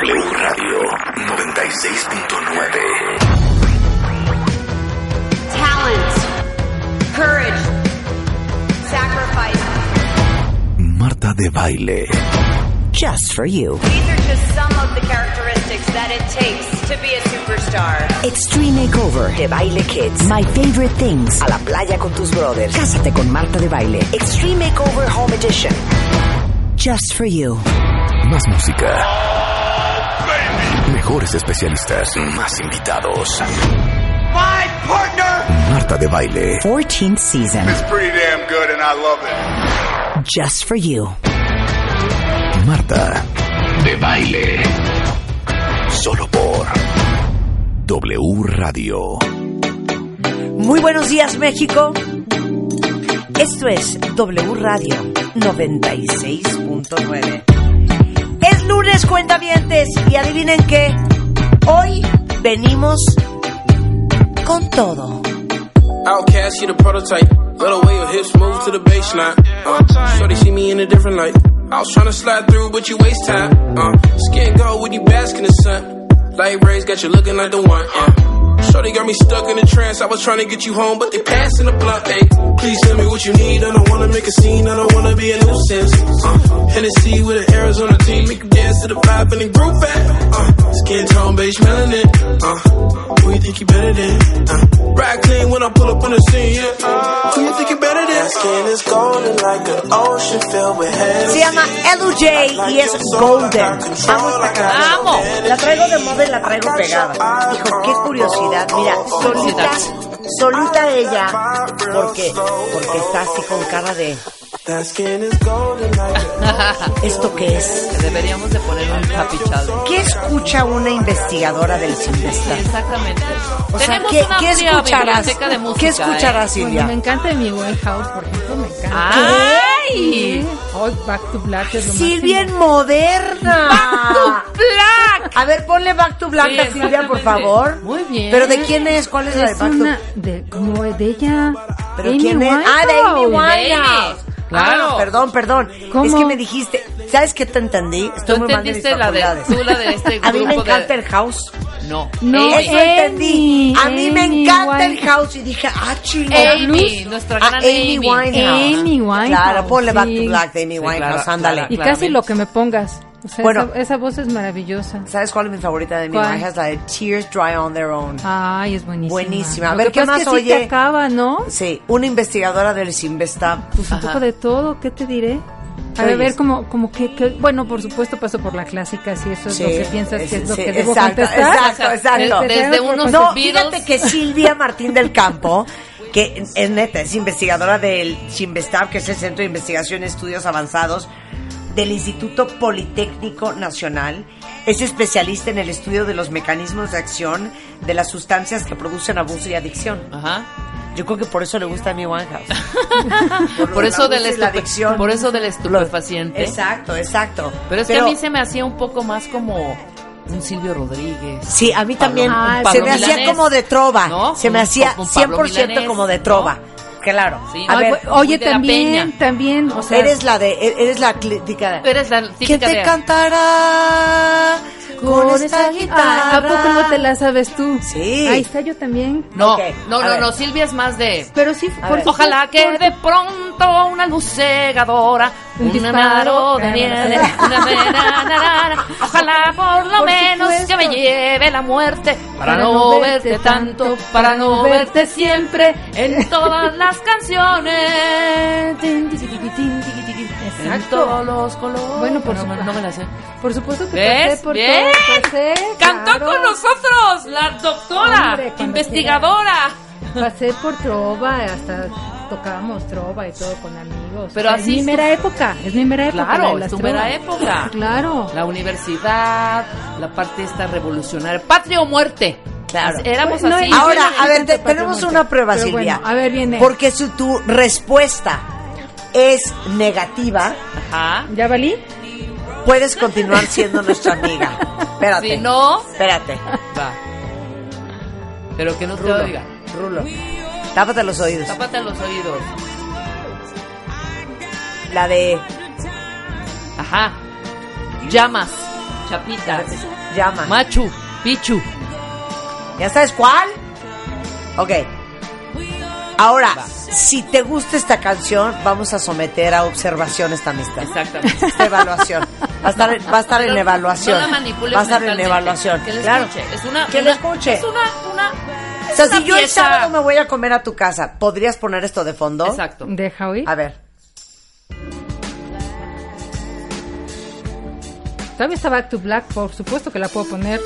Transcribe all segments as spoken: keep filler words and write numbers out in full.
W Radio noventa y seis punto nueve. Talent, courage, sacrifice. Marta de Baile. Just for you. These are just some of the characteristics that it takes to be a superstar. Extreme Makeover. De Baile Kids. My Favorite Things. A la playa con tus brothers. Cásate con Marta de Baile. Extreme Makeover Home Edition. Just for you. Más música. Mejores especialistas. Más invitados. My partner. Marta de Baile. fourteenth season. It's pretty damn good and I love it. Just for you. Marta de Baile. Solo por W Radio. Muy buenos días, México. Esto es W Radio noventa y seis punto nueve. Es lunes, cuentavientes, y adivinen qué. Hoy venimos con todo. Outcast, you the prototype. Let the way your hips move to the baseline. Uh, shorty see me in a different light. I was tryna slide through, but you waste time. Uh, skin gold when you bask in the sun. Light rays got you looking like the one. Uh, shorty got me stuck in a trance. I was tryna get you home, but they passing the blunt. Hey, please tell me what you need. I don't wanna make a scene. I don't wanna be a nuisance. Uh, Hennessy with an Arizona team. Make you dance to the vibe and the groove back. Uh, skin tone, beige melanin. Uh, who you think you better than? Uh, ride clean when I pull up on the scene. Yeah. Uh, who you think you better than? That skin is golden like an ocean filled with Hennessy. Se llama L J y es Golden. Amo esta canción. Amo. La traigo de moda y la traigo pegada. Hijo, qué curiosidad. Mira, solita, solita ella, porque, porque está así con cara de... ¿Esto qué es? Deberíamos de poner un happy challenge. ¿Qué escucha una investigadora del Sinvestar? Exactamente. O sea, Tenemos ¿qué, una ¿qué amplia escucharás? biblioteca de música, ¿Qué escucharás, ¿eh? Silvia? Bueno, me encanta mi Winehouse, por ejemplo, me encanta. ¡Ay! Hoy Back to Black es lo Silvia en máximo. moderna. ¡Back to Black! A ver, ponle Back to Black Sí, a Silvia, por exactamente. favor. Muy bien. ¿Pero de quién es? ¿Cuál es, la de Es Back to una de, como de ella. ¿Pero Amy quién es? Winehouse. Ah, de Amy Winehouse. Amy. Claro. Ah, perdón, perdón. ¿Cómo? Es que me dijiste, ¿sabes qué te entendí? Estoy Tú muy mal de mis entendiste la de, facultades. tú la de este grupo A mí me encanta de... el house. No. No, Amy. Eso entendí. A mí me Amy encanta el Winehouse. house. Y dije, ah, chilo. Amy, nuestra Ah, gran Amy Amy. Winehouse. Amy Winehouse, Claro, ponle Back sí. to Black de Amy Sí, Winehouse, claro, ándale. claro. Y casi lo que me pongas. O sea, Bueno. esa, esa voz es maravillosa. ¿Sabes cuál es mi favorita de Amy ¿Cuál? Winehouse? La de Tears Dry on Their Own. Ay, es buenísima. Buenísima. A Lo ver, que ¿qué pasa más es que sí oye? te acaba, ¿no? Sí, una investigadora del Sinvestab. Pues un Ajá. poco de todo, ¿qué te diré? ¿Qué A ver, oyes? ver como, como que, que, bueno, por supuesto paso por la clásica, si eso es Sí, lo que piensas es- que es lo sí, que debo exacto, contestar. exacto, exacto. Te- te Desde debo unos No, Beatles. fíjate que Silvia Martín del Campo, que es neta, es investigadora del Sinvestab, que es el Centro de Investigación y Estudios Avanzados del Instituto Politécnico Nacional. Es especialista en el estudio de los mecanismos de acción de las sustancias que producen abuso y adicción. Ajá. Yo creo que por eso le gusta a mi Winehouse. Por eso, del del la estupe- adicción. por eso del estupefaciente. Exacto, exacto. Pero es que a mí se me hacía un poco más como un Silvio Rodríguez. Sí, a mí también Pablo- un se Pablo me hacía Milanés, como de trova. ¿no? Se me Un- hacía un cien Pablo por ciento Milanés, como de ¿no? trova. Claro. Sí. A Ay, ver, pues, Oye, de la también, Peña. también, o sea, eres la de eres la crítica. Eres la ¿Quién típica te de... cantará con esta guitarra? ¿A poco no te la sabes tú? Sí. Ahí está, yo también. No, Ok, no, a no, ver. no, Silvia es más de... Pero sí, A por ver. supuesto, Ojalá que por- de pronto una luz cegadora, Un un disparo, disparo de eh, nieve, una menarara. Ojalá por lo Por menos supuesto. que me lleve la muerte para no verte tanto, para no verte siempre en todas las canciones. Tin, tiqui, tiqui, tin, tiqui, tiqui, en Exacto. todos los colores. Bueno, por no, supuesto. no me la sé. Por supuesto que ¿Ves? pasé por Bien. todo, pasé, Cantó claro. con nosotros la doctora, Hombre, cuando investigadora. Pasé por trova, hasta tocábamos trova y todo con amigos. Pero O sea, así es mi es mera tu- época, es mi mera época. la Claro, de las es tu mera trovas. época. Claro. La universidad, la parte esta revolucionaria, patria o muerte. Claro. Éramos No, así. no, Ahora, Bueno, a ver, intento te- tenemos patria una prueba, Pero Silvia. bueno, a ver, viene. Porque si tu respuesta es negativa, Ajá. ¿Ya valí? puedes continuar siendo nuestra amiga. Espérate. Si no, Espérate. va. Pero que no te Rulo. oiga. Rulo. Tápate los oídos. Tápate los oídos. La de Ajá. Llamas. Chapita. Llama. Machu Picchu. ¿Ya sabes cuál? Ok. Ahora, si te gusta esta canción, vamos a someter a observación esta amistad. Exactamente. Esta evaluación. Va a estar, va a estar en Pero evaluación. No la manipules Va a estar en mentalmente. evaluación. Que la Claro. escuche. Es una, Que una- la escuche. Es una, una, es O sea, una si yo el pieza. sábado me voy a comer a tu casa, ¿podrías poner esto de fondo? Exacto. Deja oír. A ver. Todavía está Back to Black, por supuesto que la puedo poner.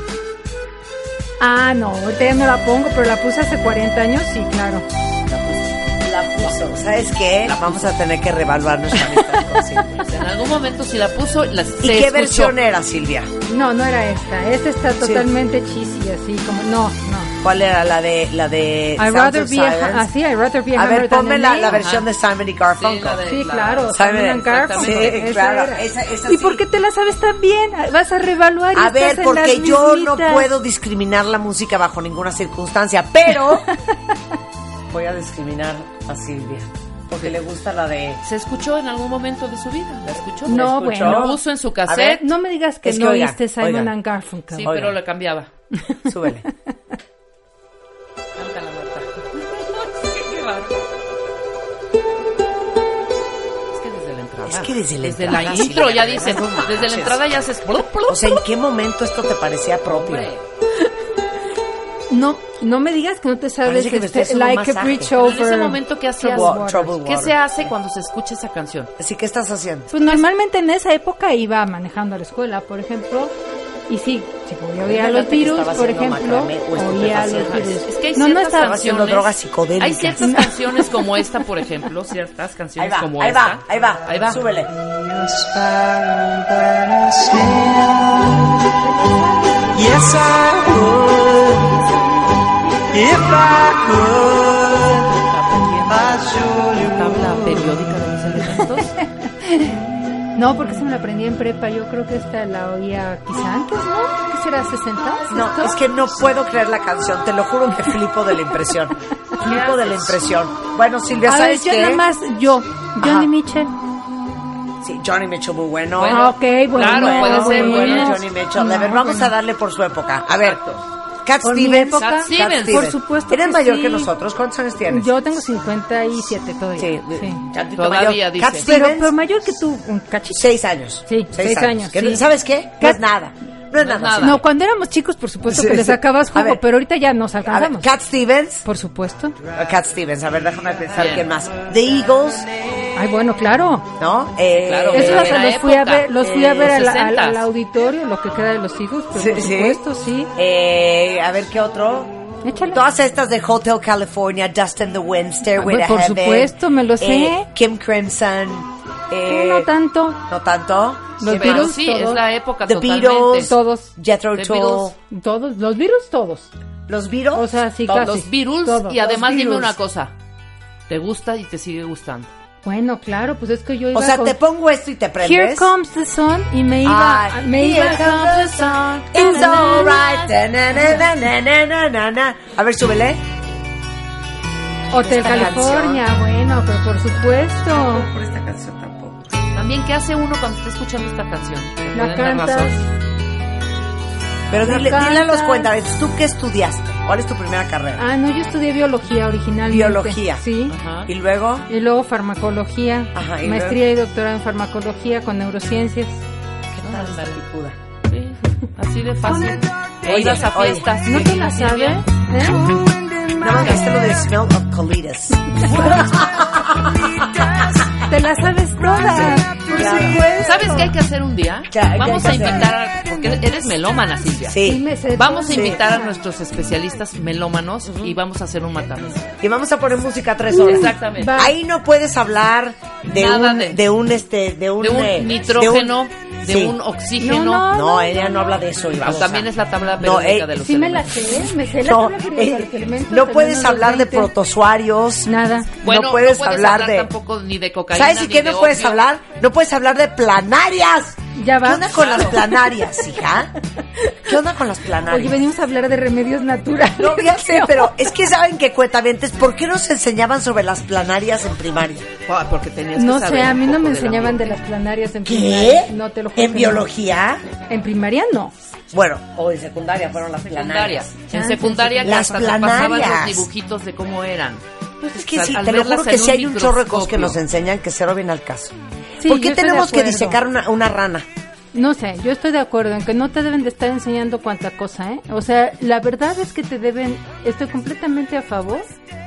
Ah, no, ahorita ya no la pongo, pero la puse hace cuarenta años, sí, claro. La puso. ¿Sabes qué? Vamos a tener que reevaluar nuestra amistad con Silvia. En algún momento si la puso, la, ¿Y se qué escuchó. versión era, Silvia? No, no era esta. Esta está totalmente cheesy, así como. No, no. ¿Cuál era la de la de I'd Sounds rather of be a, Silence? así, I'd rather be a A hammer ver, than ponme a la, nail. la versión de Simon y Garfunkel. Sí, la de- Sí, la- claro, Simon Simon and Garfunkel. Sí, Esa claro. era. Esa, esa ¿Y sí. por qué te la sabes tan bien? Vas a reevaluar y A estás ver, en porque las yo no mismitas. puedo discriminar la música bajo ninguna circunstancia, pero voy a discriminar a Silvia porque le gusta la de. Se escuchó en algún momento de su vida. ¿La escuchó? No, ¿La escuchó? Lo bueno. puso en su A ver. cassette. No me digas que Es que no oigan, oíste Simon oigan. and Garfunkel. Sí, Oigan. pero le cambiaba. Súbele. Cántala, Marta. Qué bárbaro. Es que desde la entrada. Es que desde la Desde entrada, la sí, intro la ya verdad, dicen. no Desde la manches. entrada ya se. O sea, ¿en qué momento esto te parecía propio? Hombre, No, no me digas que no te sabes Parece que me este, estoy haciendo un Like a masaje. Bridge pero Over. en ese momento, ¿qué hacías? Troubled Wa- Troubled Waters. ¿Qué se hace cuando se escucha esa canción? Así que estás haciendo. Pues normalmente en esa época iba manejando a la escuela, por ejemplo, y sí, si podía oír a los Imagínate que virus, estaba por haciendo ejemplo, macramé o oía a los estupefacientes. virus. Es que hay no, no ciertas estaba Estaba haciendo canciones- drogas psicodélicas. Hay ciertas canciones como esta, por ejemplo, ciertas Ahí canciones va, como ahí esta. va, ahí va, Ahí va. Súbele. Yes, I would. If I could, I'd show you. Tabla periódica de los elementos. No, porque se me la aprendí en prepa, yo creo que esta la oía quizá antes, ¿no? ¿Qué será, sesenta? No, es que no puedo creer la canción, te lo juro que flipo de la impresión. Flipo de la impresión. Bueno, Silvia, A ver, ¿sabes yo qué? nada más, yo, Johnny Ajá. Mitchell. Sí, Johnny Mitchell, muy bueno. Bueno, Ah, ok, bueno. claro, bueno, puede ser, muy muy bueno, bien. Johnny Mitchell. A ver, No, vamos bueno. a darle por su época. A ver, Cat Por mi Stevens. época, Cat Stevens. por supuesto Eres que mayor sí. que nosotros. ¿Cuántos años tienes? Yo tengo cincuenta y siete todavía. Sí, sí. tantito Todavía, mayor. dice. Cat Pero, Stevens, pero mayor que tú, un cachito. seis años. Sí, seis años, Que sí. no- ¿Sabes qué? No Cat- es nada. No es No es nada. nada. No, cuando éramos chicos, por supuesto Sí, que le sí. sacabas A jugo, ver. pero ahorita ya nos A ver, alcanzamos. Cat Stevens. Por supuesto. Cat Stevens, a ver, déjame pensar Bien. quién más. The Eagles, Ay, bueno, claro. ¿no? Eh, Claro, Eso de hasta la los fui a época, ver, los fui a eh, ver al, al- sesentas. al auditorio, lo que queda de los hijos, pero Sí, por sí. supuesto, sí. Eh, a ver, ¿qué otro? Échale. Todas estas de Hotel California, Dust in the Wind, Stairway Ah, to por Heaven. supuesto, me lo sé. eh, Kim Crimson. Eh, No, no tanto. ¿No tanto? Los Sí, pero Beatles, sí, todos. es la época The totalmente. Beatles. Todos. Jethro The Tull. Beatles. Todos, los virus, todos. Los Beatles. O sea, sí, todos. casi. Los Beatles. Todos. Y además Los dime Beatles. una cosa. Te gusta y te sigue gustando. Bueno, claro, pues es que yo iba O sea, con te pongo esto y te prendes. Here Comes the Sun y me iba, Ay, me Here iba Comes the Sun. It's alright. Na, na, na, na, na, na, na, na. A ver, súbele. Hotel esta California, bueno, pero por supuesto. Por esta canción tampoco. También, ¿qué hace uno cuando está escuchando esta canción? ¿Me La pueden dar cantas. razón? Pero La dile, dile a los cantas. cuentavientes, ¿tú qué estudiaste? ¿Cuál es tu primera carrera? Ah, no, yo estudié biología originalmente. Biología. Sí. Ajá. Y luego, Y luego farmacología, Ajá, ¿y maestría y doctorado en farmacología con neurociencias. ¿qué tal esta picuda? Sí, así de fácil. Oye, Ibas a oye. fiestas. ¿No te la sabes? ¿Eh? Nada más viste lo de Smell of Colitis. Te la sabes toda. Por Claro. supuesto. ¿Sabes qué hay que hacer un día? ¿Qué hay Vamos que a hacer? invitar a... Porque eres melómana, Silvia. Sí, Sí. me sé Vamos a todo. Sí. invitar a nuestros especialistas melómanos y vamos a hacer un matamesa. Y vamos a poner música tres horas. Exactamente. Va. Ahí no puedes hablar de Nada un, de- de un, este, de un... De un eh, nitrógeno, de sí. un oxígeno. No, No, ella no habla de eso. Pues babosa. también es la tabla No, periódica eh, de los Sí me la elementos. sé, me sé la No, tabla periódica de eh, los elementos, no al puedes menos hablar de los veinte. protozoarios. Nada. Bueno, no puedes hablar de... tampoco ni de cocaína. ¿Sabes y ni qué de no puedes opio. hablar? No puedes hablar de planarias. Ya ¿Qué va. onda con las planarias, hija? ¿Qué onda con las planarias? Oye, venimos a hablar de remedios naturales. No, ya sé, pero es que saben que cuentavientes, ¿por qué nos enseñaban sobre las planarias en primaria? Ah, porque tenías No que saber sé, a un mí no poco me del enseñaban ambiente. de las planarias en ¿Qué? primaria. No te lo juro. ¿En que biología? no. En primaria no. Bueno, o en secundaria fueron las Secundaria. planarias. En Chances. secundaria que Las hasta te pasaban planarias. los dibujitos de cómo eran. Pues es que Al- sí, al te lo verlas juro que en sí hay un chorro de cosas que microscopio. nos enseñan que cero viene al caso. Sí, ¿Por yo qué estoy de tenemos que acuerdo. disecar una, una rana? No sé, yo estoy de acuerdo en que no te deben de estar enseñando cuánta cosa, ¿eh? O sea, la verdad es que te deben, estoy completamente a favor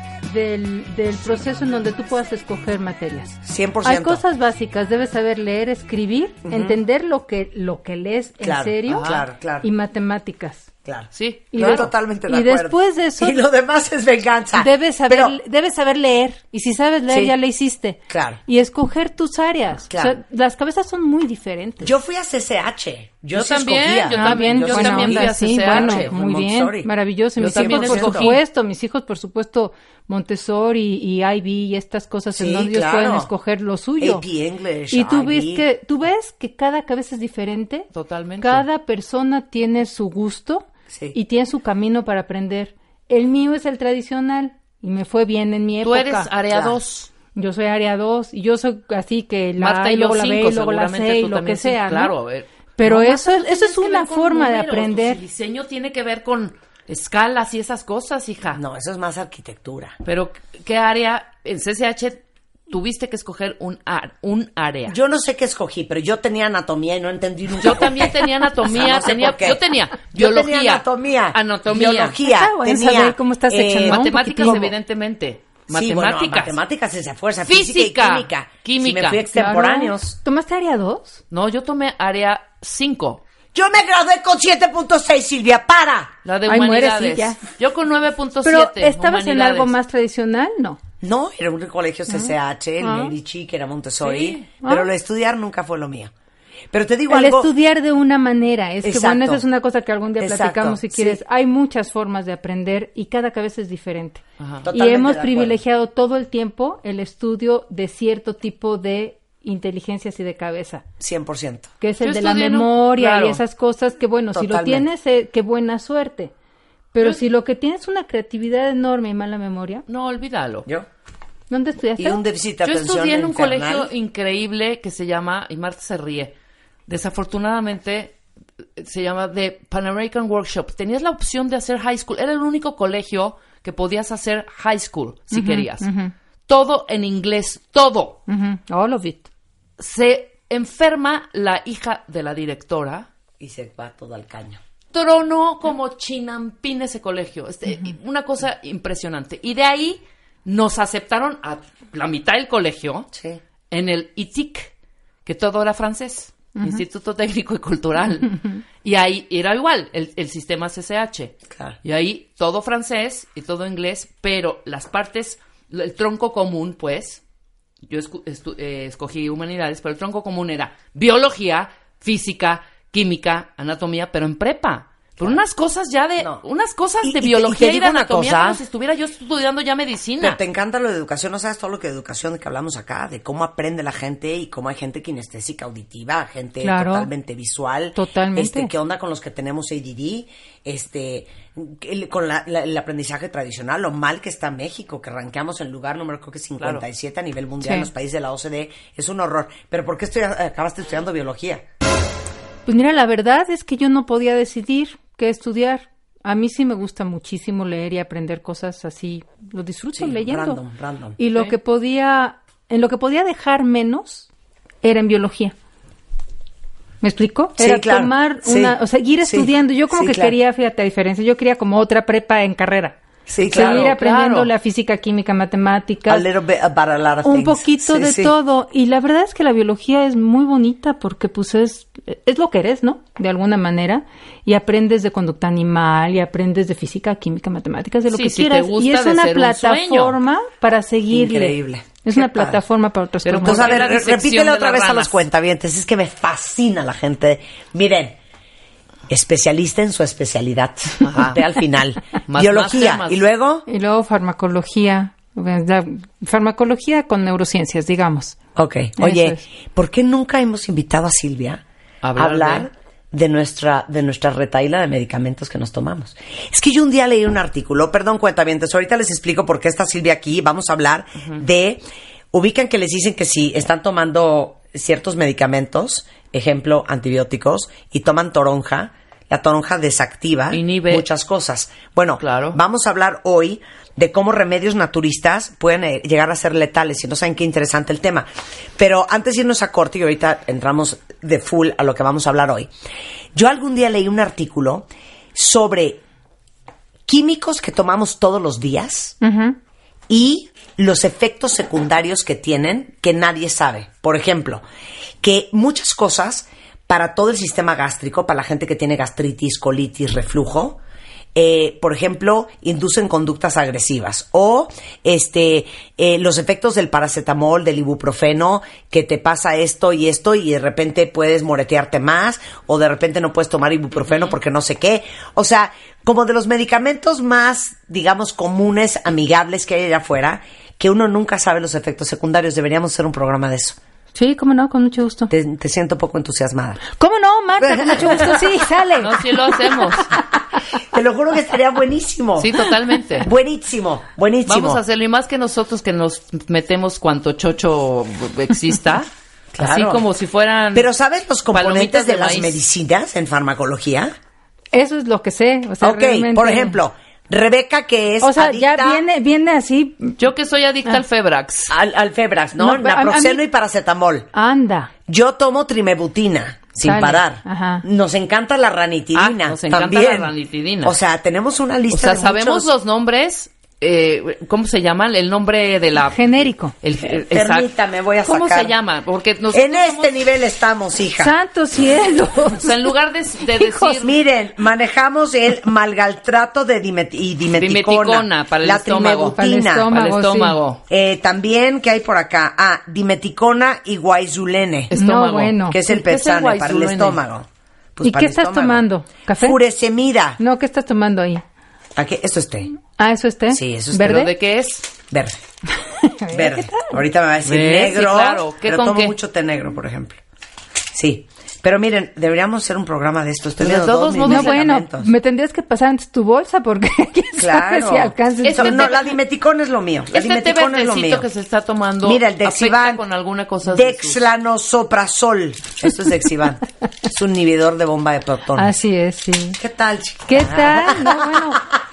del, del proceso en donde tú puedas escoger materias. cien por Hay ciento. cosas básicas, debes saber leer, escribir, entender lo que lo que lees Claro, en serio ajá, claro, claro. y matemáticas. Claro. Sí, Y Estoy de- totalmente de y acuerdo. después de eso- Y lo demás es venganza. Debes saber, Pero, debes saber leer. Y si sabes leer, Sí. ya le hiciste. Claro. Y escoger tus áreas. Claro. O sea, las cabezas son muy diferentes. yo fui a C C H. Yo, Yo sí también, escogía. yo Ah, también, bien, yo buena también onda, fui a sí, C C H, bueno, fui muy Montessori. bien, maravilloso. Yo Mis también hijos, por escogí. supuesto, mis hijos, por supuesto, Montessori y I B y estas cosas Sí, en donde ellos claro. pueden escoger lo suyo. A P English, Y tú I B. ves que tú ves que cada cabeza es diferente. Totalmente. Cada persona tiene su gusto Sí. y tiene su camino para aprender. El mío es el tradicional y me fue bien en mi Tú época. eres área Claro. dos. Yo soy área dos y yo soy así que la Marta A y y yo luego la B cinco, y luego la seguramente C y tú lo también que sí, sea, ¿no? claro, eh. Pero No, eso, Marta, eso es tienes que una ver con forma de números. aprender. El diseño tiene que ver con escalas y esas cosas, hija. No, eso es más arquitectura. Pero, ¿qué área? En C C H tuviste que escoger un, ar- un área. Yo no sé qué escogí, pero yo tenía anatomía y no entendí nunca. Yo por qué. también tenía anatomía, O sea, no sé tenía, por qué. yo tenía Yo biología, tenía anatomía, anatomía, biología, Está bueno tenía saber cómo estás hecha, ¿no? Un matemáticas, poquitín. evidentemente, Sí, bueno, matemáticas. matemáticas es a fuerza, física, Física, y química. química. Si me fui extemporáneos. Claro. ¿Tomaste área dos? No, yo tomé área cinco, Yo me gradué con siete punto seis, Silvia, para. la de Ay, muere, humanidades. sí, ya. Yo con nueve punto Pero siete. ¿estabas en algo más tradicional? No. No, era un colegio C C H, el Ah. Medici, que era Montessori, Sí. pero Ah. lo de estudiar nunca fue lo mío. Pero te digo El algo... estudiar de una manera. Es que Exacto. bueno, esa es una cosa que algún día Exacto, platicamos si sí. quieres. Hay muchas formas de aprender y cada cabeza es diferente. Ajá. Y Totalmente hemos de acuerdo. privilegiado todo el tiempo el estudio de cierto tipo de inteligencias y de cabeza, cien por ciento. que es el Yo de la estudié en un- memoria claro. y esas cosas que bueno, si lo Totalmente. tienes, eh, qué buena suerte. Pero si lo que tienes es una creatividad enorme y mala memoria, No, olvídalo. ¿Yo? ¿dónde estudiaste? Y un déficit de Yo atención estudié en un infernal. colegio increíble que se llama, y Marta se ríe, desafortunadamente eh, se llama The Pan American Workshop. Tenías la opción de hacer high school. Era el único colegio que podías hacer high school si querías. Todo en inglés, todo. Ujú, all of it. Se enferma la hija de la directora. Y se va todo al caño. Tronó como chinampín ese colegio. Este, Una cosa impresionante. Y de ahí nos aceptaron a la mitad del colegio Sí. en el I T I C, que todo era francés, Instituto Técnico y Cultural. Y ahí era igual, el, el sistema C C H. Claro. Y ahí todo francés y todo inglés, pero las partes, el tronco común, pues, yo escu- estu- eh, escogí humanidades, pero el tronco común era biología, física, química, anatomía, pero en prepa. Por unas cosas ya de, No. unas cosas Y- de y te- y biología te y, de digo una anatomía cosa. como si estuviera yo estudiando ya medicina. Pero te encanta lo de educación, no sabes todo lo que de educación de que hablamos acá, de cómo aprende la gente y cómo hay gente kinestésica auditiva, gente Claro. totalmente visual. Totalmente. Este, ¿qué onda con los que tenemos A D D? Este, el- con la- la- el aprendizaje tradicional, lo mal que está México, que ranqueamos en lugar número creo que cincuenta y siete a nivel mundial Sí. en los países de la O C D, es un horror. Pero ¿por qué estoy, acabaste estudiando biología? Pues mira, la verdad es que yo no podía decidir qué estudiar. A mí sí me gusta muchísimo leer y aprender cosas así. Lo disfruto Sí, leyendo. random, random. Y lo Sí. que podía, en lo que podía dejar menos era en biología. ¿Me explico? Sí, Era claro. tomar Sí. una, o sea, ir Sí. estudiando. Yo como Sí, que claro. quería, fíjate, a diferencia, yo quería como otra prepa en carrera. Sí, claro. Seguir aprendiendo claro. la física, química, matemáticas. A little bit about a lot of Un things. poquito Sí, de sí. todo. Y la verdad es que la biología es muy bonita porque pues es, es lo que eres, ¿no? De alguna manera. Y aprendes de conducta animal y aprendes de física, química, matemáticas, de lo Sí, que si te quieras. gusta Y es de una ser un plataforma para seguirle. Increíble. Es Qué una padre. plataforma para otras Pero cosas. Entonces, a ¿Por qué ver, la re- disección repítele de otra las vez a los ranas? cuentavientes. Es que me fascina la gente. Miren, especialista en su especialidad. Ajá. Ve al final. Más Biología. máster, más- Y luego, Y luego farmacología. la- Farmacología con neurociencias, digamos. ok. Oye, es. ¿por qué nunca hemos invitado a Silvia Hablar hablar de... de nuestra de nuestra retahíla de medicamentos que nos tomamos. Es que yo un día leí un artículo, perdón, cuentavientes, ahorita les explico por qué está Silvia aquí. Vamos a hablar uh-huh. de, ubican que les dicen que si están tomando ciertos medicamentos, ejemplo, antibióticos, y toman toronja, la toronja desactiva Inhibe. muchas cosas. Bueno, claro. Vamos a hablar hoy de cómo remedios naturistas pueden eh, llegar a ser letales. Y no saben qué interesante el tema. Pero antes de irnos a corte, y ahorita entramos de full a lo que vamos a hablar hoy. Yo algún día leí un artículo sobre químicos que tomamos todos los días uh-huh. y los efectos secundarios que tienen que nadie sabe. Por ejemplo, que muchas cosas para todo el sistema gástrico, para la gente que tiene gastritis, colitis, reflujo, Eh, por ejemplo, inducen conductas agresivas o este eh, los efectos del paracetamol, del ibuprofeno, que te pasa esto y esto y de repente puedes moretearte más o de repente no puedes tomar ibuprofeno porque no sé qué. O sea, como de los medicamentos más, digamos, comunes, amigables que hay allá afuera, que uno nunca sabe los efectos secundarios. Deberíamos hacer un programa de eso. Sí, cómo no, con mucho gusto. Te, te siento poco entusiasmada. ¿Cómo no, Marta? Con mucho gusto, sí, sale. No, sí lo hacemos. Te lo juro que estaría buenísimo. Sí, totalmente. Buenísimo, buenísimo. Vamos a hacerlo, y más que nosotros que nos metemos cuanto chocho exista, claro. Así como si fueran. Pero ¿sabes los componentes de, de las maíz. medicinas en farmacología? Eso es lo que sé. O sea, ok, realmente... por ejemplo, Rebeca, que es o sea, adicta... ya viene, viene así... Yo que soy adicta ah. al Febrax. Al, al Febrax, ¿no? no Naproxeno mí... y paracetamol. Anda. Yo tomo trimebutina. Sin Sale. parar. Ajá. Nos encanta la ranitidina. Ah, nos encanta también. la ranitidina. O sea, tenemos una lista o sea, de sabemos muchos... los nombres... Eh, ¿Cómo se llama? El nombre de la... Genérico. El, el, Permítame, voy a ¿Cómo sacar. se llama? Porque nosotros en este somos... nivel estamos, hija. ¡Santo cielo! O sea, en lugar de, de Hijos, decir... miren, manejamos el malgaltrato de dimet y dimeticona. Dimeticona para el la estómago. Para el estómago, para el estómago. Sí. Eh, también, ¿qué hay por acá? Ah, dimeticona y guaizulene. Estómago. No, bueno. Que es el ¿Qué es el pezane para el estómago. Pues ¿Y para qué el estás estómago. tomando? ¿Café? Furesemida. No, ¿qué estás tomando ahí? ¿A qué? Esto es té. Ah, ¿eso es té? Sí, eso es ¿Verde? ¿Pero de qué es? Verde. Verde. Ahorita me va a decir ¿Ves? negro. Sí, claro. ¿Qué pero con tomo qué? mucho té negro, por ejemplo. Sí. Pero miren, deberíamos hacer un programa de esto. Estoy De viendo todos todos mis modos, No, bueno, medicamentos. me tendrías que pasar antes tu bolsa porque quién sabe Claro. si alcances. Este no, té- la dimeticona es lo mío. La Este té dimeticona es lo mío. verdecito que se está tomando Mira, el afecta Dexivan. con alguna cosa de sus- Dexlanosoprazol. Esto es Dexivan. Es un inhibidor de bomba de protones. Así es, sí. ¿Qué tal, chica? ¿Qué tal? No, bueno,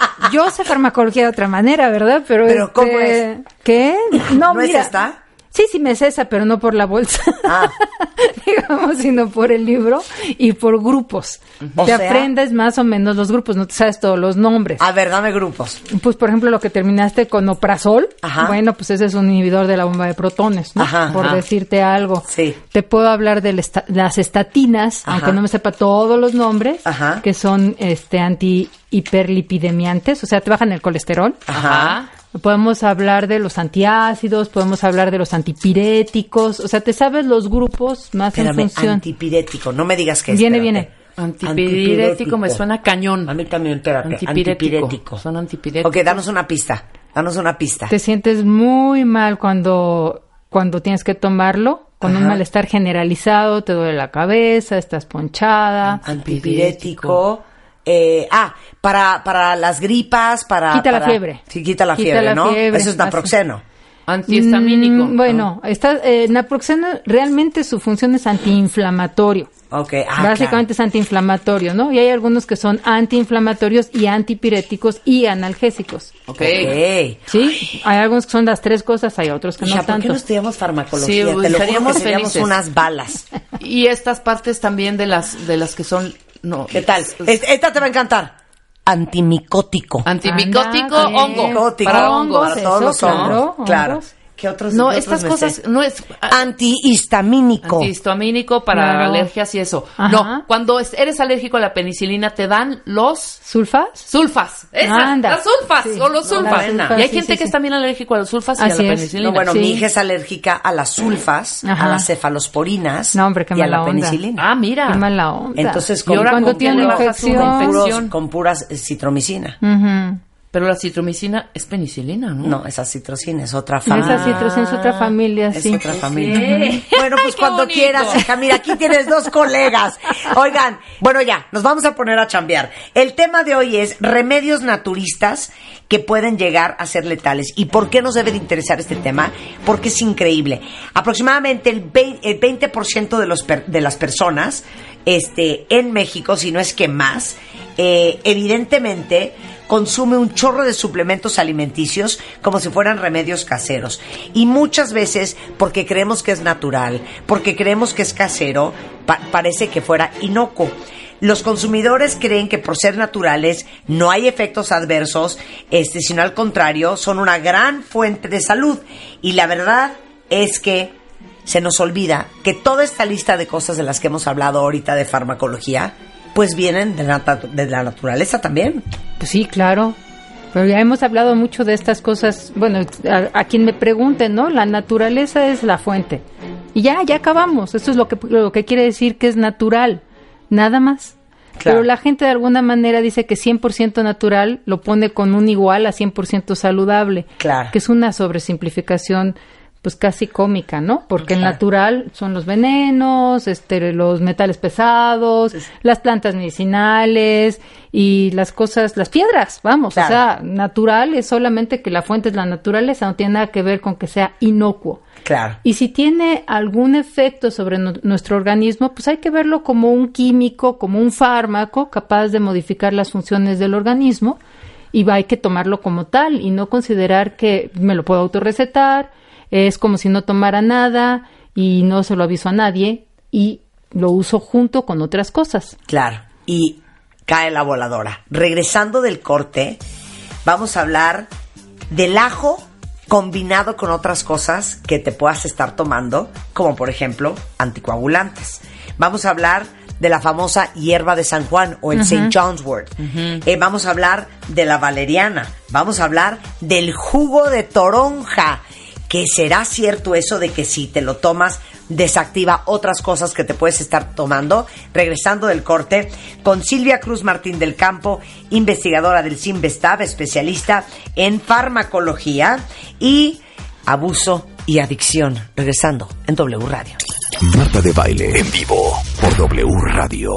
yo sé farmacología de otra manera, ¿verdad? Pero, ¿Pero este, cómo es? ¿Qué? No, ¿No mira. es esta? Sí, sí me cesa, pero no por la bolsa. Ah. Digamos, sino por el libro y por grupos. O te sea- aprendes más o menos los grupos, no te sabes todos los nombres. A ver, dame grupos. Pues, por ejemplo, lo que terminaste con oprazol, Ajá. bueno, pues ese es un inhibidor de la bomba de protones, ¿no? Ajá, por ajá. decirte algo. Sí. Te puedo hablar de esta- las estatinas, Ajá. aunque no me sepa todos los nombres, Ajá. que son este antihiperlipidemiantes, o sea, te bajan el colesterol. Ajá. Podemos hablar de los antiácidos, podemos hablar de los antipiréticos, o sea, te sabes los grupos más Espérame, en función. antipirético. No me digas que es. Viene, espérate. viene. Antipirético me suena cañón. A mí también, espérate. Antipirético. Antipirético. Son antipiréticos. Ok, danos una pista. Danos una pista. Te sientes muy mal cuando, cuando tienes que tomarlo, con Ajá. un malestar generalizado, te duele la cabeza, estás ponchada. Antipirético. Eh, ah, para, para las gripas, para... Quita la para- fiebre. Sí, quita la Quita fiebre, la ¿no? fiebre, Eso es naproxeno. Antihistamínico. Mm, bueno, está, eh, naproxeno realmente su función es antiinflamatorio. Ok, ah, Básicamente es antiinflamatorio, ¿no? Y hay algunos que son antiinflamatorios y antipiréticos y analgésicos. Ok. claro. Ok. ¿Sí? Hay algunos que son las tres cosas, hay otros que Hija, no ¿por qué tanto. no estudiamos farmacología? Sí, Te lo juro que estaríamos seríamos felices. unas balas. Y estas partes también de las de las que son no ¿Qué tal? es- Es- Esta te va a encantar. Antimicótico. Antimicótico, Anda, hongo. Antimicótico. Para hongos. Para todos eso, los hongos. claro, Claro. hongos. ¿Qué otros? No, qué estas otros me cosas sé? no es Antihistamínico. antihistamínico para Claro. alergias y eso. Ajá. No, cuando es- eres alérgico a la penicilina te dan los ¿Sulfas? sulfas. Esas, Anda. las sulfas Sí. o los No, sulfas. buena. Y hay Sí, gente sí, que sí. es también alérgico a los sulfas y Así a la es. penicilina. No, bueno, Sí. mi hija es alérgica a las sulfas, Ajá. a las cefalosporinas No, hombre, qué y a mala la onda. penicilina. Ah, mira. Qué mala onda. Entonces, Y ahora con, cuando con tiene qué le bajas infección. una con, puros- infección. con puras eh, citromicina. Ujú. Pero la citromicina es penicilina, ¿no? No, esa citrocina es otra familia. Esa citrocina es otra familia, Es sí. otra familia. Sí. Bueno, pues Qué cuando bonito. quieras, hija. Mira, aquí tienes dos colegas. Oigan, bueno, ya, nos vamos a poner a chambear. El tema de hoy es remedios naturistas que pueden llegar a ser letales. ¿Y por qué nos debe de interesar este tema? Porque es increíble. Aproximadamente el veinte por ciento de, los per- de las personas este, en México, si no es que más, eh, evidentemente consume un chorro de suplementos alimenticios como si fueran remedios caseros. Y muchas veces, porque creemos que es natural, porque creemos que es casero, pa- parece que fuera inocuo. Los consumidores creen que por ser naturales no hay efectos adversos, este, sino al contrario, son una gran fuente de salud. Y la verdad es que se nos olvida que toda esta lista de cosas de las que hemos hablado ahorita de farmacología, pues vienen de la, de la naturaleza también. Pues sí, claro. Pero ya hemos hablado mucho de estas cosas. Bueno, a, a quien me pregunte, ¿no? La naturaleza es la fuente. Y ya, ya acabamos. Esto es lo que, lo que quiere decir que es natural. Nada más. Claro. Pero la gente de alguna manera dice que cien por ciento natural lo pone con un igual a cien por ciento saludable. Claro. Que es una sobresimplificación pues casi cómica, ¿no? Porque el Claro. natural son los venenos, este, los metales pesados, las plantas medicinales y las cosas, las piedras, vamos, Claro. o sea, natural es solamente que la fuente es la naturaleza, no tiene nada que ver con que sea inocuo. Claro. Y si tiene algún efecto sobre no- nuestro organismo, pues hay que verlo como un químico, como un fármaco capaz de modificar las funciones del organismo y hay que tomarlo como tal y no considerar que me lo puedo autorrecetar. Es como si no tomara nada y no se lo aviso a nadie y lo uso junto con otras cosas. Claro, y cae la voladora. Regresando del corte, vamos a hablar del ajo combinado con otras cosas que te puedas estar tomando, como por ejemplo anticoagulantes. Vamos a hablar de la famosa hierba de San Juan o el Saint John's wort. Eh, vamos a hablar de la valeriana. Vamos a hablar del jugo de toronja. ¿Que será cierto eso de que si te lo tomas desactiva otras cosas que te puedes estar tomando? Regresando del corte con Silvia Cruz Martín del Campo, investigadora del CINVESTAB, especialista en farmacología y abuso y adicción. Regresando en W Radio. Marta de Baile en vivo por W Radio.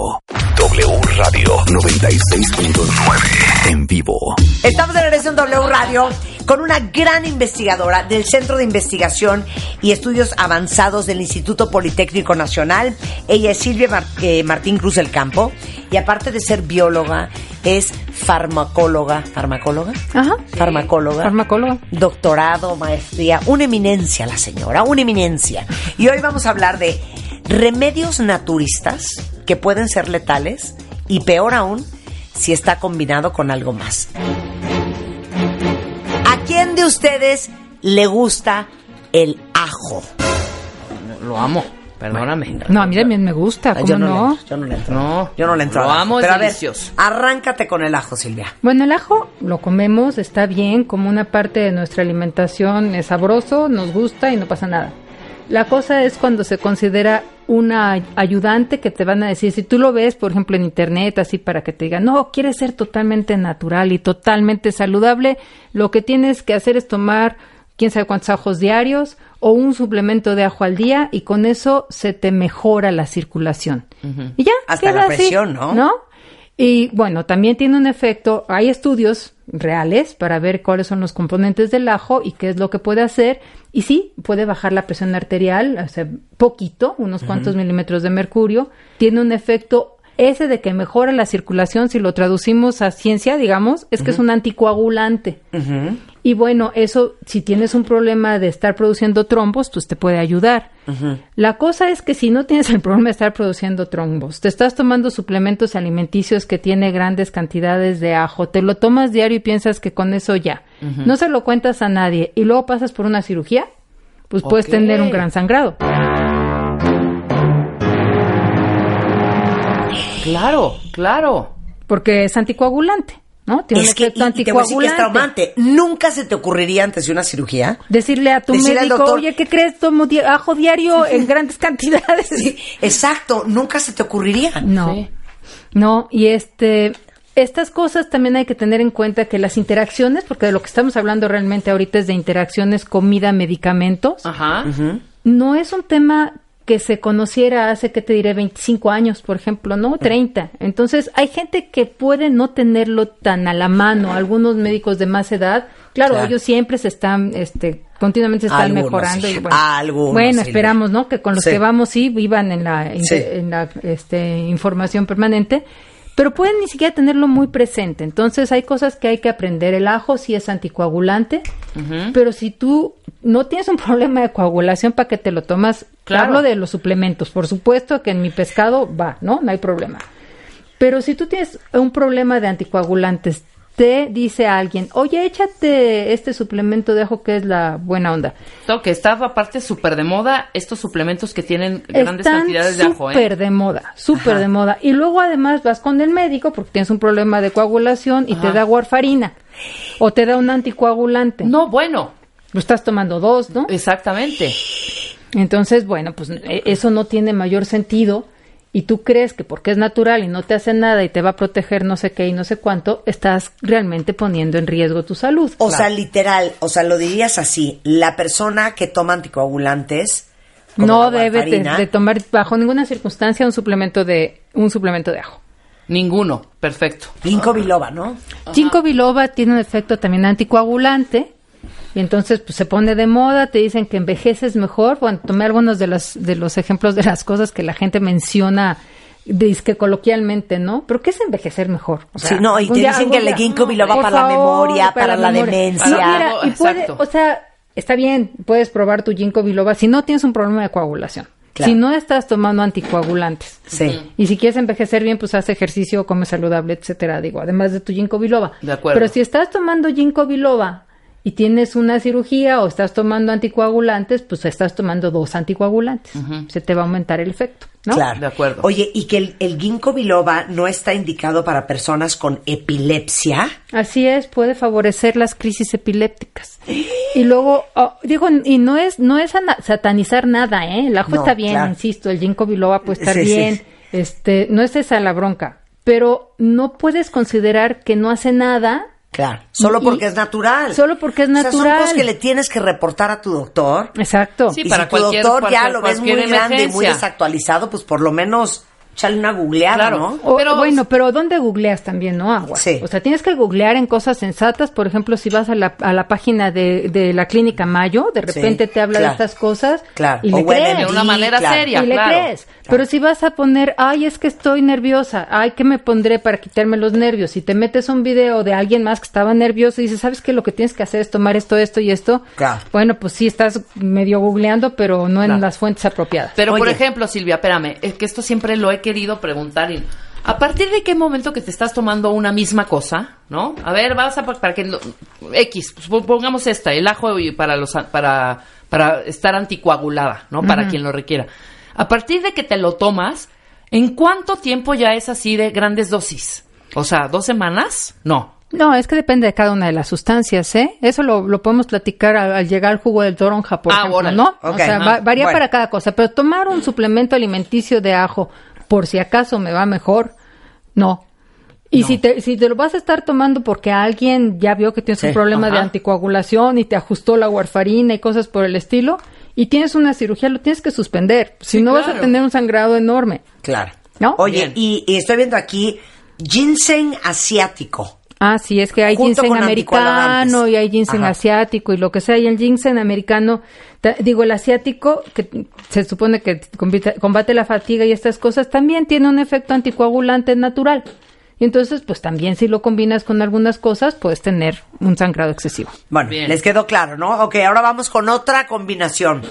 W Radio noventa y seis punto nueve en vivo. Estamos de regreso en W Radio con una gran investigadora del Centro de Investigación y Estudios Avanzados del Instituto Politécnico Nacional. Ella es Silvia Mar- eh, Martín Cruz del Campo y aparte de ser bióloga, es farmacóloga. ¿Farmacóloga? Ajá. Farmacóloga. Farmacóloga. Doctorado, maestría, una eminencia la señora, una eminencia. Y hoy vamos a hablar de remedios naturistas que pueden ser letales y peor aún si está combinado con algo más. ¿A quién de ustedes le gusta el ajo? Lo amo, perdóname. No, a mí también me gusta, Ay, ¿cómo yo no, no? Le entro, yo no le entro. No, yo no le entro. lo al ajo. amo, es Pero a ver, delicioso. arráncate con el ajo, Silvia. Bueno, el ajo lo comemos, está bien, como una parte de nuestra alimentación, es sabroso, nos gusta y no pasa nada. La cosa es cuando se considera una ayudante que te van a decir, si tú lo ves, por ejemplo, en internet, así para que te digan, no, quieres ser totalmente natural y totalmente saludable, lo que tienes que hacer es tomar quién sabe cuántos ajos diarios o un suplemento de ajo al día y con eso se te mejora la circulación. Uh-huh. Y ya, hasta queda la así, presión, ¿no? ¿no? Y bueno, también tiene un efecto, hay estudios reales para ver cuáles son los componentes del ajo y qué es lo que puede hacer. Y sí, puede bajar la presión arterial, o sea, poquito, unos cuantos uh-huh. milímetros de mercurio. Tiene un efecto ese de que mejora la circulación, si lo traducimos a ciencia, digamos, es que uh-huh. es un anticoagulante. Uh-huh. Y bueno, eso, si tienes un problema de estar produciendo trombos, pues te puede ayudar. Uh-huh. La cosa es que si no tienes el problema de estar produciendo trombos, te estás tomando suplementos alimenticios que tiene grandes cantidades de ajo, te lo tomas diario y piensas que con eso ya, uh-huh. no se lo cuentas a nadie y luego pasas por una cirugía, pues okay. puedes tener un gran sangrado. Claro, claro. Porque es anticoagulante, ¿no? Tiene es un que, efecto y, anticoagulante. Y te es traumante. ¿Nunca se te ocurriría antes de una cirugía? Decirle a tu Decirle médico, al doctor, oye, ¿qué crees? Tomo di- ajo diario en grandes cantidades. Sí, exacto, nunca se te ocurriría. No, sí. no, y este... estas cosas también hay que tener en cuenta que las interacciones, porque de lo que estamos hablando realmente ahorita es de interacciones comida-medicamentos, Ajá. Ujú. no es un tema que se conociera hace, ¿qué te diré? veinticinco años, por ejemplo, ¿no? treinta. Entonces, hay gente que puede no tenerlo tan a la mano. Algunos médicos de más edad, claro, Claro. ellos siempre se están, este, continuamente se están Algunos, mejorando. sí. Y bueno, Algunos, bueno, Silvia. esperamos, ¿no? Que con los Sí. que vamos, sí, vivan en la, Sí. en la este, información permanente. Pero pueden ni siquiera tenerlo muy presente. Entonces, hay cosas que hay que aprender. El ajo sí es anticoagulante, Ujú. pero si tú no tienes un problema de coagulación, ¿para que te lo tomas? Claro. Hablo de los suplementos. Por supuesto que en mi pescado va, ¿no? No hay problema. Pero si tú tienes un problema de anticoagulantes, te dice alguien, oye, échate este suplemento de ajo que es la buena onda. Todo que está aparte súper de moda estos suplementos que tienen grandes Están cantidades de ajo, ¿eh? súper de moda, súper de moda. Y luego además vas con el médico porque tienes un problema de coagulación y Ajá. te da warfarina o te da un anticoagulante. No, bueno, Lo estás tomando dos, ¿no? exactamente. Entonces, bueno, pues eh, eso no tiene mayor sentido y tú crees que porque es natural y no te hace nada y te va a proteger no sé qué y no sé cuánto, estás realmente poniendo en riesgo tu salud. O sea, literal, o sea, lo dirías así, la persona que toma anticoagulantes como No la debe de, warfarina, de tomar bajo ninguna circunstancia un suplemento de un suplemento de ajo. Ninguno, perfecto. ginkgo biloba, ¿no? Ginkgo biloba tiene un efecto también anticoagulante y entonces pues se pone de moda, te dicen que envejeces mejor. Bueno, tomé algunos de los de los ejemplos de las cosas que la gente menciona dizque coloquialmente, ¿no? ¿Pero qué es envejecer mejor? O Sí, no, y algún te día dicen algo que el ya- ginkgo biloba por para la favor, memoria, para la memoria. demencia. No, mira, y puede, Exacto. o sea, está bien, puedes probar tu ginkgo biloba si no tienes un problema de coagulación. Claro. Si no estás tomando anticoagulantes. Sí. Y si quieres envejecer bien, pues haz ejercicio, come saludable, etcétera, digo, además de tu ginkgo biloba. De acuerdo. Pero si estás tomando ginkgo biloba y tienes una cirugía o estás tomando anticoagulantes, pues estás tomando dos anticoagulantes. Se te va a aumentar el efecto, ¿no? Claro. De acuerdo. Oye, y que el, el ginkgo biloba no está indicado para personas con epilepsia. Así es, puede favorecer las crisis epilépticas. Y luego, oh, digo, y no es no es ana- satanizar nada, ¿eh? El ajo No, está bien, claro. insisto, el ginkgo biloba puede estar Sí, sí. bien, este, no es esa la bronca, pero no puedes considerar que no hace nada. Claro. Solo Y- porque es natural. Solo porque es O sea, son natural. cosas que le tienes que reportar a tu doctor. Exacto. Sí, y para si tu cualquier- doctor ya cualquier- lo ves muy cualquier grande y muy emergencia. desactualizado, pues por lo menos échale una googleada, Claro. ¿no? O- Pero- bueno, pero ¿dónde googleas también, no, Agua? Sí. O sea, tienes que googlear en cosas sensatas. Por ejemplo, si vas a la, a la página de, de la Clínica Mayo, de repente Sí, te habla claro. de estas cosas Claro. y O le crees. De una manera claro. seria, y le claro. crees. Pero si vas a poner, ay, es que estoy nerviosa, ay, ¿qué me pondré para quitarme los nervios? Si te metes un video de alguien más que estaba nervioso y dices, ¿sabes qué? Lo que tienes que hacer es tomar esto, esto y esto. Claro. Bueno, pues sí, estás medio googleando, pero no en Claro. las fuentes apropiadas. Pero, por Oye. ejemplo, Silvia, espérame, es que esto siempre lo he querido preguntar. y- ¿A partir de qué momento que te estás tomando una misma cosa, no? A ver, vas a... Para que... lo- X, pues, pongamos esta, el ajo y para, los, para, para estar anticoagulada, ¿no? Para quien lo requiera. A partir de que te lo tomas, ¿en cuánto tiempo ya es así de grandes dosis? O sea, ¿dos semanas? No. No, es que depende de cada una de las sustancias, ¿eh? Eso lo, lo podemos platicar al, al llegar al jugo de toronja, por Ah, ejemplo, órale. ¿no? Ok, o sea, ajá. va- varía Bueno. para cada cosa. Pero tomar un suplemento alimenticio de ajo, por si acaso me va mejor, no. Y No. si te si te lo vas a estar tomando porque alguien ya vio que tienes Sí, un problema de ajá. anticoagulación y te ajustó la warfarina y cosas por el estilo, y tienes una cirugía, lo tienes que suspender. Si Sí, no vas claro. a tener un sangrado enorme. Claro. ¿No? Oye, Bien. y, y estoy viendo aquí ginseng asiático. Ah, sí, es que hay Junto ginseng con americano anticoagulantes. y hay ginseng Ajá. asiático y lo que sea. Y el ginseng americano, ta- digo, el asiático, que se supone que combate, combate la fatiga y estas cosas, también tiene un efecto anticoagulante natural. Y entonces, pues también si lo combinas con algunas cosas, puedes tener un sangrado excesivo. Bueno, Bien. les quedó claro, ¿no? Ok, ahora vamos con otra combinación.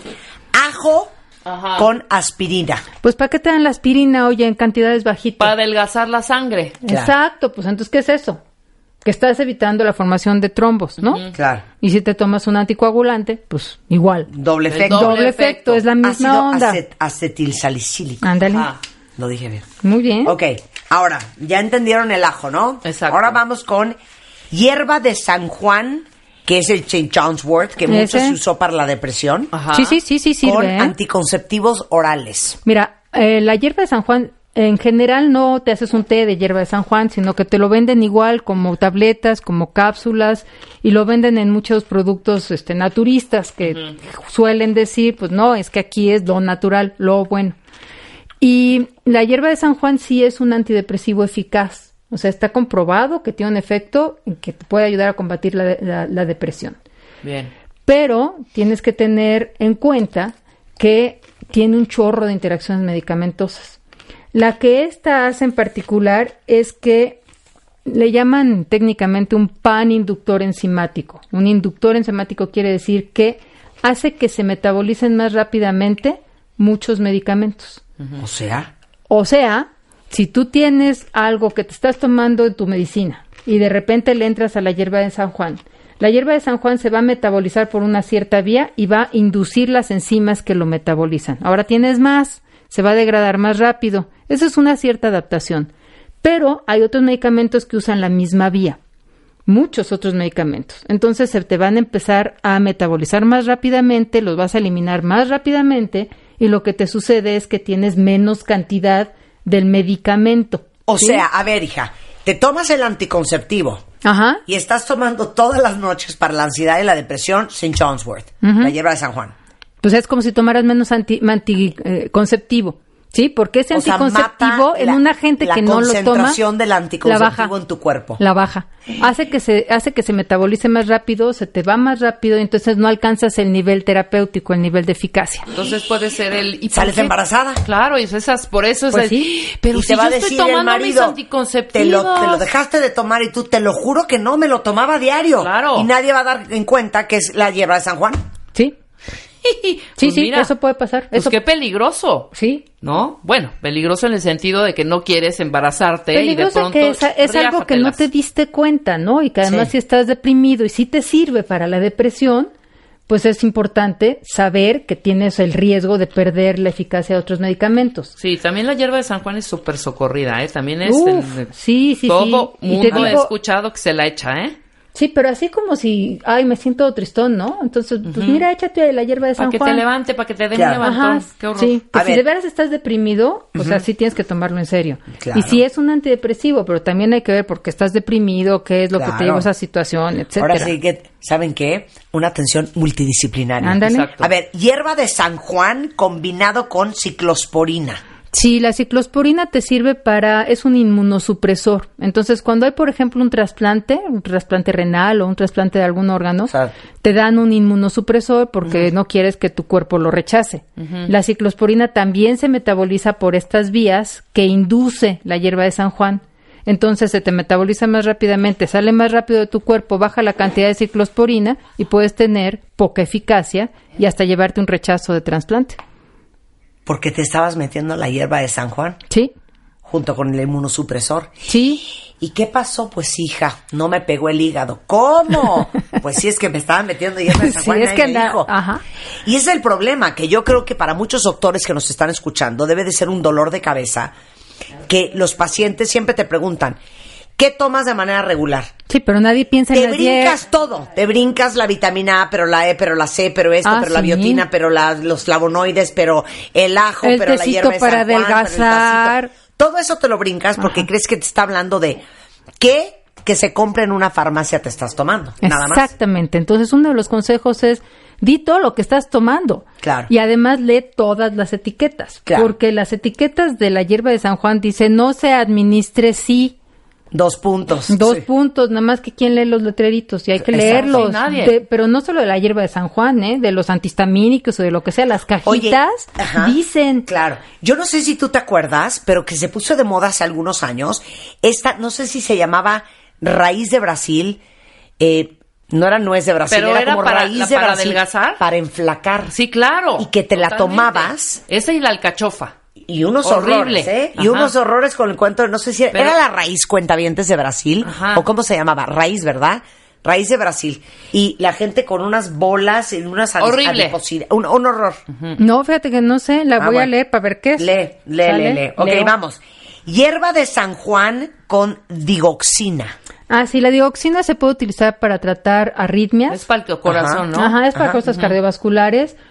Ajo Ajá. con aspirina. Pues ¿para qué te dan la aspirina, oye, en cantidades bajitas? Para adelgazar la sangre. Claro. Exacto, pues entonces, ¿qué es eso? Que estás evitando la formación de trombos, ¿no? Claro. Y si te tomas un anticoagulante, pues igual. Doble El efecto. doble Doble efecto, efecto. es la misma Ácido onda. acet- acetilsalicílico. Ándale. Ah. Lo dije bien. Muy bien. Ok, ahora, ya entendieron el ajo, ¿no? Exacto. Ahora vamos con hierba de San Juan, que es el Saint John's wort, que mucho Ese. se usó para la depresión, Ajá. Sí, sí, sí, sí con sirve, ¿eh? anticonceptivos orales. Mira, eh, la hierba de San Juan en general no te haces un té de hierba de San Juan, sino que te lo venden igual como tabletas, como cápsulas, y lo venden en muchos productos este, naturistas que uh-huh. suelen decir, pues no, es que aquí es lo natural, lo bueno. Y la hierba de San Juan sí es un antidepresivo eficaz, o sea, está comprobado que tiene un efecto que te puede ayudar a combatir la, la, la depresión. Bien. Pero tienes que tener en cuenta que tiene un chorro de interacciones medicamentosas. La que esta hace en particular es que le llaman técnicamente un pan-inductor enzimático. Un inductor enzimático quiere decir que hace que se metabolicen más rápidamente muchos medicamentos. Uh-huh. O sea... O sea, si tú tienes algo que te estás tomando en tu medicina y de repente le entras a la hierba de San Juan, la hierba de San Juan se va a metabolizar por una cierta vía y va a inducir las enzimas que lo metabolizan. Ahora tienes más, se va a degradar más rápido. Esa es una cierta adaptación. Pero hay otros medicamentos que usan la misma vía. Muchos otros medicamentos. Entonces se te van a empezar a metabolizar más rápidamente, los vas a eliminar más rápidamente y lo que te sucede es que tienes menos cantidad del medicamento. O ¿sí? sea, a ver, hija, te tomas el anticonceptivo. Ajá. Y estás tomando todas las noches para la ansiedad y la depresión Saint Johnswort, uh-huh. la hierba de San Juan. Pues es como si tomaras menos anti, anticonceptivo, ¿sí? Porque ese o sea, anticonceptivo en la, una gente que no lo toma, la concentración del anticonceptivo la baja, en tu cuerpo. La baja. Hace que se hace que se metabolice más rápido, se te va más rápido y entonces no alcanzas el nivel terapéutico, el nivel de eficacia. Entonces puede ser el... ¿y ¿Sales embarazada? Claro, y esas, por eso es pues el... Sí. Pero y si te va yo a estoy decir tomando el marido, mis anticonceptivos... Te lo, te lo dejaste de tomar y tú te lo juro que no, me lo tomaba diario. Claro. Y nadie va a dar en cuenta que es la hierba de San Juan. Sí. Pues sí, sí, mira, eso puede pasar. Pues eso... qué peligroso. Sí. ¿No? Bueno, peligroso en el sentido de que no quieres embarazarte peligroso y de pronto... que es, es algo que no te diste cuenta, ¿no? Y que además sí. si estás deprimido y si te sirve para la depresión, pues es importante saber que tienes el riesgo de perder la eficacia de otros medicamentos. Sí, también la hierba de San Juan es súper socorrida, ¿eh? También es... Uf, el, sí, sí, todo sí. mundo digo, he escuchado que se la echa, ¿eh? Sí, pero así como si, ay, me siento tristón, ¿no? Entonces, pues uh-huh. mira, échate la hierba de San Juan. Para que te levante, para que te dé claro. un levantón. Ajá, qué horror. Sí, que a si ver. de veras estás deprimido, uh-huh. o sea, sí tienes que tomarlo en serio. Claro. Y si es un antidepresivo, pero también hay que ver por qué estás deprimido, qué es lo claro. que te lleva a esa situación, etcétera. Ahora sí que, ¿saben qué? Una atención multidisciplinaria. Ándale. Exacto. A ver, hierba de San Juan combinado con ciclosporina. Sí, la ciclosporina te sirve para, es un inmunosupresor. Entonces, cuando hay, por ejemplo, un trasplante, un trasplante renal o un trasplante de algún órgano, o sea, te dan un inmunosupresor porque uh-huh. no quieres que tu cuerpo lo rechace. Uh-huh. La ciclosporina también se metaboliza por estas vías que induce la hierba de San Juan. Entonces, se te metaboliza más rápidamente, sale más rápido de tu cuerpo, baja la cantidad de ciclosporina y puedes tener poca eficacia y hasta llevarte un rechazo de trasplante. Porque te estabas metiendo la hierba de San Juan. Sí. Junto con el inmunosupresor. Sí. ¿Y qué pasó? Pues hija, no me pegó el hígado. ¿Cómo? Pues sí, es que me estaba metiendo hierba de San Juan. Sí, es que anda... dijo. Ajá. Y ese es el problema, que yo creo que para muchos doctores que nos están escuchando debe de ser un dolor de cabeza que los pacientes siempre te preguntan, ¿qué tomas de manera regular? Sí, pero nadie piensa te en las brincas diez. todo. Te brincas la vitamina A, pero la E, pero la C, pero esto, ah, pero ¿sí? la biotina, pero la, los flavonoides, pero el ajo, el pero la hierba de San para Juan, adelgazar. Pero el todo eso te lo brincas porque Ajá. crees que te está hablando de qué que se compra en una farmacia te estás tomando. Nada más. Exactamente. Entonces, uno de los consejos es di todo lo que estás tomando. Claro. Y además lee todas las etiquetas. Claro. Porque las etiquetas de la hierba de San Juan dice no se administre sí. Dos puntos. Dos sí. puntos, nada más que quién lee los letreritos y hay que Exacto. leerlos. Sí, nadie. De, pero no solo de la hierba de San Juan, ¿eh? De los antihistamínicos o de lo que sea, las cajitas Oye, dicen. Claro. Yo no sé si tú te acuerdas, pero que se puso de moda hace algunos años. Esta, no sé si se llamaba raíz de Brasil. Eh, no era nuez de Brasil, pero era, era como para, raíz la, de para Brasil. adelgazar. Para enflacar. Sí, claro. Y que te la totalmente. tomabas. Esa y la alcachofa. Y unos Horrible. horrores, ¿eh? Y Ajá. unos horrores con el cuento, no sé si era, Pero, era la raíz cuentavientes de Brasil, Ajá. o cómo se llamaba, raíz, ¿verdad? Raíz de Brasil. Y la gente con unas bolas y unas Horrible. adiposidades. Un, un horror. Uh-huh. No, fíjate que no sé, la Ah, voy bueno. a leer para ver qué es. Lee, lee, ¿Sale? lee, lee. Ok, Leo. vamos. Hierba de San Juan con digoxina. Ah, sí, la digoxina se puede utilizar para tratar arritmias. Es para el corazón, Ajá. ¿no? Ajá, es para Ajá. cosas Ujú. cardiovasculares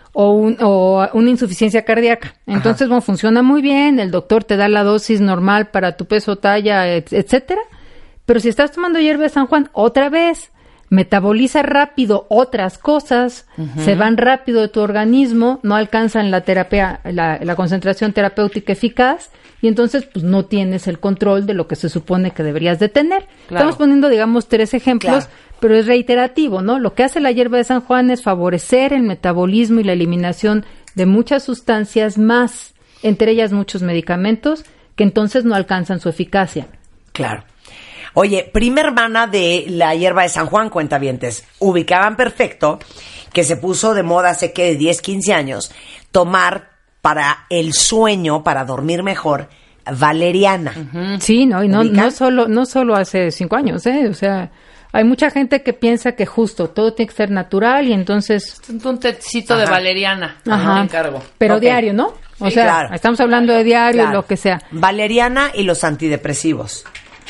o, un, o una insuficiencia cardíaca. Entonces, bueno, funciona muy bien, el doctor te da la dosis normal para tu peso, talla, et- etcétera. Pero si estás tomando hierba de San Juan, otra vez, metaboliza rápido otras cosas, uh-huh. se van rápido de tu organismo, no alcanzan la terapia, la, la concentración terapéutica eficaz, y entonces pues no tienes el control de lo que se supone que deberías de tener. Claro. Estamos poniendo, digamos, tres ejemplos, claro. pero es reiterativo, ¿no? Lo que hace la hierba de San Juan es favorecer el metabolismo y la eliminación de muchas sustancias más, entre ellas muchos medicamentos, que entonces no alcanzan su eficacia. Claro. Oye, prima hermana de la hierba de San Juan, cuentavientes, ubicaban perfecto que se puso de moda hace que de diez, quince años tomar para el sueño, para dormir mejor, valeriana. Uh-huh. Sí, no, y no, no solo, no solo hace cinco años, ¿eh? O sea, hay mucha gente que piensa que justo todo tiene que ser natural y entonces... Un tecito de valeriana, Ajá. me encargo. Pero okay. diario, ¿no? O sí, sea, claro. estamos hablando de diario claro. y lo que sea. Valeriana y los antidepresivos.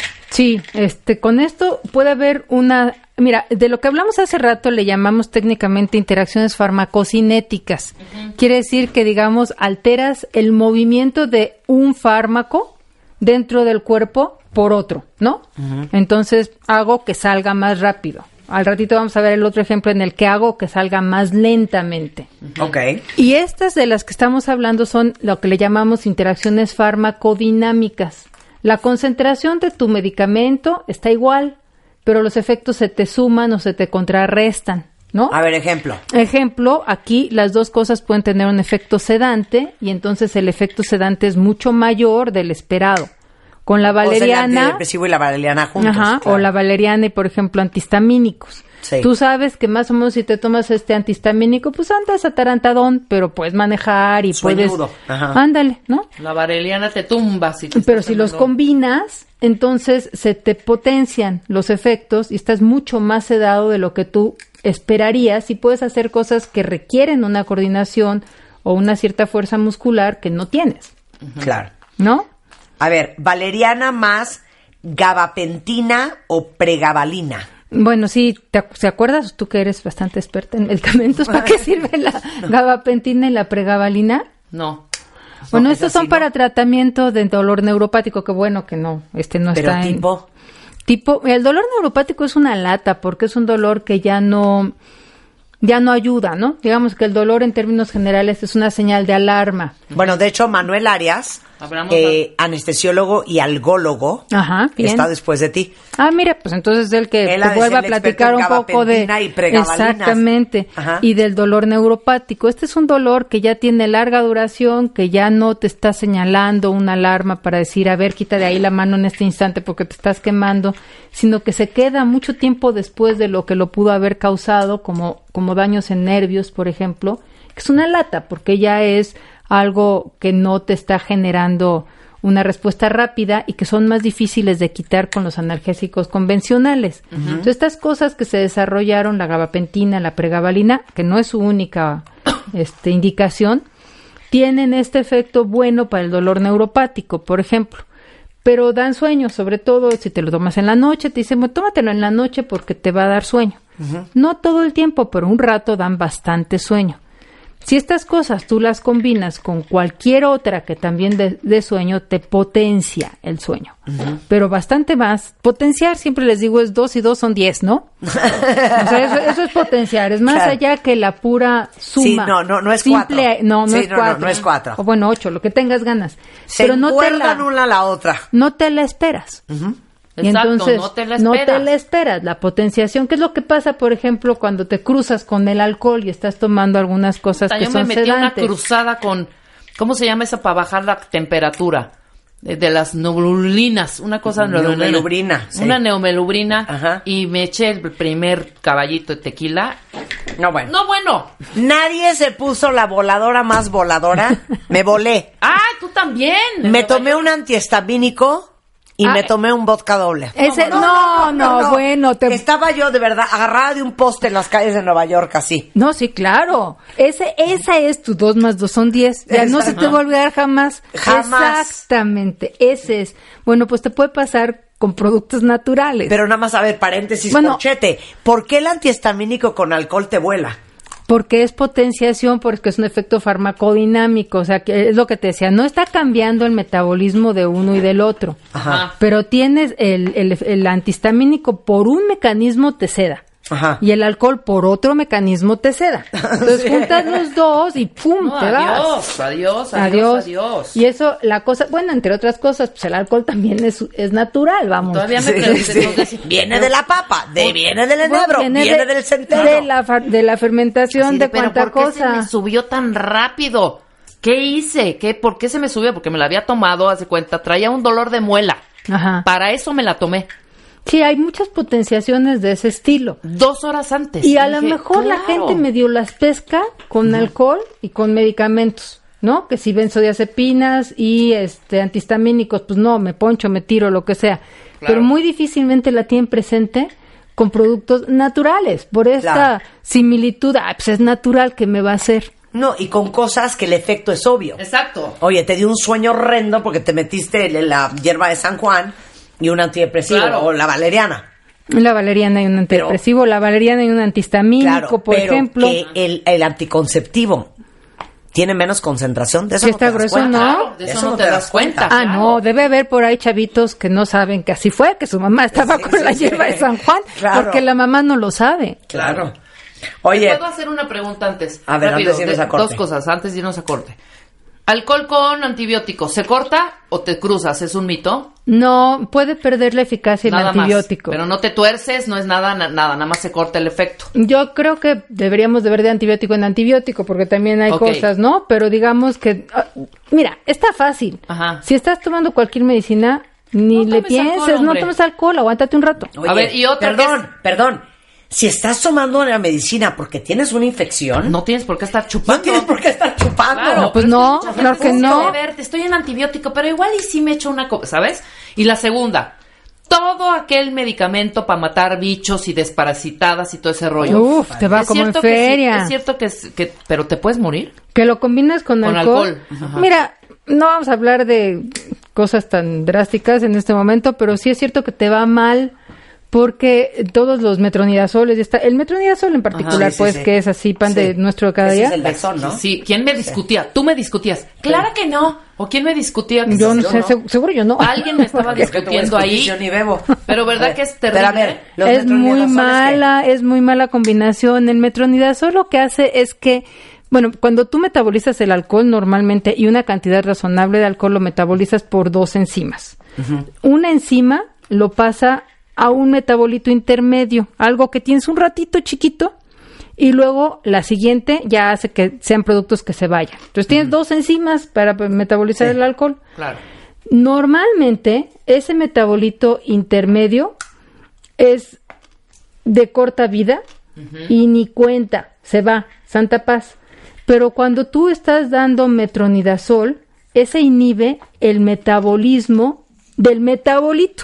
Sí, este, con esto puede haber una... Mira, de lo que hablamos hace rato le llamamos técnicamente interacciones farmacocinéticas. Uh-huh. Quiere decir que, digamos, alteras el movimiento de un fármaco dentro del cuerpo por otro, ¿no? Uh-huh. Entonces, hago que salga más rápido. Al ratito vamos a ver el otro ejemplo en el que hago que salga más lentamente. Uh-huh. Ok. Y estas de las que estamos hablando son lo que le llamamos interacciones farmacodinámicas. La concentración de tu medicamento está igual, pero los efectos se te suman o se te contrarrestan, ¿no? A ver, ejemplo. Ejemplo, aquí las dos cosas pueden tener un efecto sedante y entonces el efecto sedante es mucho mayor del esperado. Con la valeriana... O sea, el antidepresivo y la valeriana juntos. Ajá, claro. o la valeriana y, por ejemplo, antihistamínicos. Sí. Tú sabes que más o menos si te tomas este antihistamínico, pues andas atarantadón, pero puedes manejar y Sueñudo. puedes... Ajá. Ándale, ¿no? La valeriana te tumba. Si te pero si los combinas, entonces se te potencian los efectos y estás mucho más sedado de lo que tú esperarías y puedes hacer cosas que requieren una coordinación o una cierta fuerza muscular que no tienes. Uh-huh. Claro. ¿No? A ver, valeriana más gabapentina o pregabalina. Bueno, sí, ¿te, ¿te acuerdas tú que eres bastante experta en medicamentos? ¿Para qué sirve la no. gabapentina y la pregabalina? No. Bueno, no, estos son no. para tratamiento de dolor neuropático, que bueno que no, este no Pero está tipo... en... Tipo, el dolor neuropático es una lata porque es un dolor que ya no... ya no ayuda, ¿no? Digamos que el dolor en términos generales es una señal de alarma. Bueno, de hecho, Manuel Arias, eh, anestesiólogo y algólogo, Ajá, bien. está después de ti. Ah, mira, pues entonces el que Él te vuelva a platicar un poco de... Y exactamente, Ajá. y del dolor neuropático. Este es un dolor que ya tiene larga duración, que ya no te está señalando una alarma para decir, a ver, quita de ahí la mano en este instante porque te estás quemando, sino que se queda mucho tiempo después de lo que lo pudo haber causado, como, como daños en nervios, por ejemplo, que es una lata, porque ya es algo que no te está generando una respuesta rápida y que son más difíciles de quitar con los analgésicos convencionales. Uh-huh. Entonces, estas cosas que se desarrollaron, la gabapentina, la pregabalina, que no es su única este, indicación, tienen este efecto bueno para el dolor neuropático, por ejemplo. Pero dan sueño, sobre todo si te lo tomas en la noche, te dicen, bueno, tómatelo en la noche porque te va a dar sueño. Uh-huh. No todo el tiempo, pero un rato dan bastante sueño. Si estas cosas tú las combinas con cualquier otra que también de, de sueño, te potencia el sueño. Uh-huh. Pero bastante más. Potenciar, siempre les digo, es dos y dos son diez, ¿no? O sea, eso, eso es potenciar. Es más claro. allá que la pura suma. Sí, no, no, no es simple, cuatro. No, no sí, es no, cuatro. No, no es cuatro. O bueno, ocho, lo que tengas ganas. Se Pero no te la, una a la otra. No te la esperas. Uh-huh. Y Exacto, entonces no te la no esperas. te la esperas, la potenciación, ¿qué es lo que pasa, por ejemplo, cuando te cruzas con el alcohol y estás tomando algunas cosas que yo son me metí sedantes? Una cruzada con, ¿cómo se llama esa para bajar la temperatura? De, de las neomelubrinas, una cosa neomelubrina, sí. Una neomelubrina. Ajá. Y me eché el primer caballito de tequila. No, bueno. No, bueno. Nadie se puso la voladora más voladora. Me volé. Ah, tú también. Me tomé un antihistamínico. Y ah, me tomé un vodka doble. Ese, no, no, no, no, no, bueno. Te... Estaba yo, de verdad, agarrada de un poste en las calles de Nueva York, así. No, sí, claro. Ese, esa es tu dos más dos son diez. Ya no se te va a olvidar jamás. Jamás. Exactamente, ese es. Bueno, pues te puede pasar con productos naturales. Pero nada más, a ver, paréntesis, bueno, corchete. ¿Por qué el antihistamínico con alcohol te vuela? porque es potenciación, porque es un efecto farmacodinámico, o sea, que es lo que te decía, no está cambiando el metabolismo de uno y del otro, Ajá. pero tienes el, el, el antihistamínico por un mecanismo te seda. Ajá. Y el alcohol por otro mecanismo te seda. Entonces Sí. juntas los dos y ¡pum! No, te adiós, vas. adiós, adiós, Adiós. adiós. Y eso, la cosa, bueno, entre otras cosas, pues el alcohol también es, es natural, vamos. Todavía me Sí, pregunté, sí. entonces, Viene de la papa, de, viene del Bueno, enebro, viene, de, del centeno. de la, fa- de la fermentación así de pero cuánta ¿por qué se me cosa. subió tan rápido? ¿Qué hice? ¿Qué, ¿Por qué se me subió? Porque me la había tomado, hace cuenta, traía un dolor de muela. Ajá. Para eso me la tomé. Sí, hay muchas potenciaciones de ese estilo. Dos horas antes. Y a lo Dije, mejor la claro. gente medio las pesca con alcohol y con medicamentos, ¿no? Que si benzodiazepinas y este antihistamínicos, pues no, me poncho, me tiro, lo que sea. Claro. Pero muy difícilmente la tienen presente con productos naturales, por esta Claro. similitud, ah, pues es natural que me va a hacer. No, y con cosas que el efecto es obvio. Exacto. Oye, te dio un sueño horrendo porque te metiste en la hierba de San Juan y un antidepresivo, Claro. o la valeriana. La valeriana y un antidepresivo, la valeriana y un antihistamínico, Claro, por pero ejemplo. que el, el anticonceptivo tiene menos concentración, de eso Si no te está das grueso, cuenta. ¿no? Claro, de eso no te das cuenta. Ah, claro. no, debe haber por ahí chavitos que no saben que así fue, que su mamá estaba Sí, con sí, la sí. hierba de San Juan, Claro. porque la mamá no lo sabe. Claro. ¿Te Oye, puedo hacer una pregunta antes? A ver, Rápido, antes de irnos de- a corte. Dos cosas, antes de irnos a corte. ¿Alcohol con antibióticos se corta o te cruzas? ¿Es un mito? No, puede perder la eficacia el Nada antibiótico. más. Pero no te tuerces, no es nada, na- nada, nada más se corta el efecto. Yo creo que deberíamos de ver de antibiótico en antibiótico, porque también hay Ok. cosas, ¿no? Pero digamos que, ah, mira, está fácil. Ajá. Si estás tomando cualquier medicina, ni No le tomes pienses, alcohol, no hombre. tomes alcohol, aguántate un rato. oye, A ver, y otra perdón, que perdón. Si estás tomando una medicina porque tienes una infección, No tienes por qué estar chupando. no tienes por qué estar chupando. Claro, No, pues pero es no, mucha gente claro que dice, no. A ver, te estoy en antibiótico, pero igual y sí me echo una cosa, ¿sabes? Y la segunda, todo aquel medicamento para matar bichos y desparasitadas y todo ese rollo. Uf, te va Es como en cierto que sí, feria. es cierto que, es- que, pero te puedes morir. Que lo combinas con, Con alcohol. alcohol, ajá. Mira, no vamos a hablar de cosas tan drásticas en este momento, pero sí es cierto que te va mal porque todos los metronidazoles, y está, el metronidazol en particular, Ajá, sí, sí, pues sí. que es así pan de Sí. nuestro de cada Ese día. es el Dexón, ¿no? Sí, ¿quién me discutía? Tú me discutías. Claro que no. ¿O quién me discutía? Que Yo no yo sé, seg- seguro yo no. Alguien me estaba Porque te voy a discutiendo discutir, ahí. Yo ni bebo. Pero verdad A ver, que es pero terrible. a ver, los Es muy metronidazoles, mala, es muy mala combinación. El metronidazol lo que hace es que, bueno, cuando tú metabolizas el alcohol normalmente y una cantidad razonable de alcohol lo metabolizas por dos enzimas. Una enzima lo pasa a un metabolito intermedio, algo que tienes un ratito chiquito, y luego la siguiente ya hace que sean productos que se vayan. Entonces tienes dos enzimas para metabolizar Sí. el alcohol. Claro. Normalmente, ese metabolito intermedio es de corta vida y ni cuenta, se va, santa paz. Pero cuando tú estás dando metronidazol, ese inhibe el metabolismo del metabolito.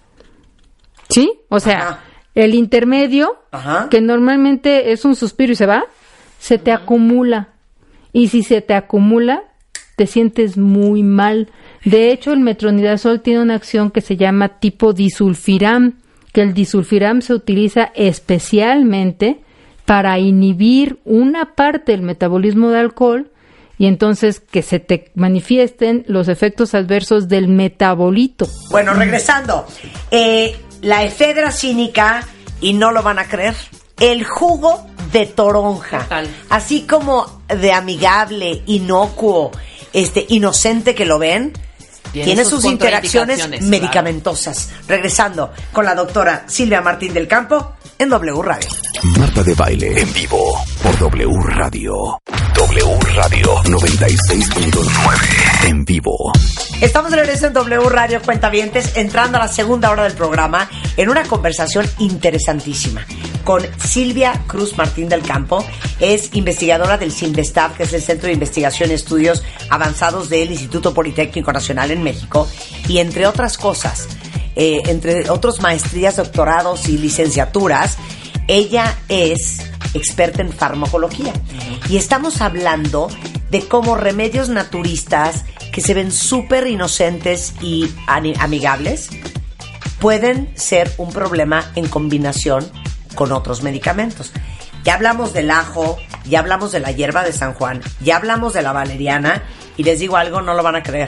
¿Sí? O sea, Ajá. el intermedio, Ajá. que normalmente es un suspiro y se va, se te acumula. Y si se te acumula, te sientes muy mal. De hecho, el metronidazol tiene una acción que se llama tipo disulfiram, que el disulfiram se utiliza especialmente para inhibir una parte del metabolismo de alcohol y entonces que se te manifiesten los efectos adversos del metabolito. Bueno, regresando. Eh, la efedra cínica, y no lo van a creer, el jugo de toronja. ¿Qué tal? Así como de amigable, inocuo, este, inocente que lo ven, Tiene tiene sus sus interacciones contraindicaciones, medicamentosas. Regresando con la doctora Silvia Martín del Campo en W Radio. Marta de Baile en vivo por W Radio. W Radio noventa y seis punto nueve en vivo. Estamos de regreso en W Radio Cuentavientes, entrando a la segunda hora del programa en una conversación interesantísima con Silvia Cruz Martín del Campo. Es investigadora del CINVESTAV, que es el Centro de Investigación y Estudios Avanzados del Instituto Politécnico Nacional en México. Y entre otras cosas, eh, entre otros maestrías, doctorados y licenciaturas, ella es experta en farmacología. Y estamos hablando de cómo remedios naturistas que se ven súper inocentes y ani- amigables pueden ser un problema en combinación con otros medicamentos. Ya hablamos del ajo, ya hablamos de la hierba de San Juan, ya hablamos de la valeriana y les digo algo, no lo van a creer.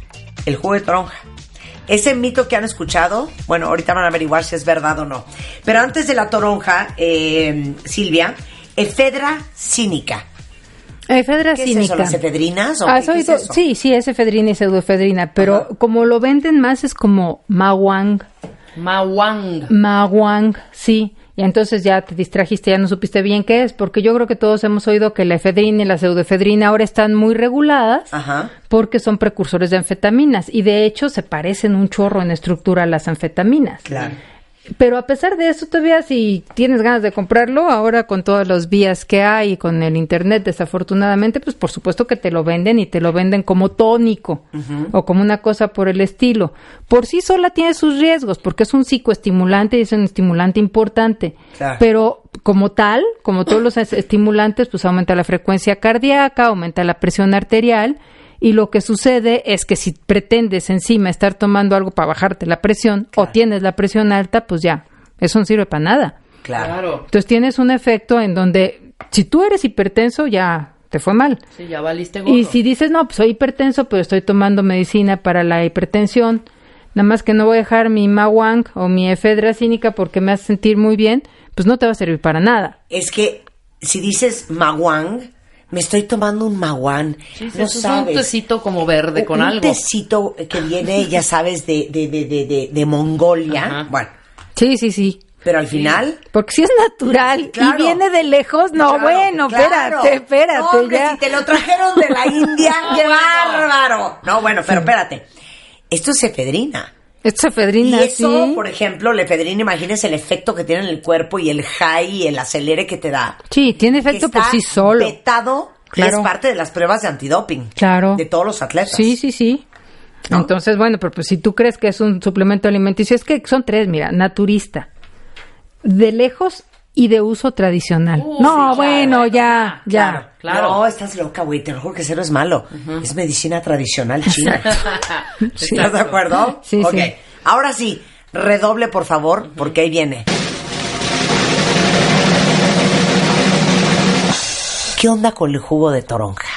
El jugo de toronja. Ese mito que han escuchado, bueno, ahorita van a averiguar si es verdad o no. Pero antes de la toronja, eh, Silvia, efedra cínica. Efedra ¿Qué cínica. es eso, las efedrinas? ¿O ¿Has qué, qué es oído? eso? Sí, sí, es efedrina y pseudoefedrina, pero Ajá. como lo venden más es como mawang, Mawang. mawang, sí. Y entonces ya te distrajiste, ya no supiste bien qué es, porque yo creo que todos hemos oído que la efedrina y la pseudoefedrina ahora están muy reguladas Ajá. porque son precursores de anfetaminas y de hecho se parecen un chorro en estructura a las anfetaminas. Claro. Pero a pesar de eso, todavía si tienes ganas de comprarlo, ahora con todas las vías que hay y con el internet, desafortunadamente, pues por supuesto que te lo venden y te lo venden como tónico uh-huh. o como una cosa por el estilo. Por sí sola tiene sus riesgos porque es un psicoestimulante y es un estimulante importante. Claro. Pero como tal, como todos los estimulantes, pues aumenta la frecuencia cardíaca, aumenta la presión arterial. Y lo que sucede es que si pretendes encima estar tomando algo para bajarte la presión claro. o tienes la presión alta, pues ya, eso no sirve para nada. Claro. Entonces tienes un efecto en donde si tú eres hipertenso ya te fue mal. Sí, ya valiste gordo. Y si dices, no, pues soy hipertenso, pero estoy tomando medicina para la hipertensión, nada más que no voy a dejar mi mawang o mi efedra cínica porque me hace sentir muy bien, pues no te va a servir para nada. Es que si dices mawang, me estoy tomando un maguán, sí, sí, no eso sabes. Es un tecito como verde un, con un algo. Un tecito que viene, ya sabes, de, de, de, de, de, de Mongolia. Ajá. Bueno. Sí, sí, sí. Pero al final... Porque si es natural claro. y viene de lejos, no, claro, bueno, claro. espérate, espérate. No, hombre, ya. si te lo trajeron de la India, ¡qué bárbaro! No, bueno, pero espérate. Esto es efedrina. Esto es efedrina, y eso, sí. por ejemplo, la efedrina, imagínense el efecto que tiene en el cuerpo y el high y el acelere que te da. Sí, tiene efecto por sí solo. Vetado, claro. Y es parte de las pruebas de antidoping. Claro. De todos los atletas. Sí, sí, sí. ¿No? Entonces, bueno, pero pues si tú crees que es un suplemento alimenticio, es que son tres, mira, naturista, de lejos y de uso tradicional. Uh, no, sí, bueno, claro, ya, ya. Claro, claro. No, estás loca, güey, te lo juro que cero es malo. Uh-huh. Es medicina tradicional china. Sí. ¿Estás de acuerdo? Sí, ok. Sí. Ahora sí, redoble, por favor, uh-huh. porque ahí viene. ¿Qué onda con el jugo de toronja?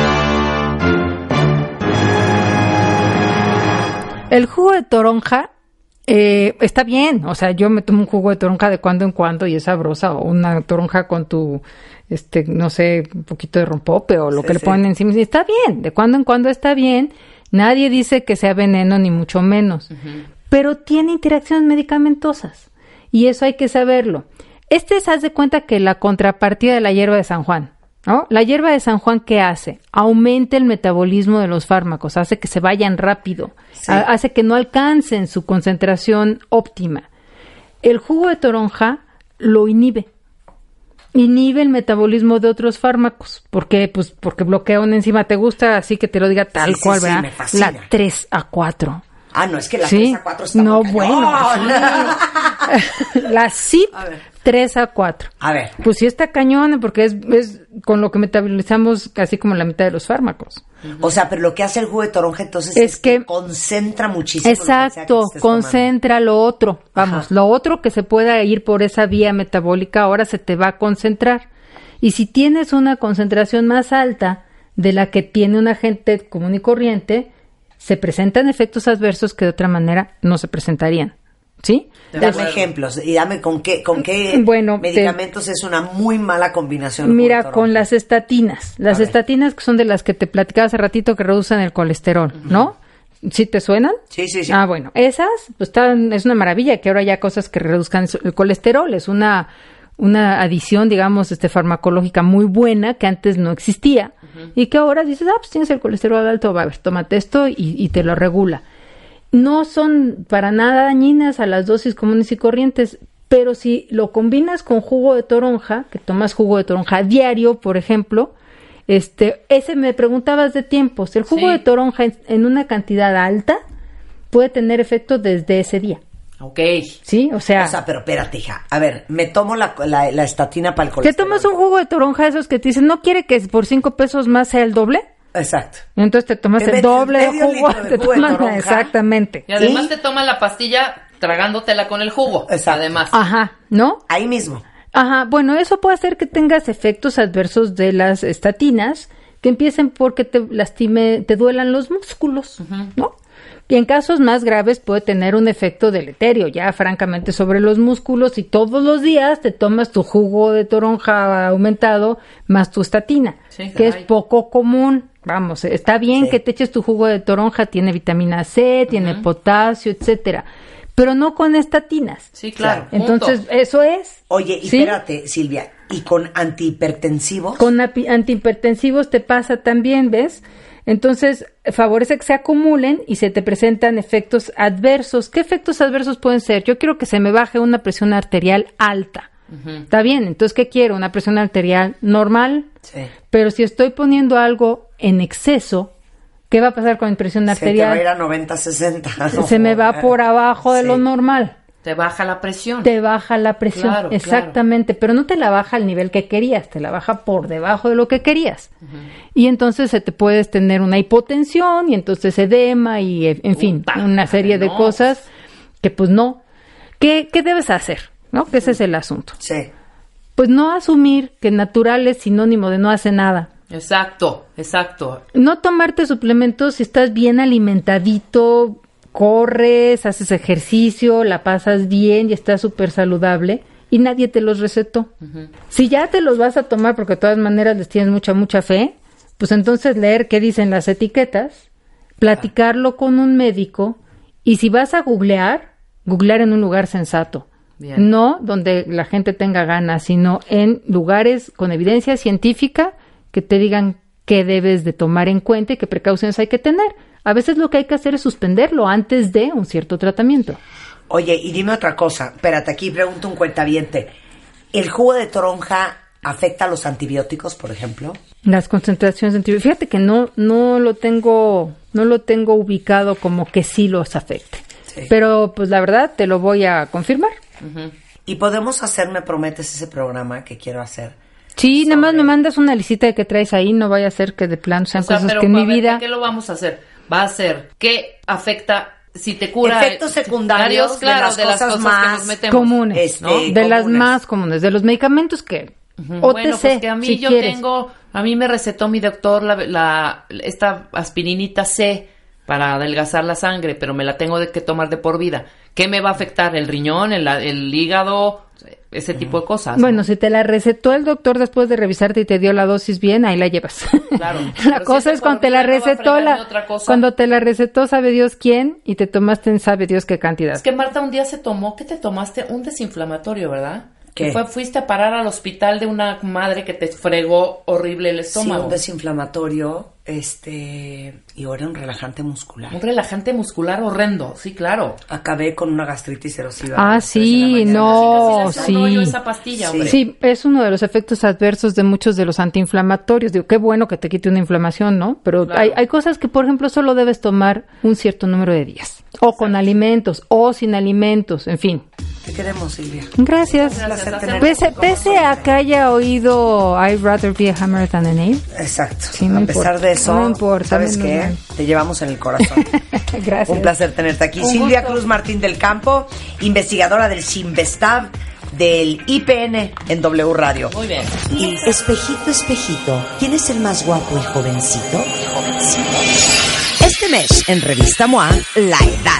El jugo de toronja eh, está bien, o sea, yo me tomo un jugo de toronja de cuando en cuando y es sabrosa, o una toronja con tu, este, no sé, un poquito de rompope o lo sí, que sí. le ponen encima, está bien, de cuando en cuando está bien, nadie dice que sea veneno ni mucho menos, uh-huh. pero tiene interacciones medicamentosas y eso hay que saberlo. Este es, haz de cuenta que la contrapartida de la hierba de San Juan. ¿No? La hierba de San Juan, ¿qué hace? Aumenta el metabolismo de los fármacos, hace que se vayan rápido, sí. a- hace que no alcancen su concentración óptima. El jugo de toronja lo inhibe, inhibe el metabolismo de otros fármacos. ¿Por qué? Pues porque bloquea una enzima. ¿Te gusta así que te lo diga tal sí, cual, sí, verdad? Sí, me fascina. La tres a cuatro. Ah, no, es que la ¿Sí? tres a cuatro está No, muy bueno. La C I P tres a cuatro. A ver. Pues sí está cañón, porque es, es con lo que metabolizamos casi como la mitad de los fármacos. O sea, pero lo que hace el jugo de toronja entonces es, es que, que concentra muchísimo. Exacto, lo que sea que concentra tomando. lo otro. Vamos, Ajá. lo otro que se pueda ir por esa vía metabólica ahora se te va a concentrar. Y si tienes una concentración más alta de la que tiene un agente común y corriente, se presentan efectos adversos que de otra manera no se presentarían. ¿Sí? Dame ejemplos y dame con qué, con qué bueno, medicamentos te, es una muy mala combinación. Mira, con las estatinas. Las estatinas que son de las que te platicaba hace ratito que reducen el colesterol, uh-huh. ¿no? ¿Sí te suenan? Sí, sí, sí. Ah, bueno, esas, pues están, es una maravilla que ahora haya cosas que reduzcan el colesterol. Es una, una adición, digamos, este farmacológica muy buena que antes no existía uh-huh. y que ahora dices, ah, pues tienes el colesterol alto, va a ver, tómate esto y, y te lo regula. No son para nada dañinas a las dosis comunes y corrientes, pero si lo combinas con jugo de toronja, que tomas jugo de toronja diario, por ejemplo, este, ese me preguntabas de tiempos. El jugo sí. de toronja en, en una cantidad alta puede tener efecto desde ese día. Ok. Sí, o sea... O sea, pero espérate, hija. A ver, me tomo la, la, la estatina para el colesterol. Te tomas un jugo de toronja, esos que te dicen, ¿no quiere que por cinco pesos más sea el doble? Exacto. Entonces te tomas te el doble de jugo, de te jugo tomas, de exactamente. Y además ¿Sí? te tomas la pastilla tragándotela con el jugo. Exacto. Además. Ajá, ¿no? Ahí mismo. Ajá, bueno, eso puede hacer que tengas efectos adversos de las estatinas, que empiecen porque te lastime, te duelan los músculos, uh-huh. ¿no? Y en casos más graves puede tener un efecto deleterio, ya francamente sobre los músculos, y todos los días te tomas tu jugo de toronja aumentado más tu estatina, sí, que es poco común. Vamos, está bien sí. que te eches tu jugo de toronja, tiene vitamina C, tiene uh-huh. potasio, etcétera, pero no con estatinas. Sí, claro. Entonces, punto. Eso es. Oye, y ¿sí? espérate, Silvia, ¿y con antihipertensivos? Con api- antihipertensivos te pasa también, ¿ves? Entonces, favorece que se acumulen y se te presentan efectos adversos. ¿Qué efectos adversos pueden ser? Yo quiero que se me baje una presión arterial alta. Uh-huh. ¿Está bien? Entonces, ¿qué quiero? Una presión arterial normal. Sí. Pero si estoy poniendo algo en exceso, ¿qué va a pasar con mi presión arterial? Se te va a ir a noventa, sesenta. No, se me va por abajo de sí. lo normal. Te baja la presión. Te baja la presión, claro, exactamente, claro. Pero no te la baja al nivel que querías, te la baja por debajo de lo que querías. Uh-huh. Y entonces se te puedes tener una hipotensión y entonces edema y, en fin, Puta, una serie no. de cosas que pues no. ¿Qué, qué debes hacer? ¿No? Que ese es el asunto. Sí. Pues no asumir que natural es sinónimo de no hace nada. Exacto, exacto. No tomarte suplementos si estás bien alimentadito, corres, haces ejercicio, la pasas bien y estás súper saludable y nadie te los recetó. Uh-huh. Si ya te los vas a tomar porque de todas maneras les tienes mucha, mucha fe, pues entonces leer qué dicen las etiquetas, platicarlo con un médico y si vas a googlear, googlear en un lugar sensato. Bien. No donde la gente tenga ganas, sino en lugares con evidencia científica que te digan qué debes de tomar en cuenta y qué precauciones hay que tener. A veces lo que hay que hacer es suspenderlo antes de un cierto tratamiento. Oye, y dime otra cosa. Espérate, aquí pregunto un cuentaviente. ¿El jugo de toronja afecta a los antibióticos, por ejemplo? Las concentraciones de antibióticos. Fíjate que no, no lo tengo, no lo tengo ubicado como que sí los afecte. Sí. Pero, pues la verdad, te lo voy a confirmar. Uh-huh. Y podemos hacer, me prometes, ese programa que quiero hacer. Sí, sobre... nada más me mandas una listita de que traes ahí, no vaya a ser que de plano sean o sea, cosas que en mi ver, vida... ¿Qué lo vamos a hacer? Va a ser, ¿qué afecta si te cura? Efectos secundarios, claro, de las, de las cosas, cosas más que nos metemos. Comunes, este, ¿no? De comunes. Las más comunes, de los medicamentos que... Uh-huh. O T C, bueno, pues que a mí si yo quieres. tengo, a mí me recetó mi doctor la, la esta aspirinita C para adelgazar la sangre, pero me la tengo de que tomar de por vida. ¿Qué me va a afectar? ¿El riñón, el, el hígado, ese tipo de cosas? Bueno, ¿no? Si te la recetó el doctor después de revisarte y te dio la dosis bien, ahí la llevas. Claro. La cosa es cuando te la recetó la, cuando te la recetó sabe Dios quién y te tomaste en sabe Dios qué cantidad. Es que Marta un día se tomó, ¿qué te tomaste? Un desinflamatorio, ¿verdad? ¿Qué? Fue, fuiste a parar al hospital de una madre que te fregó horrible el estómago. Sí, un desinflamatorio, este, y ahora un relajante muscular. Un relajante muscular horrendo, sí, claro. Acabé con una gastritis erosiva. Ah, sí, no, sí. Sí, sí, esa pastilla, sí. hombre. Sí, es uno de los efectos adversos de muchos de los antiinflamatorios. Digo, qué bueno que te quite una inflamación, ¿no? Pero claro. hay, hay cosas que, por ejemplo, solo debes tomar un cierto número de días. O Exacto. con alimentos, o sin alimentos, en fin. Te queremos, Silvia. Gracias. Gracias. Pese, pese a que haya oído I'd rather be a hammer than a nail. Exacto. Sí, no a importa. pesar de eso, no importa, ¿sabes qué? Mal. Te llevamos en el corazón. Gracias. Un placer tenerte aquí. Un Silvia gusto. Cruz Martín del Campo, investigadora del Sinvestav del I P N en W Radio. Muy bien. Y espejito, espejito, ¿quién es el más guapo y jovencito? Jovencito. Este mes, en Revista M O A, La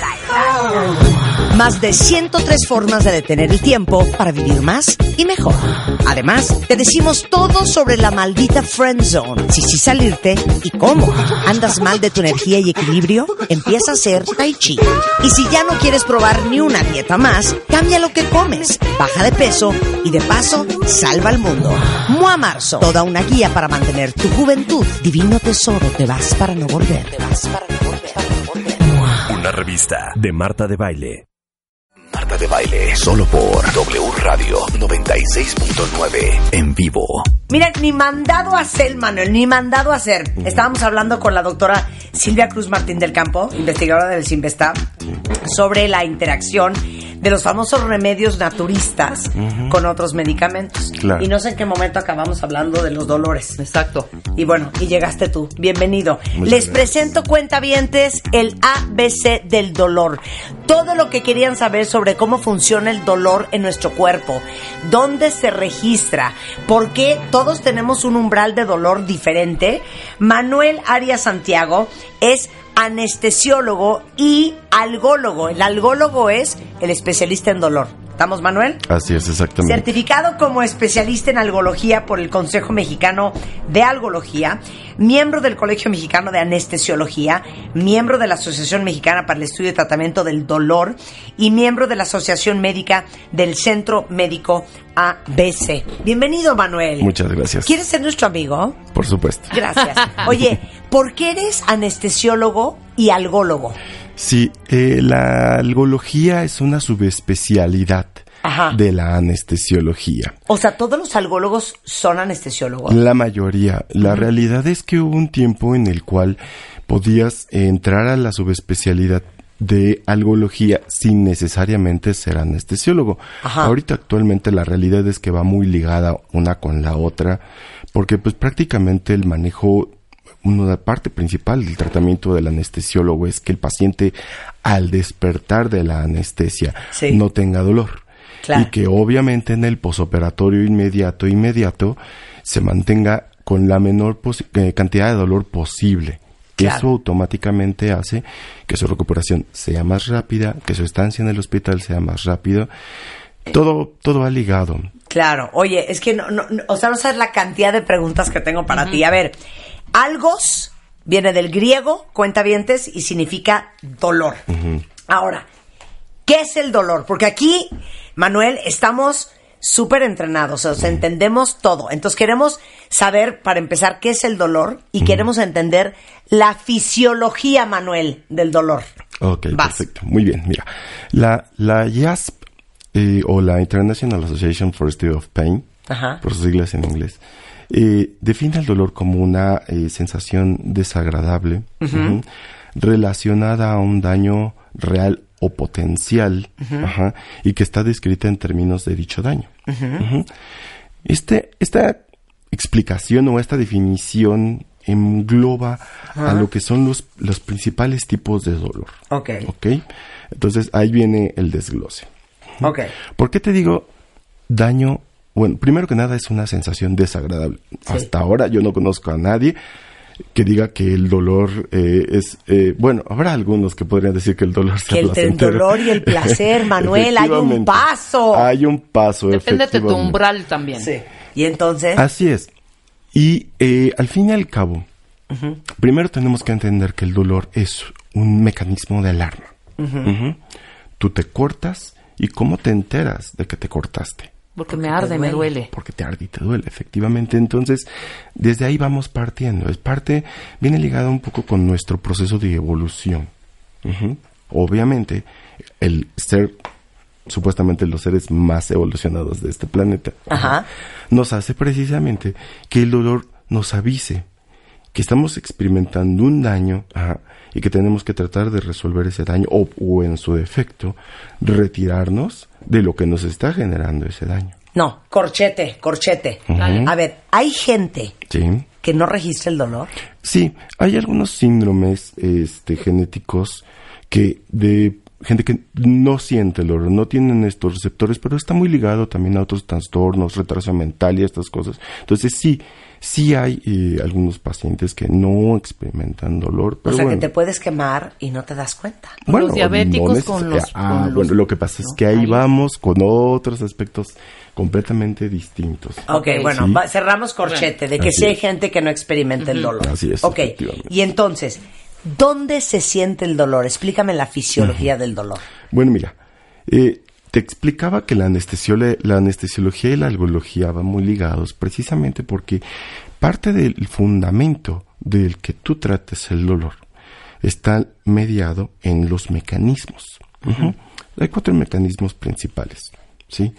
Edad. Más de ciento tres formas de detener el tiempo para vivir más y mejor. Además, te decimos todo sobre la maldita friend zone. Si sí salirte y cómo. ¿Andas mal de tu energía y equilibrio? Empieza a hacer tai chi. Y si ya no quieres probar ni una dieta más, cambia lo que comes, baja de peso y de paso, salva al mundo. M O A Marzo, toda una guía para mantener tu juventud. Divino tesoro, te vas para no volver. Te vas para no volver. Para no volver. M O A. Una revista de Marta de Baile. Marta de Baile, solo por W Radio noventa y seis punto nueve en vivo. Mira, ni mandado a hacer, Manuel, ni mandado a hacer. Estábamos hablando con la doctora Silvia Cruz Martín del Campo, investigadora del Sinvestav, sobre la interacción de los famosos remedios naturistas Ujú. con otros medicamentos. Claro. Y no sé en qué momento acabamos hablando de los dolores. Exacto. Y bueno, y llegaste tú. Bienvenido. Muchas Les gracias. presento, cuentavientes, el A B C del dolor. Todo lo que querían saber sobre cómo funciona el dolor en nuestro cuerpo, dónde se registra, por qué todos tenemos un umbral de dolor diferente. Manuel Arias Santiago es anestesiólogo y algólogo. El algólogo es el especialista en dolor. ¿Estamos, Manuel? Así es, exactamente. Certificado como especialista en algología por el Consejo Mexicano de Algología, miembro del Colegio Mexicano de Anestesiología, miembro de la Asociación Mexicana para el Estudio y Tratamiento del Dolor y miembro de la Asociación Médica del Centro Médico A B C. Bienvenido, Manuel. Muchas gracias. ¿Quieres ser nuestro amigo? Por supuesto. Gracias. Oye, ¿por qué eres anestesiólogo y algólogo? Sí, eh, la algología es una subespecialidad Ajá. de la anestesiología. O sea, ¿todos los algólogos son anestesiólogos? La mayoría. La realidad es que hubo un tiempo en el cual podías entrar a la subespecialidad de algología sin necesariamente ser anestesiólogo. Ajá. Ahorita actualmente la realidad es que va muy ligada una con la otra, porque pues prácticamente el manejo, una parte principal del tratamiento del anestesiólogo es que el paciente al despertar de la anestesia Sí. no tenga dolor. Claro. Y que obviamente en el posoperatorio inmediato, inmediato, se mantenga con la menor posi- eh, cantidad de dolor posible. Claro. Eso automáticamente hace que su recuperación sea más rápida, que su estancia en el hospital sea más rápido. Todo, todo va ligado. Claro. Oye, es que no, no, no- o sea, no sabes la cantidad de preguntas que tengo para ti. A ver, algos viene del griego, cuentavientes, y significa dolor. Ahora, ¿qué es el dolor? Porque aquí, Manuel, estamos súper entrenados, o sea, entendemos todo. Entonces queremos saber, para empezar, qué es el dolor y queremos entender la fisiología, Manuel, del dolor. Ok, Vas. perfecto. Muy bien, mira. La, la I A S P, eh, o la International Association for Study of Pain, Ajá. por sus siglas en inglés, eh, define el dolor como una eh, sensación desagradable ujú, relacionada a un daño real o potencial, ajá, y que está descrita en términos de dicho daño. Ujú. Este, esta explicación o esta definición engloba a lo que son los, los principales tipos de dolor. Ok. ¿Ok? Entonces ahí viene el desglose. Ok. ¿Por qué te digo daño? Bueno, primero que nada es una sensación desagradable. Hasta ahora yo no conozco a nadie que diga que el dolor eh, es... Eh, bueno, habrá algunos que podrían decir que el dolor sea Que el, el placentero. dolor y el placer, Manuel, hay un Efectivamente. paso. Hay un paso, Depende de tu efectivamente. umbral también. Sí. Y entonces, Así es. Y eh, al fin y al cabo, primero tenemos que entender que el dolor es un mecanismo de alarma. Ujú. Tú te cortas y ¿cómo te enteras de que te cortaste? Porque, Porque me te arde, me duele. duele. Porque te arde y te duele, efectivamente. Entonces, desde ahí vamos partiendo. Es parte, viene ligado un poco con nuestro proceso de evolución. Ujú. Obviamente, el ser, supuestamente los seres más evolucionados de este planeta, Ajá. nos hace precisamente que el dolor nos avise que estamos experimentando un daño, ajá, y que tenemos que tratar de resolver ese daño o, o en su defecto retirarnos de lo que nos está generando ese daño. no, corchete, corchete. Ujú. A ver, hay gente Sí. que no registra el dolor. Sí, hay algunos síndromes este, genéticos que de gente que no siente el dolor, no tienen estos receptores, pero está muy ligado también a otros trastornos, retraso mental y estas cosas. Entonces sí, sí hay eh, algunos pacientes que no experimentan dolor, pero O sea, bueno. que te puedes quemar y no te das cuenta. Bueno, Los diabéticos no con neces- los- Ah, con los- bueno, lo que pasa es ¿no? que ahí Ahí. vamos con otros aspectos completamente distintos. Ok, bueno, Sí. va- cerramos corchete, de que Así sí hay es. gente que no experimenta el dolor. Así es, Ok, efectivamente. y entonces, ¿dónde se siente el dolor? Explícame la fisiología del dolor. Bueno, mira, eh, te explicaba que la, anestesiole- la anestesiología y la algología van muy ligados precisamente porque parte del fundamento del que tú trates el dolor está mediado en los mecanismos. Ujú. Hay cuatro mecanismos principales, ¿sí?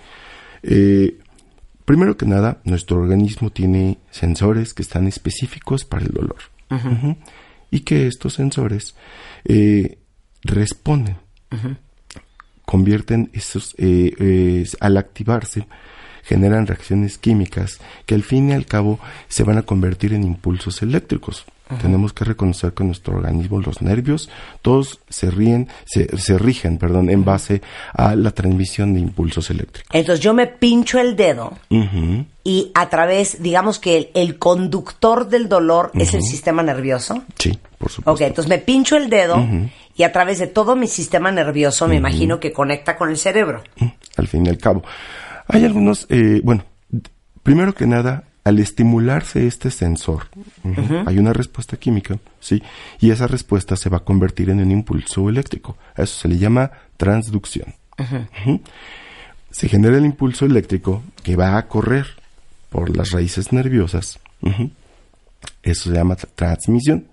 Eh, primero que nada, nuestro organismo tiene sensores que están específicos para el dolor. Ujú. Y que estos sensores eh, responden convierten esos, eh, eh, al activarse, generan reacciones químicas que al fin y al cabo se van a convertir en impulsos eléctricos. Uh-huh. Tenemos que reconocer que nuestro organismo, los nervios, todos se ríen, se, se rigen, perdón, en base a la transmisión de impulsos eléctricos. Entonces yo me pincho el dedo Uh-huh. y a través, digamos que el, el conductor del dolor uh-huh. es el sistema nervioso. Sí, por supuesto. Ok, entonces me pincho el dedo Uh-huh. y a través de todo mi sistema nervioso me uh-huh. imagino que conecta con el cerebro. Uh-huh. Al fin y al cabo. Hay algunos, eh, bueno, primero que nada, al estimularse este sensor, uh-huh, uh-huh. hay una respuesta química, ¿sí? Y esa respuesta se va a convertir en un impulso eléctrico. A eso se le llama transducción. Uh-huh. Uh-huh. Se genera el impulso eléctrico que va a correr por las raíces nerviosas. Uh-huh. Eso se llama transmisión.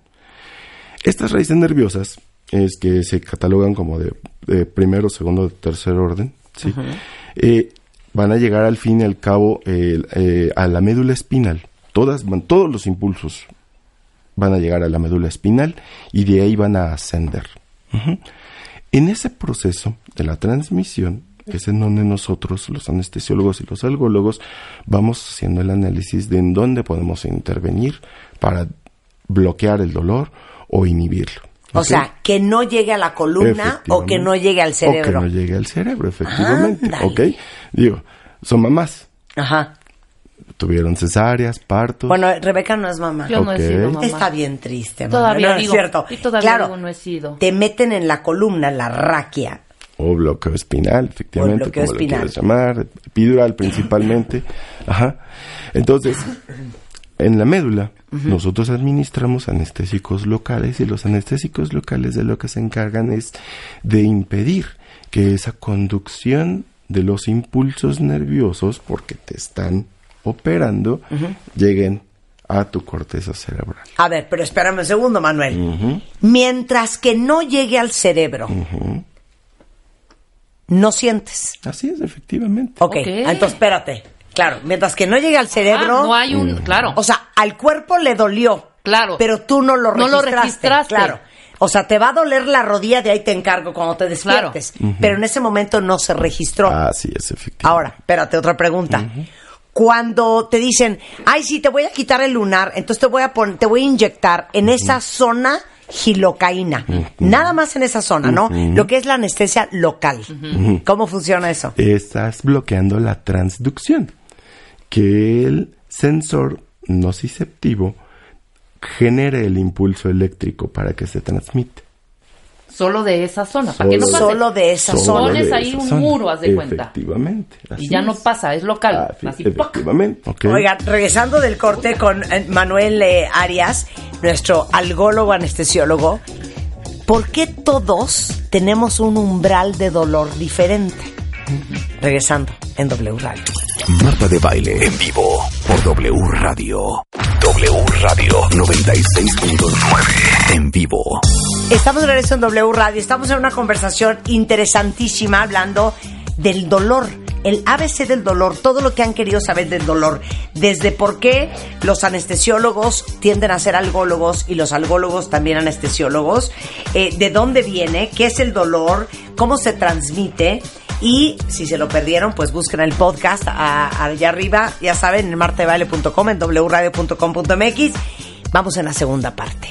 Estas raíces nerviosas es que se catalogan como de, de primero, segundo, tercer orden, ¿sí? Uh-huh. Eh, van a llegar al fin y al cabo eh, eh, a la médula espinal. Todas, van, todos los impulsos van a llegar a la médula espinal y de ahí van a ascender. Uh-huh. En ese proceso de la transmisión es en donde nosotros, los anestesiólogos y los algólogos, vamos haciendo el análisis de en dónde podemos intervenir para bloquear el dolor o inhibirlo. O ¿okay? sea, que no llegue a la columna o que no llegue al cerebro. O que no llegue al cerebro, efectivamente. Ándale. ¿Ok? Digo, son mamás. Ajá. Tuvieron cesáreas, partos. Bueno, Rebeca no es mamá. Yo no okay. he sido mamá. Está bien triste, mamá. Todavía no, digo, es cierto. Y todavía claro, digo, no he sido. Te meten en la columna, la raquia. O bloqueo espinal, efectivamente, bloqueo como espinal. lo quieras llamar. Epidural principalmente. Ajá. Entonces, en la médula, uh-huh. nosotros administramos anestésicos locales y los anestésicos locales de lo que se encargan es de impedir que esa conducción de los impulsos nerviosos, porque te están operando, uh-huh. lleguen a tu corteza cerebral. A ver, pero espérame un segundo, Manuel. Uh-huh. Mientras que no llegue al cerebro, uh-huh. no sientes. Así es, efectivamente. Ok, okay. Entonces espérate. Claro, mientras que no llegue al cerebro... Ah, no hay un... Mm. Claro. O sea, al cuerpo le dolió. Claro. Pero tú no lo no registraste. lo registraste. Claro. O sea, te va a doler la rodilla, de ahí te encargo cuando te despiertes. Claro. Uh-huh. Pero en ese momento no se registró. Así es, efectivamente. Ahora, espérate, otra pregunta. Uh-huh. Cuando te dicen, ay, sí, te voy a quitar el lunar, entonces te voy a poner, te voy a inyectar en uh-huh. esa zona gilocaína. Uh-huh. Nada más en esa zona, ¿no? Uh-huh. Lo que es la anestesia local. Uh-huh. ¿Cómo funciona eso? Estás bloqueando la transducción. Que el sensor nociceptivo genere el impulso eléctrico para que se transmite. Solo de esa zona, Solo, para que no pase. Solo de esa Solo zona. Pones de ahí esa un zona. muro, haz de cuenta. Efectivamente. Y ya es. no pasa, es local. Ah, sí, así, efectivamente. Okay. Oigan, regresando del corte con eh, Manuel eh, Arias, nuestro algólogo anestesiólogo, ¿por qué todos tenemos un umbral de dolor diferente? Regresando en W Radio. Marta de Baile en vivo por W Radio. W Radio noventa y seis punto nueve en vivo. Estamos de regreso en W Radio. Estamos en una conversación interesantísima hablando del dolor, el A B C del dolor, todo lo que han querido saber del dolor, desde por qué los anestesiólogos tienden a ser algólogos y los algólogos también anestesiólogos, eh, de dónde viene, qué es el dolor, cómo se transmite. Y si se lo perdieron, pues busquen el podcast a, a allá arriba, ya saben, en marta de baile punto com, en w radio punto com punto m x. Vamos en la segunda parte.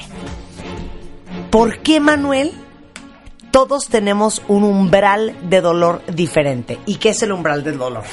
¿Por qué, Manuel, todos tenemos un umbral de dolor diferente? ¿Y qué es el umbral del dolor?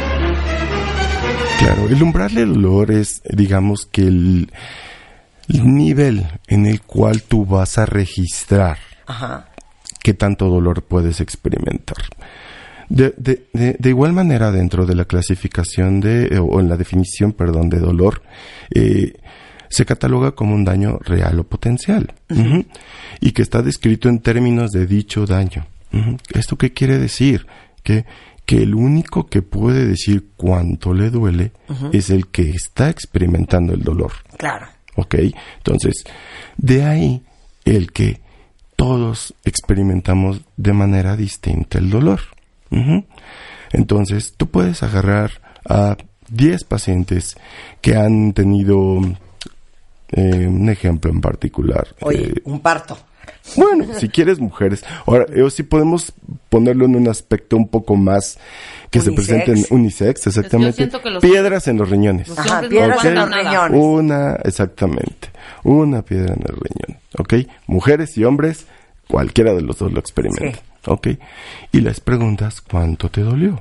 Claro, el umbral del dolor es, digamos, que el, el nivel en el cual tú vas a registrar Ajá. qué tanto dolor puedes experimentar. De, de, de, de igual manera, dentro de la clasificación de, o en la definición, perdón, de dolor, eh, se cataloga como un daño real o potencial, uh-huh. Uh-huh, y que está descrito en términos de dicho daño. Uh-huh. ¿Esto qué quiere decir? Que, que el único que puede decir cuánto le duele uh-huh. es el que está experimentando el dolor. Claro. ¿Ok? Entonces, de ahí el que todos experimentamos de manera distinta el dolor. Uh-huh. Entonces, tú puedes agarrar a diez pacientes que han tenido eh, un ejemplo en particular. Oye, eh, un parto. Bueno, si quieres mujeres. Ahora, yo sí podemos ponerlo en un aspecto un poco más que Unisex. se presente en unisex, exactamente. siento que los- Piedras en los riñones. Los Ajá, hombres piedras no en los valen nada. riñones. Una, exactamente. Una piedra en el riñón. ¿Ok? Mujeres y hombres, cualquiera de los dos lo experimenta. Sí. ¿Ok? Y les preguntas cuánto te dolió.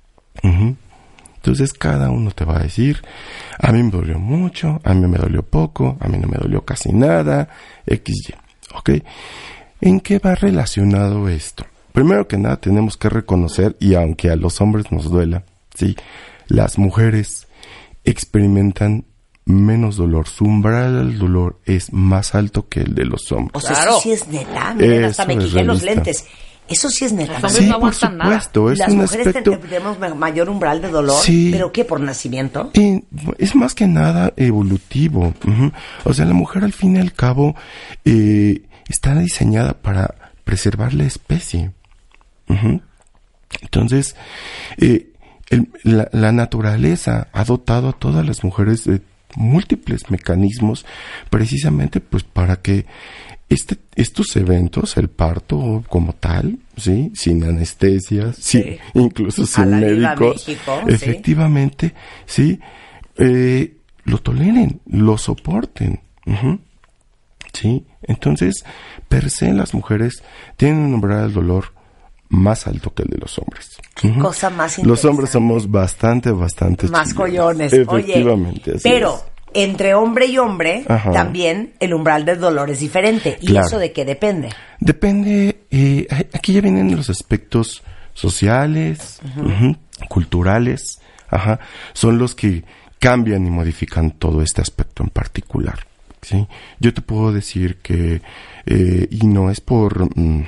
Ujú. Entonces cada uno te va a decir, a mí me dolió mucho, a mí me dolió poco, a mí no me dolió casi nada, equis ye. ¿Ok? ¿En qué va relacionado esto? Primero que nada tenemos que reconocer, y aunque a los hombres nos duela, ¿sí? Las mujeres experimentan menos dolor. Su umbral al dolor es más alto que el de los hombres. O sea, Claro. eso sí es neta. Miren, hasta Eso me es quité los realista. lentes. Eso sí es neta. Los hombres Sí, no por aguantan nada. supuesto, es Las un mujeres aspecto... ten- tenemos ma- mayor umbral de dolor. Sí. ¿Pero qué? ¿Por nacimiento? Eh, es más que nada evolutivo. Ujú. O sea, la mujer al fin y al cabo eh, está diseñada para preservar la especie. Ujú. Entonces, eh, el- la, la naturaleza ha dotado a todas las mujeres de múltiples mecanismos precisamente pues para que este, estos eventos, el parto como tal, sí, sin anestesia, sí, Sí. incluso sin la Viva médicos, México, sí. efectivamente, sí, eh, lo toleren, lo soporten, ujú. Sí, entonces, per se las mujeres tienen un umbral del dolor más alto que el de los hombres. Qué Ujú. cosa más Los hombres interesante. somos bastante, bastante Más chillones. collones. Efectivamente, Oye, así pero es. entre hombre y hombre, Ajá. también el umbral del dolor es diferente. ¿Y Claro. eso de qué depende? Depende, eh, aquí ya vienen los aspectos sociales, ujú, culturales, ajá, son los que cambian y modifican todo este aspecto en particular, ¿sí? Yo te puedo decir que, eh, y no es por, mm,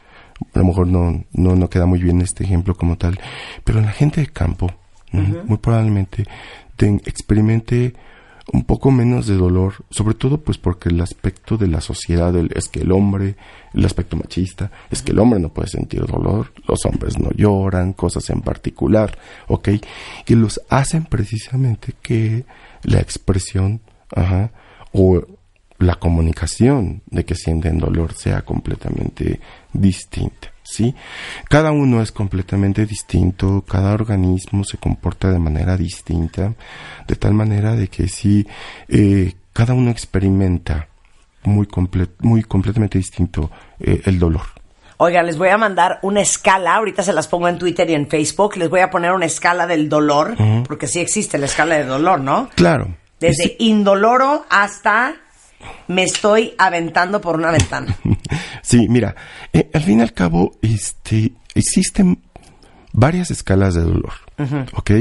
a lo mejor no, no, no queda muy bien este ejemplo como tal, pero la gente de campo, ujú, muy probablemente ten- experimente un poco menos de dolor, sobre todo pues porque el aspecto de la sociedad el- es que el hombre, el aspecto machista, es que el hombre no puede sentir dolor, los hombres no lloran, cosas en particular, ¿ok? Que los hacen precisamente que la expresión, ajá, o la comunicación de que sienten dolor sea completamente distinta, ¿sí? Cada uno es completamente distinto, cada organismo se comporta de manera distinta, de tal manera de que sí, eh, cada uno experimenta muy, comple- muy completamente distinto eh, el dolor. Oiga, les voy a mandar una escala, ahorita se las pongo en Twitter y en Facebook, les voy a poner una escala del dolor, Ujú. porque sí existe la escala de dolor, ¿no? Claro. Desde Sí. indoloro hasta me estoy aventando por una ventana. Sí, mira, eh, al fin y al cabo, este, existen varias escalas de dolor, ¿ok?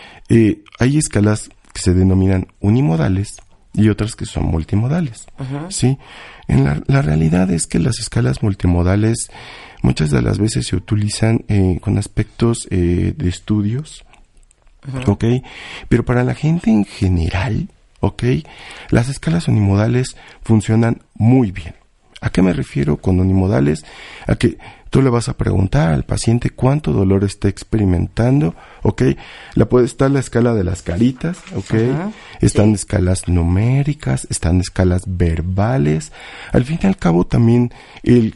Eh, hay escalas que se denominan unimodales y otras que son multimodales, ¿sí? En la, la realidad es que las escalas multimodales muchas de las veces se utilizan eh, con aspectos eh, de estudios, ¿ok? Pero para la gente en general, ¿ok? Las escalas unimodales funcionan muy bien. ¿A qué me refiero con unimodales? A que tú le vas a preguntar al paciente cuánto dolor está experimentando, ¿ok? La puede estar la escala de las caritas, ¿ok? Ajá, Están sí. escalas numéricas, están escalas verbales. Al fin y al cabo también el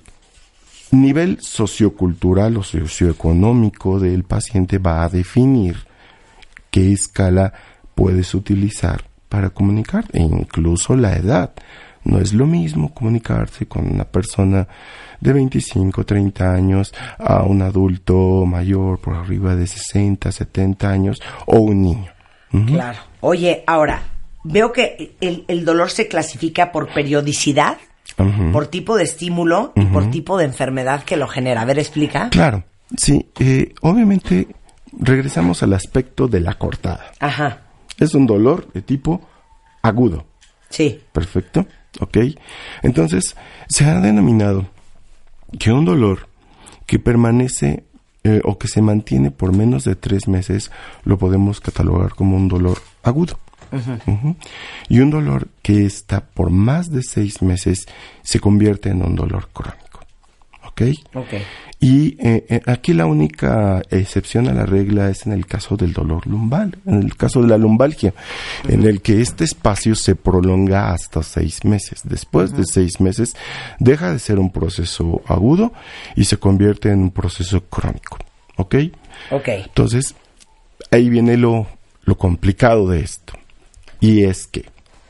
nivel sociocultural o socioeconómico del paciente va a definir qué escala puedes utilizar para comunicar, e incluso la edad. No es lo mismo comunicarse con una persona de veinticinco, treinta años a un adulto mayor por arriba de sesenta, setenta años o un niño. Ujú. Claro. Oye, ahora, veo que el, el dolor se clasifica por periodicidad, Ujú. por tipo de estímulo y por tipo de enfermedad que lo genera. A ver, explica. Claro, sí. Eh, obviamente regresamos al aspecto de la cortada. Ajá, Es un dolor de tipo agudo. sí. Perfecto, ok. Entonces, se ha denominado que un dolor que permanece eh, o que se mantiene por menos de tres meses lo podemos catalogar como un dolor agudo. Ujú. Y un dolor que está por más de seis meses se convierte en un dolor crónico. Ok. ¿ok? Ok. Y eh, eh, aquí la única excepción a la regla es en el caso del dolor lumbal, en el caso de la lumbalgia, uh-huh. en el que este espacio se prolonga hasta seis meses. Después uh-huh. de seis meses deja de ser un proceso agudo y se convierte en un proceso crónico, ¿ok? Ok. Entonces, ahí viene lo, lo complicado de esto, y es que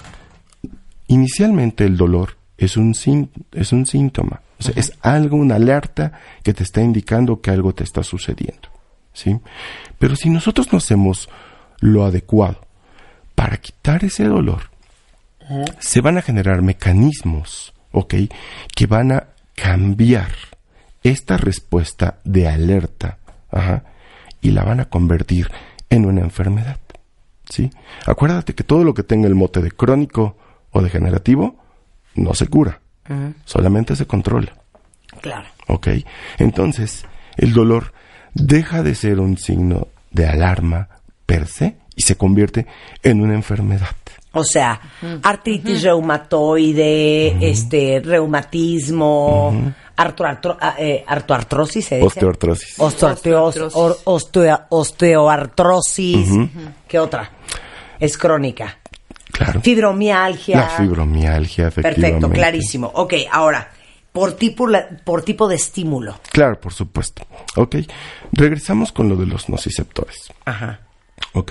inicialmente el dolor es un, sin, es un síntoma. O sea, uh-huh. es algo, una alerta que te está indicando que algo te está sucediendo, ¿sí? Pero si nosotros no hacemos lo adecuado para quitar ese dolor, uh-huh. se van a generar mecanismos, ¿ok? Que van a cambiar esta respuesta de alerta, ajá, y la van a convertir en una enfermedad, ¿sí? Acuérdate que todo lo que tenga el mote de crónico o degenerativo no se cura. Uh-huh. Solamente se controla. Claro. ¿Ok? Entonces, el dolor deja de ser un signo de alarma per se y se convierte en una enfermedad. O sea, uh-huh. artritis uh-huh. reumatoide, uh-huh. este, reumatismo, uh-huh. artroartro, eh, artroartrosis, ¿se dice? Osteoartrosis. Osteoartrosis. Osteo, osteo, osteoartrosis. Uh-huh. ¿Qué otra? Es crónica. Claro. Fibromialgia. La fibromialgia, efectivamente. Perfecto, clarísimo. Ok, ahora, por tipo, por tipo de estímulo. Claro, por supuesto. Ok, regresamos con lo de los nociceptores. Ajá. Ok,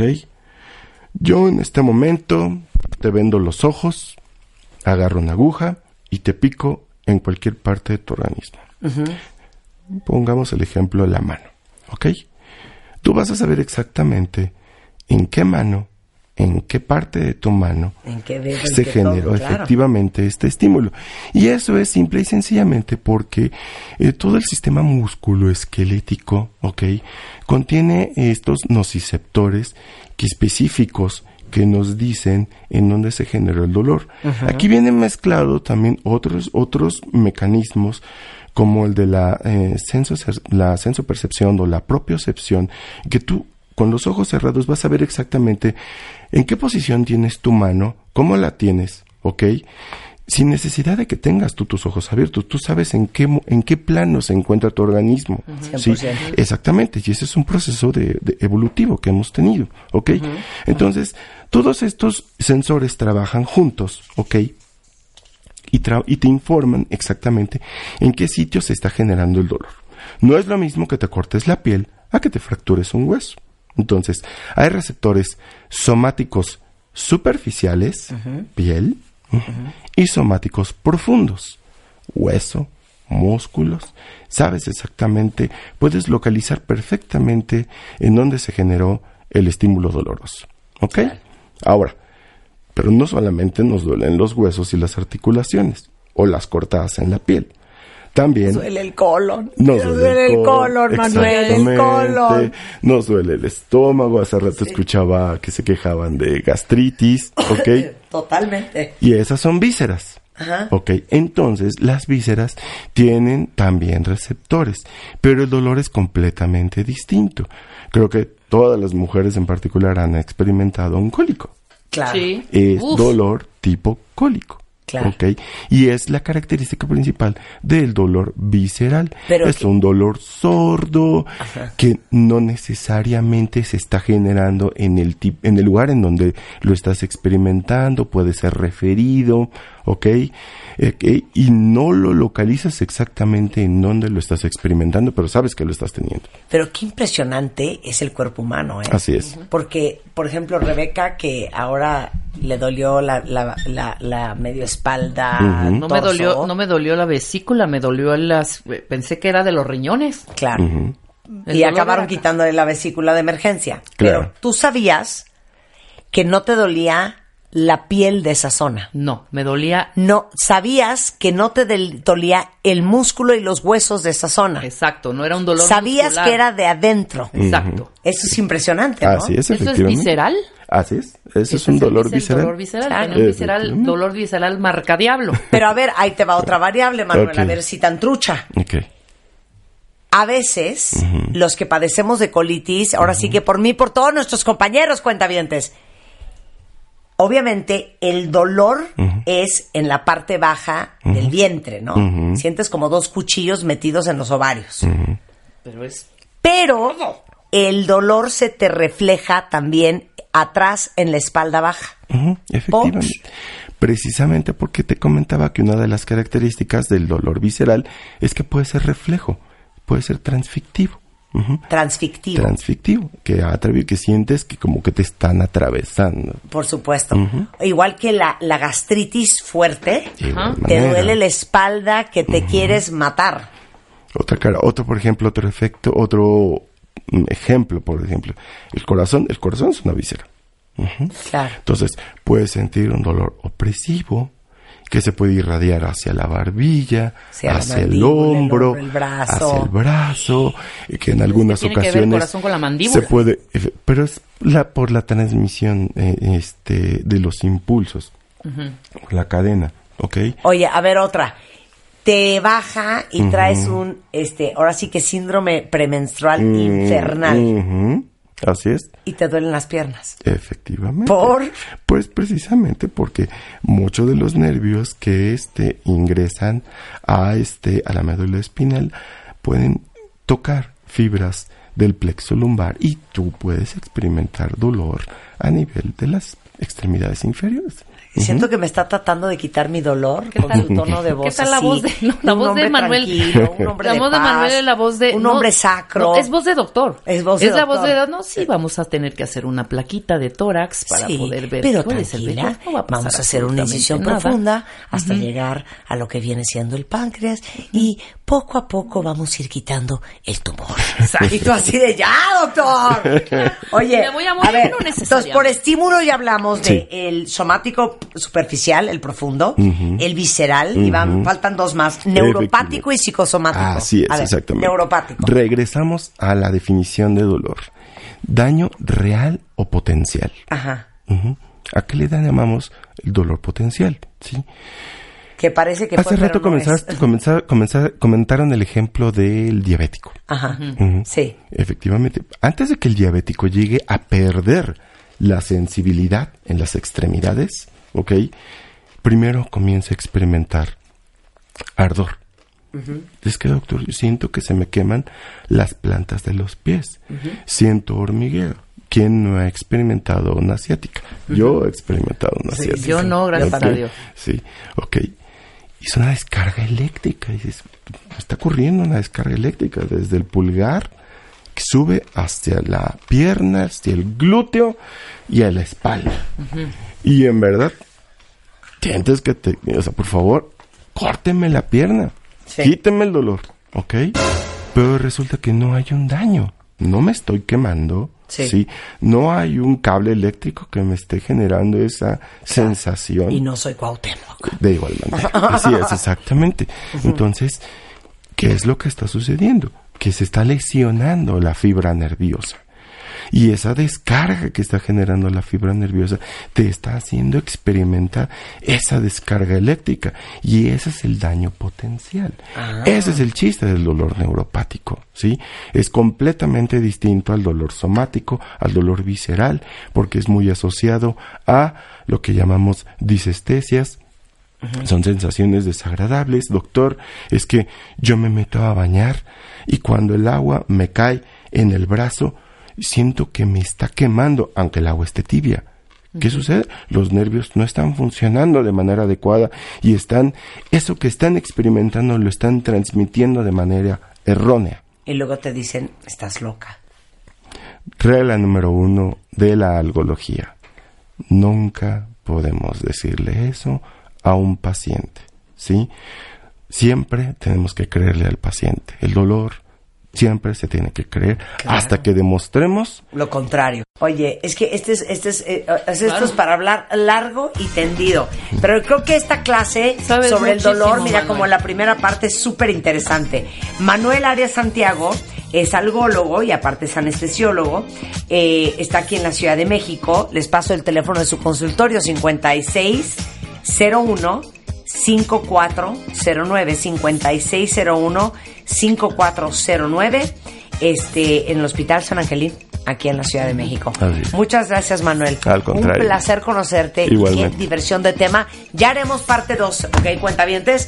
yo en este momento te vendo los ojos, agarro una aguja y te pico en cualquier parte de tu organismo. Uh-huh. Pongamos el ejemplo de la mano. Ok, tú vas a saber exactamente en qué mano, en qué parte de tu mano ¿En qué dedo, se en qué generó todo? Claro. efectivamente este estímulo. Y eso es simple y sencillamente porque eh, todo el sistema musculoesquelético, ¿ok?, contiene estos nociceptores que específicos que nos dicen en dónde se generó el dolor. Uh-huh. Aquí vienen mezclados también otros, otros mecanismos como el de la, eh, senso, la sensopercepción o la propiocepción, que tú con los ojos cerrados vas a ver exactamente en qué posición tienes tu mano, cómo la tienes, ¿ok? Sin necesidad de que tengas tú tus ojos abiertos, tú sabes en qué en qué plano se encuentra tu organismo, uh-huh. ¿sí? Exactamente, y ese es un proceso de, de evolutivo que hemos tenido, ¿ok? Uh-huh. Entonces, todos estos sensores trabajan juntos, ¿ok? Y, tra- y te informan exactamente en qué sitio se está generando el dolor. No es lo mismo que te cortes la piel a que te fractures un hueso. Entonces, hay receptores somáticos superficiales, uh-huh. piel, uh-huh. y somáticos profundos, hueso, músculos. Sabes exactamente, puedes localizar perfectamente en dónde se generó el estímulo doloroso. ¿Ok? Claro. Ahora, pero no solamente nos duelen los huesos y las articulaciones, o las cortadas en la piel. También nos duele el colon. Nos duele, duele el colon, Manuel, el colon. Nos duele el estómago. Hace rato sí. escuchaba que se quejaban de gastritis, ¿ok? Totalmente. Y esas son vísceras. Ajá. Ok, entonces las vísceras tienen también receptores, pero el dolor es completamente distinto. Creo que todas las mujeres en particular han experimentado un cólico. Claro. Sí. Es Uf. dolor tipo cólico. Claro. Okay. Y es la característica principal del dolor visceral. Pero es que... un dolor sordo. Ajá. Que no necesariamente se está generando en el tip- en el lugar en donde lo estás experimentando, puede ser referido, ¿ok? Okay. Y no lo localizas exactamente en donde lo estás experimentando, pero sabes que lo estás teniendo. Pero qué impresionante es el cuerpo humano, ¿eh? Así es. Porque, por ejemplo, Rebeca, que ahora le dolió la, la, la, la medio espalda, uh-huh. no me dolió, no me dolió la vesícula, me dolió las, pensé que era de los riñones. Claro. Uh-huh. Y acabaron quitándole la vesícula de emergencia. Claro. Pero tú sabías que no te dolía la piel de esa zona. No, me dolía... No, sabías que no te del, dolía el músculo y los huesos de esa zona. Exacto, no era un dolor Sabías muscular. que era de adentro. Exacto. Uh-huh. Eso es impresionante, ¿no? Así es, ¿Eso es visceral? Así es, eso es, es un dolor visceral. Dolor visceral, claro. no visceral, dolor visceral marca diablo. Pero a ver, ahí te va otra variable, Manuel, okay. a ver si tan trucha. Ok. A veces, uh-huh. los que padecemos de colitis, ahora uh-huh. sí que por mí, por todos nuestros compañeros cuentavientes, obviamente el dolor Ujú. es en la parte baja Ujú. del vientre, ¿no? Ujú. Sientes como dos cuchillos metidos en los ovarios. Ujú. Pero es... Pero el dolor se te refleja también atrás en la espalda baja. Ujú, efectivamente. Precisamente porque te comentaba que una de las características del dolor visceral es que puede ser reflejo, puede ser transfictivo. Ujú. Transfictivo. Transfictivo, que atrevi- que sientes que como que te están atravesando. Por supuesto. Ujú. Igual que la, la gastritis fuerte, De igual te manera. duele la espalda que te quieres matar. Otra cara, otro por ejemplo, otro efecto, otro mm, ejemplo, por ejemplo, el corazón, el corazón es una víscera. Ujú. Claro. Entonces, puedes sentir un dolor opresivo que se puede irradiar hacia la barbilla, Hacia la hacia el mandíbula, el hombro, hombro, el brazo. hacia el brazo, y que en algunas tiene que ver el ocasiones corazón con la mandíbula. se puede, efe- pero es la por la transmisión eh, este de los impulsos, la cadena, ¿ok? Oye, a ver otra. Te baja y Ujú. traes un, este, ahora sí que síndrome premenstrual Mm, infernal ujú. Así es. y te duelen las piernas. Efectivamente. ¿Por? Pues precisamente porque muchos de los nervios que este ingresan a este a la médula espinal pueden tocar fibras del plexo lumbar y tú puedes experimentar dolor a nivel de las extremidades inferiores. Siento que me está tratando de quitar mi dolor con tal? su tono de voz ¿Qué tal la así. voz de, no, la Un voz hombre de Manuel? tranquilo, un hombre la de voz de paz, Manuel es la voz de... un no, hombre sacro. no, es voz de doctor. Es voz de la voz doctor. de edad. No, sí, vamos a tener que hacer una plaquita de tórax para Sí, poder ver. pero cuál es el tranquila, vello. No va a pasar vamos a hacer una absolutamente incisión nada. profunda hasta Ujú. llegar a lo que viene siendo el páncreas y poco a poco vamos a ir quitando el tumor. Y tú así de ya, doctor. Oye, Me voy a morir, a ver, no entonces necesariamente. por estímulo ya hablamos de Sí. el somático superficial, el profundo, Ujú. el visceral, y van, Ujú. faltan dos más, neuropático y psicosomático. Así es, A ver, exactamente. Neuropático. Regresamos a la definición de dolor. Daño real o potencial. Ajá. Ujú. ¿A qué le llamamos el dolor potencial? ¿Sí? Que parece que Hace fue, rato pero no es. comenzaste- comenzar- comenzar- comentaron el ejemplo del diabético. Ajá. Ujú. Sí. Efectivamente. Antes de que el diabético llegue a perder la sensibilidad en las extremidades, ¿ok? Primero comienza a experimentar ardor. Es que, doctor, yo siento que se me queman las plantas de los pies. Siento hormigueo. ¿Quién no ha experimentado una asiática? Yo he experimentado una Sí, asiática. yo no, gracias Ok, a Dios. Sí, ok. Y es una descarga eléctrica. Y dices, está ocurriendo una descarga eléctrica desde el pulgar que sube hacia la pierna, hacia el glúteo y a la espalda. Y en verdad, sientes que te... O sea, por favor, córteme la pierna. Sí. Quíteme el dolor, ¿ok? Pero resulta que no hay un daño. No me estoy quemando. Sí. Sí. No hay un cable eléctrico que me esté generando esa sensación. Y no soy Cuauhtémoc. De igual manera. Así es, exactamente. Entonces, ¿qué es lo que está sucediendo? Que se está lesionando la fibra nerviosa. Y esa descarga que está generando la fibra nerviosa te está haciendo experimentar esa descarga eléctrica. Y ese es el daño potencial. Ah. Ese es el chiste del dolor neuropático, ¿sí? Es completamente distinto al dolor somático, al dolor visceral, porque es muy asociado a lo que llamamos disestesias. Son sensaciones desagradables. Doctor, es que yo me meto a bañar y cuando el agua me cae en el brazo, siento que me está quemando, aunque el agua esté tibia. ¿Qué sucede? Los nervios no están funcionando de manera adecuada y están, eso que están experimentando lo están transmitiendo de manera errónea. Y luego te dicen, estás loca. Regla número uno de la algología. Nunca podemos decirle eso a un paciente, ¿sí? Siempre tenemos que creerle al paciente. El dolor siempre se tiene que creer Claro. hasta que demostremos. Lo contrario. Oye, es que este es, este es, eh, es- esto Claro. es para hablar largo y tendido. Pero creo que esta clase Sabes sobre el dolor, muchísimo, mira, Manuel. como la primera parte es súper interesante. Manuel Arias Santiago es algólogo y aparte es anestesiólogo. Eh, está aquí en la Ciudad de México. Les paso el teléfono de su consultorio, cincuenta y seis cero uno cincuenta y cuatro cero nueve, cincuenta y seis cero uno cincuenta y cuatro cero nueve, este, en el Hospital San Angelín. aquí en la Ciudad de México. Así es. Muchas gracias, Manuel. Al contrario. Un placer conocerte. Igualmente. Y qué diversión de tema. Ya haremos parte dos, ¿ok? Cuentavientes.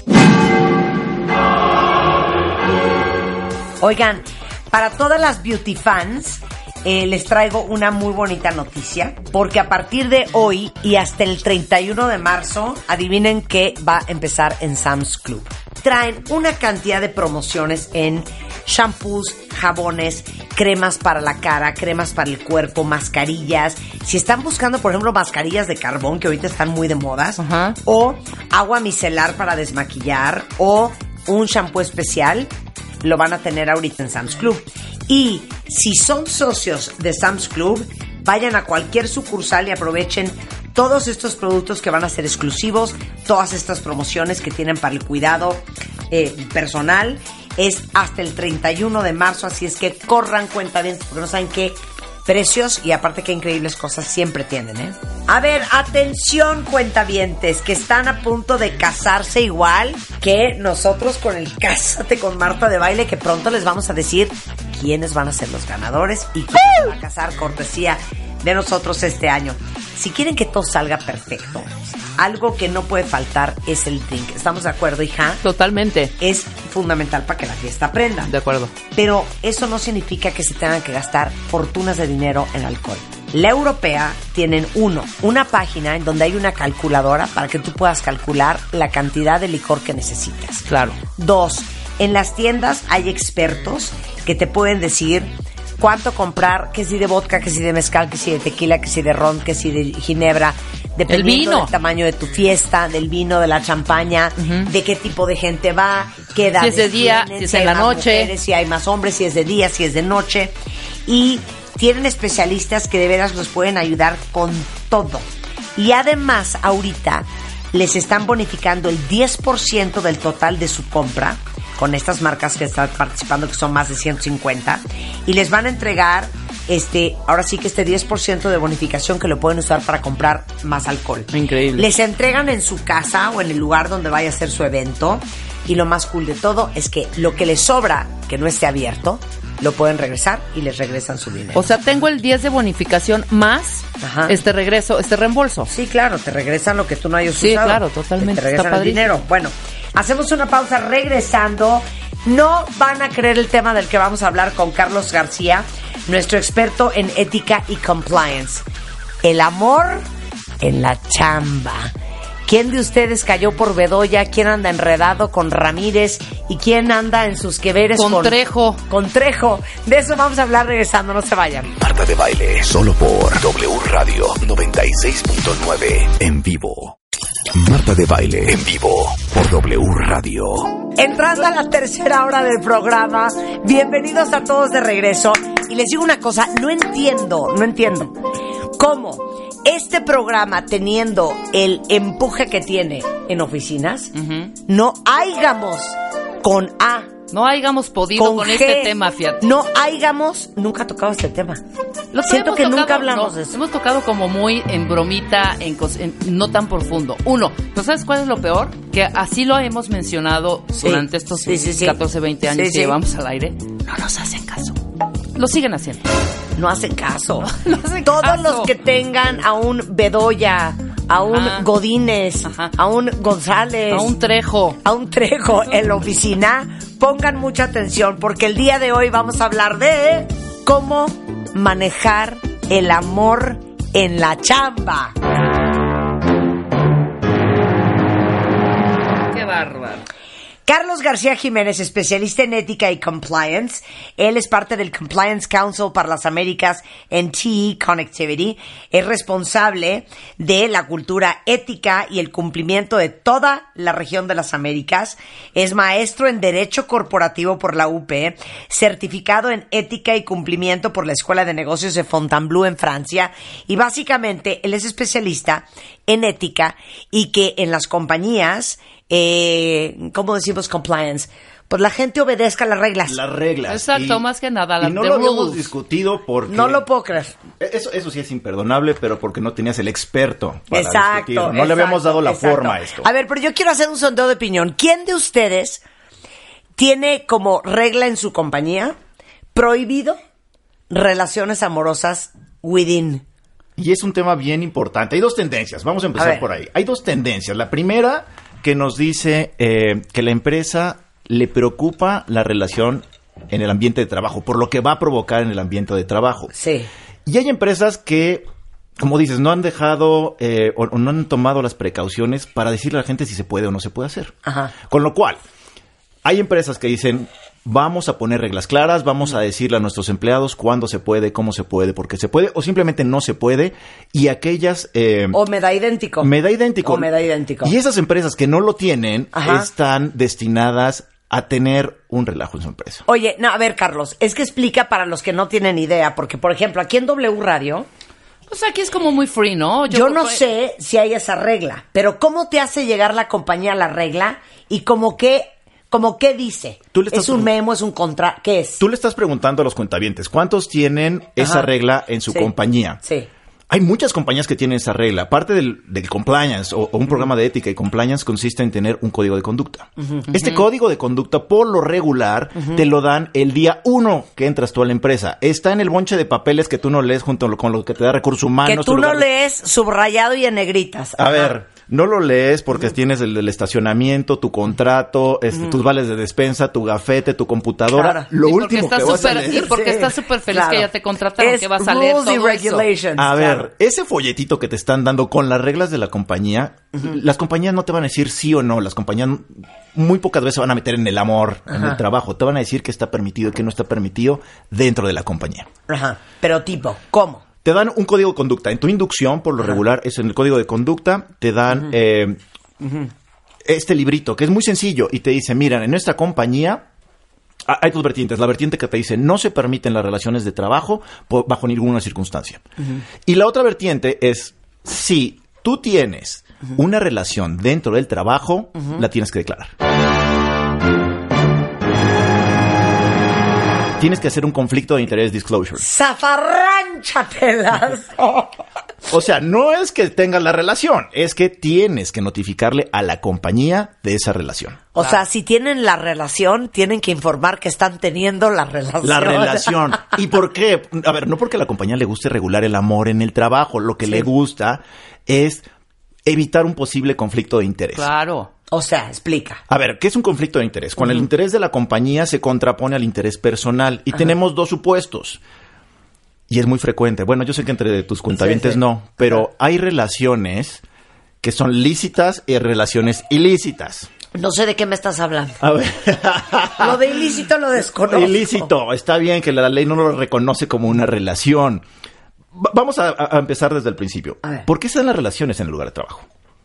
Oigan, para todas las beauty fans, eh, les traigo una muy bonita noticia, porque a partir de hoy y hasta el treinta y uno de marzo, adivinen qué va a empezar en Sam's Club. Traen una cantidad de promociones en shampoos, jabones, cremas para la cara, cremas para el cuerpo, mascarillas. Si están buscando, por ejemplo, mascarillas de carbón, que ahorita están muy de modas, Ajá. o agua micelar para desmaquillar, o un shampoo especial, lo van a tener ahorita en Sam's Club. Y si son socios de Sam's Club, vayan a cualquier sucursal y aprovechen todos estos productos que van a ser exclusivos, todas estas promociones que tienen para el cuidado eh, personal. Es hasta el treinta y uno de marzo, así es que corran cuenta bien, porque no saben qué precios y aparte qué increíbles cosas siempre tienen, ¿eh? A ver, atención cuentavientes, que están a punto de casarse igual que nosotros con el Cásate con Marta de Baile, que pronto les vamos a decir quiénes van a ser los ganadores y quién se va a casar, cortesía de nosotros este año. Si quieren que todo salga perfecto, algo que no puede faltar es el drink. ¿Estamos de acuerdo, hija? Totalmente. Es fundamental para que la fiesta prenda. De acuerdo. Pero eso no significa que se tengan que gastar fortunas de dinero en alcohol. La Europea tienen uno, una página en donde hay una calculadora para que tú puedas calcular la cantidad de licor que necesitas. Claro. Dos, en las tiendas hay expertos que te pueden decir cuánto comprar, que si de vodka, que si de mezcal, que si de tequila, que si de ron, que si de ginebra, dependiendo El vino. del tamaño de tu fiesta, del vino, de la champaña, Uh-huh. de qué tipo de gente va, qué edad Si es de día, si es en la noche. si hay más hombres, si es de día, si es de noche. Y tienen especialistas que de veras los pueden ayudar con todo. Y además, ahorita les están bonificando el diez por ciento del total de su compra con estas marcas que están participando, que son más de ciento cincuenta, y les van a entregar este, ahora sí que este diez por ciento de bonificación que lo pueden usar para comprar más alcohol. Increíble. Les entregan en su casa o en el lugar donde vaya a ser su evento, y lo más cool de todo es que lo que les sobra, que no esté abierto, lo pueden regresar y les regresan su dinero. O sea, tengo el diez de bonificación más Ajá. este regreso, este reembolso. Sí, claro, te regresan lo que tú no hayas Sí, usado. claro, totalmente. Te regresan Está el padrísimo. dinero. Bueno, hacemos una pausa regresando. No van a creer el tema del que vamos a hablar con Carlos García, nuestro experto en ética y compliance. El amor en la chamba. ¿Quién de ustedes cayó por Bedoya? ¿Quién anda enredado con Ramírez? ¿Y quién anda en sus que veres Con con Trejo? Con Trejo. De eso vamos a hablar regresando, no se vayan. Marta de Baile, solo por W Radio noventa y seis punto nueve en vivo. Marta de Baile en vivo por W Radio. Entrando a la tercera hora del programa, bienvenidos a todos de regreso. Y les digo una cosa, no entiendo, no entiendo cómo este programa, teniendo el empuje que tiene en oficinas, Uh-huh. no haygamos con A, No hayamos podido con, con, G, este tema, fíjate. no haygamos, nunca tocado este tema. Lo Siento hemos que tocado, nunca hablamos no, de eso. Hemos tocado como muy en bromita, en, cos- en- no tan profundo. Uno, ¿pero sabes cuál es lo peor? Que así lo hemos mencionado Sí, durante estos sí, sí, sí. catorce, veinte años Sí, que sí. llevamos al aire. No nos hacen caso. Lo siguen haciendo. No hacen caso. No hacen Todos caso. los que tengan a un Bedoya, a un Ajá. Godínez, Ajá. a un González, A un Trejo. a un Trejo en la oficina, pongan mucha atención porque el día de hoy vamos a hablar de cómo manejar el amor en la chamba. Qué bárbaro. Carlos García Jiménez, especialista en ética y compliance. Él es parte del Compliance Council para las Américas en T E Connectivity. Es responsable de la cultura ética y el cumplimiento de toda la región de las Américas. Es maestro en Derecho Corporativo por la U P, certificado en ética y cumplimiento por la Escuela de Negocios de Fontainebleau en Francia. Y básicamente él es especialista en ética y que en las compañías, eh, ¿cómo decimos compliance? Pues la gente obedezca las reglas. Las reglas. Exacto, Y- más que nada, la- Y no the lo habíamos rules. discutido porque... No lo puedo creer. Eso, eso sí es imperdonable, pero porque no tenías el experto para Exacto. discutir. No le habíamos exacto, dado la exacto. forma a esto. A ver, pero yo quiero hacer un sondeo de opinión. ¿Quién de ustedes tiene como regla en su compañía prohibido relaciones amorosas within. Y es un tema bien importante. Hay dos tendencias. Vamos a empezar A ver. por ahí. Hay dos tendencias. La primera que nos dice eh, que la empresa le preocupa la relación en el ambiente de trabajo, por lo que va a provocar en el ambiente de trabajo. Sí. Y hay empresas que, como dices, no han dejado eh, o, o no han tomado las precauciones para decirle a la gente si se puede o no se puede hacer. Ajá. Con lo cual, hay empresas que dicen, vamos a poner reglas claras, vamos a decirle a nuestros empleados cuándo se puede, cómo se puede, por qué se puede, o simplemente no se puede. Y aquellas... Eh, O me da idéntico. me da idéntico. O me da idéntico. Y esas empresas que no lo tienen, Ajá. están destinadas a tener un relajo en su empresa. Oye, no, a ver, Carlos, es que explica para los que no tienen idea, porque, por ejemplo, aquí en W Radio, Pues aquí es como muy free, ¿no? yo, no pues, sé si hay esa regla, pero ¿cómo te hace llegar la compañía a la regla? Y como que, como qué dice. Tú le estás ¿Es un pregun- memo, es un contra? ¿Qué es? Tú le estás preguntando a los cuentavientes, ¿cuántos tienen esa Ajá. regla en su Sí. compañía? Sí. Hay muchas compañías que tienen esa regla. Parte del, del compliance o, o un programa de ética y compliance consiste en tener un código de conducta. Este código de conducta, por lo regular, te lo dan el día uno que entras tú a la empresa. Está en el bonche de papeles que tú no lees junto con lo que te da recursos humanos. Que tú tu no lugar de- lees subrayado y en negritas. A Ajá. ver, no lo lees porque tienes el del estacionamiento, tu contrato, este, tus vales de despensa, tu gafete, tu computadora. Claro. Lo y porque último estás que vas a súper- leer. y porque Sí, estás súper feliz claro. que ya te contrataron, Es que vas a leer rules y todo eso. regulations. A claro. ver, ese folletito que te están dando con las reglas de la compañía, las compañías no te van a decir sí o no. Las compañías muy pocas veces se van a meter en el amor, en Ajá. el trabajo. Te van a decir que está permitido y que no está permitido dentro de la compañía. Ajá. Pero tipo, ¿cómo? Te dan un código de conducta. En tu inducción, por lo regular, es en el código de conducta. Te dan eh, este librito, que es muy sencillo. Y te dice, mira, en nuestra compañía ah, hay dos vertientes. La vertiente que te dice, no se permiten las relaciones de trabajo por- bajo ninguna circunstancia. Y la otra vertiente es, si tú tienes una relación dentro del trabajo, la tienes que declarar. Tienes que hacer un conflicto de interés disclosure. ¡Zafarránchatelas! O sea, no es que tengas la relación, es que tienes que notificarle a la compañía de esa relación. O sea, si tienen la relación, tienen que informar que están teniendo la relación. La relación. ¿Y por qué? A ver, no porque a la compañía le guste regular el amor en el trabajo. Lo que Sí. le gusta es evitar un posible conflicto de interés. Claro. O sea, explica. A ver, ¿qué es un conflicto de interés? Cuando el interés de la compañía se contrapone al interés personal. Y tenemos dos supuestos. Y es muy frecuente. Bueno, yo sé que entre tus cuentavientes sí. no, pero hay relaciones que son lícitas y relaciones ilícitas. No sé de qué me estás hablando. A ver. Lo de ilícito lo desconozco. Ilícito. Está bien que la ley no lo reconoce como una relación. Va- Vamos a, a empezar desde el principio. A ver. ¿Por qué se dan las relaciones en el lugar de trabajo?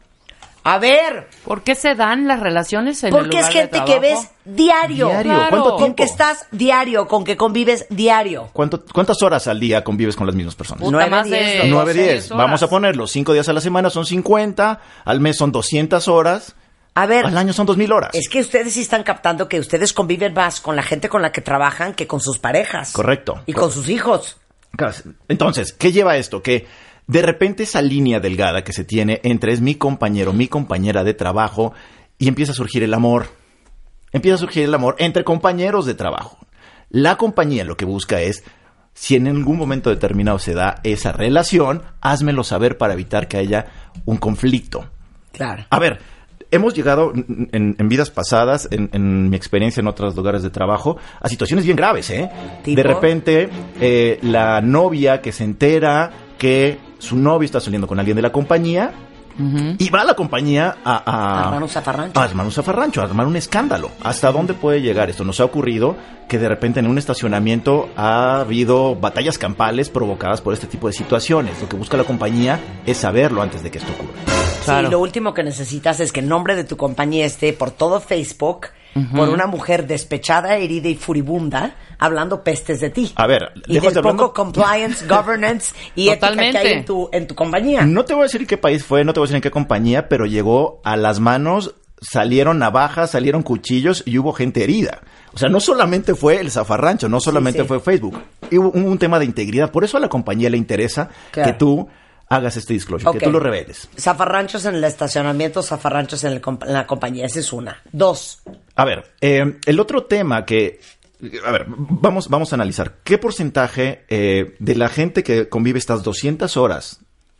A ver, ¿Por qué se dan las relaciones en el porque es lugar de gente que trabajo? ves diario. Diario. Claro. ¿Cuánto Con tiempo? que estás diario, con que convives diario. ¿Cuánto- ¿Cuántas horas al día convives con las mismas personas? Puta, Nueve, más diez, de doce. nueve, doce diez. horas. Vamos a ponerlo. Cinco días a la semana son cincuenta. Al mes son doscientas horas. A ver, Al año son dos mil horas. es que ustedes sí están captando que ustedes conviven más con la gente con la que trabajan que con sus parejas. Correcto. Y con sus hijos. Claro. Entonces, ¿qué lleva esto? Que de repente esa línea delgada que se tiene entre es mi compañero, mi compañera de trabajo, y empieza a surgir el amor. Empieza a surgir el amor entre compañeros de trabajo. La compañía lo que busca es, si en algún momento determinado se da esa relación, házmelo saber para evitar que haya un conflicto. Claro. A ver, hemos llegado en, en vidas pasadas, en, en mi experiencia en otros lugares de trabajo, a situaciones bien graves, ¿eh? ¿Tipo? De repente, eh, la novia que se entera que su novio está saliendo con alguien de la compañía y va a la compañía a... a Armar un zafarrancho. A armar un zafarrancho, a armar un escándalo. ¿Hasta dónde puede llegar esto? Nos ha ocurrido que de repente en un estacionamiento ha habido batallas campales provocadas por este tipo de situaciones. Lo que busca la compañía es saberlo antes de que esto ocurra. Claro. Sí, lo último que necesitas es que el nombre de tu compañía esté por todo Facebook por una mujer despechada, herida y furibunda hablando pestes de ti. A ver, y lejos del de hablando- poco compliance, governance y ética que Totalmente. hay en tu, en tu compañía. No te voy a decir en qué país fue, no te voy a decir en qué compañía, pero llegó a las manos, salieron navajas, salieron cuchillos y hubo gente herida. O sea, no solamente fue el zafarrancho, no solamente sí. fue Facebook. Y hubo un, un tema de integridad. Por eso a la compañía le interesa Claro. que tú hagas este disclosure, Ok. que tú lo reveles. Zafarranchos en el estacionamiento, zafarranchos en, el comp- en la compañía. Esa es una. Dos. A ver, eh, el otro tema que A ver, vamos, vamos a analizar. ¿Qué porcentaje eh, de la gente que convive estas doscientas horas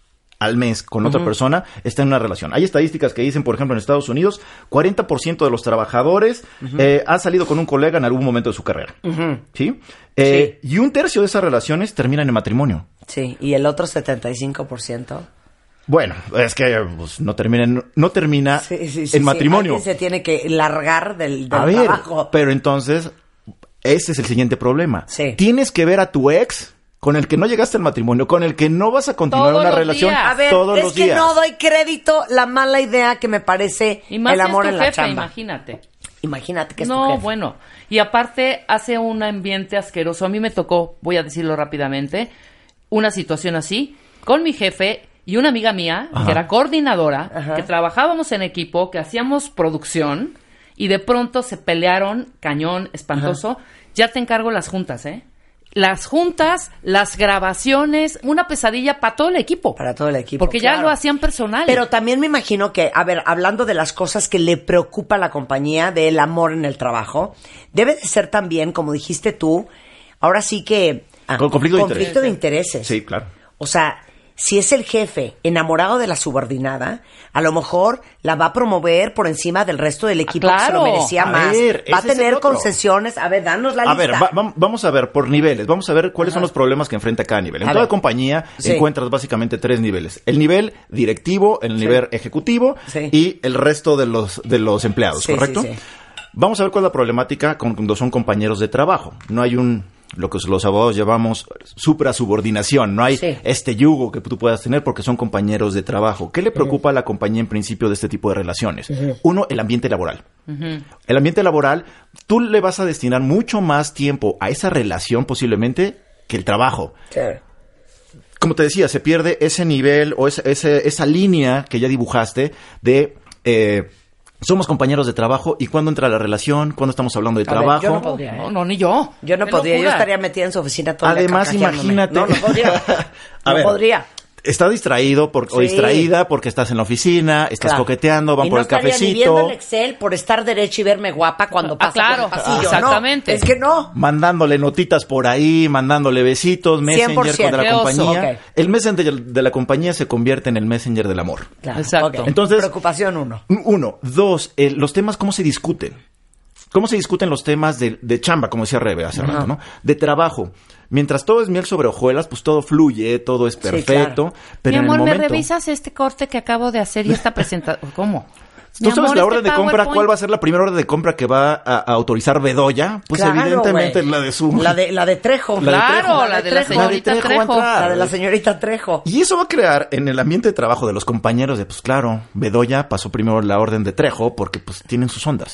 al mes con otra uh-huh. persona está en una relación? Hay estadísticas que dicen, por ejemplo, en Estados Unidos, cuarenta por ciento de los trabajadores uh-huh. eh, ha salido con un colega en algún momento de su carrera. Uh-huh. ¿Sí? Eh, sí. Y un tercio de esas relaciones terminan en matrimonio. Sí, y el otro setenta y cinco por ciento... Bueno, es que pues, no termina, en, no termina sí, sí, sí, en matrimonio. Sí, se tiene que largar del, del a ver, trabajo. Pero entonces, ese es el siguiente problema. Sí. Tienes que ver a tu ex con el que no llegaste al matrimonio, con el que no vas a continuar todos una relación días. A ver, todos es los que días. no doy crédito la mala idea que me parece y más el amor es tu en la jefe, chamba. Imagínate. Imagínate que es no, tu jefe. bueno. Y aparte hace un ambiente asqueroso. A mí me tocó, voy a decirlo rápidamente, una situación así con mi jefe y una amiga mía, Ajá. que era coordinadora, Ajá. que trabajábamos en equipo, que hacíamos producción, y de pronto se pelearon, cañón, espantoso. Ajá. Ya te encargo las juntas, ¿eh? Las juntas, las grabaciones, una pesadilla para todo el equipo. Para todo el equipo, Porque claro. ya lo hacían personal. Pero también me imagino que, a ver, hablando de las cosas que le preocupa a la compañía, del amor en el trabajo, debe de ser también, como dijiste tú, ahora sí que... Ah, Con conflicto, conflicto de, de interés. intereses. Sí, claro. O sea... Si es el jefe enamorado de la subordinada, a lo mejor la va a promover por encima del resto del equipo ah, claro. que se lo merecía a más. Ver, va a tener concesiones. A ver, danos la a lista. A ver, va, va, vamos a ver por niveles. Vamos a ver cuáles Ajá. son los problemas que enfrenta cada nivel. En a toda ver. compañía sí. encuentras básicamente tres niveles. El nivel directivo, el nivel sí. ejecutivo sí. y el resto de los, de los empleados, sí, ¿correcto? Sí, sí. Vamos a ver cuál es la problemática cuando son compañeros de trabajo. No hay un... lo que los abogados llamamos suprasubordinación. No hay sí. este yugo que tú puedas tener porque son compañeros de trabajo. ¿Qué le preocupa uh-huh. a la compañía en principio de este tipo de relaciones? Uh-huh. Uno, el ambiente laboral. Uh-huh. El ambiente laboral, tú le vas a destinar mucho más tiempo a esa relación posiblemente que el trabajo. Claro. Como te decía, se pierde ese nivel o ese, ese, esa línea que ya dibujaste de... Eh, somos compañeros de trabajo, ¿y cuándo entra la relación? ¿Cuándo estamos hablando de a trabajo? Ver, yo no podría, ¿eh? No, no, ni yo. Yo no podría, locura. Yo estaría metida en su oficina todo el día. Además, imagínate. No, no podría. a no ver, podría. Está distraído por, sí. o distraída porque estás en la oficina, estás claro. coqueteando, van y por no el cafecito. Ni viendo el Excel por estar derecho y verme guapa cuando pasa ah, claro, por el pasillo. Exactamente. No, es que no. Mandándole notitas por ahí, mandándole besitos, Messenger con de la compañía. Okay. El Messenger de la compañía se convierte en el Messenger del amor. Claro. Exacto. Okay. Entonces, preocupación uno. Uno. Dos, eh, los temas, ¿cómo se discuten? ¿Cómo se discuten los temas de, de chamba, como decía Rebe hace rato, ¿no? De trabajo. Mientras todo es miel sobre hojuelas, pues todo fluye, todo es perfecto. Sí, claro. Pero mi amor, en el momento... ¿me revisas este corte que acabo de hacer y esta presentación? ¿Cómo? ¿Tú sabes amor, la orden este de compra? ¿Cuál va a ser la primera orden de compra que va a, a autorizar Bedoya? Pues claro, evidentemente wey. la de su... La de, la de Trejo. La claro, de Trejo. La de la señorita la de Trejo. Trejo. La de la señorita Trejo. Y eso va a crear en el ambiente de trabajo de los compañeros de, pues claro, Bedoya pasó primero la orden de Trejo porque pues tienen sus ondas.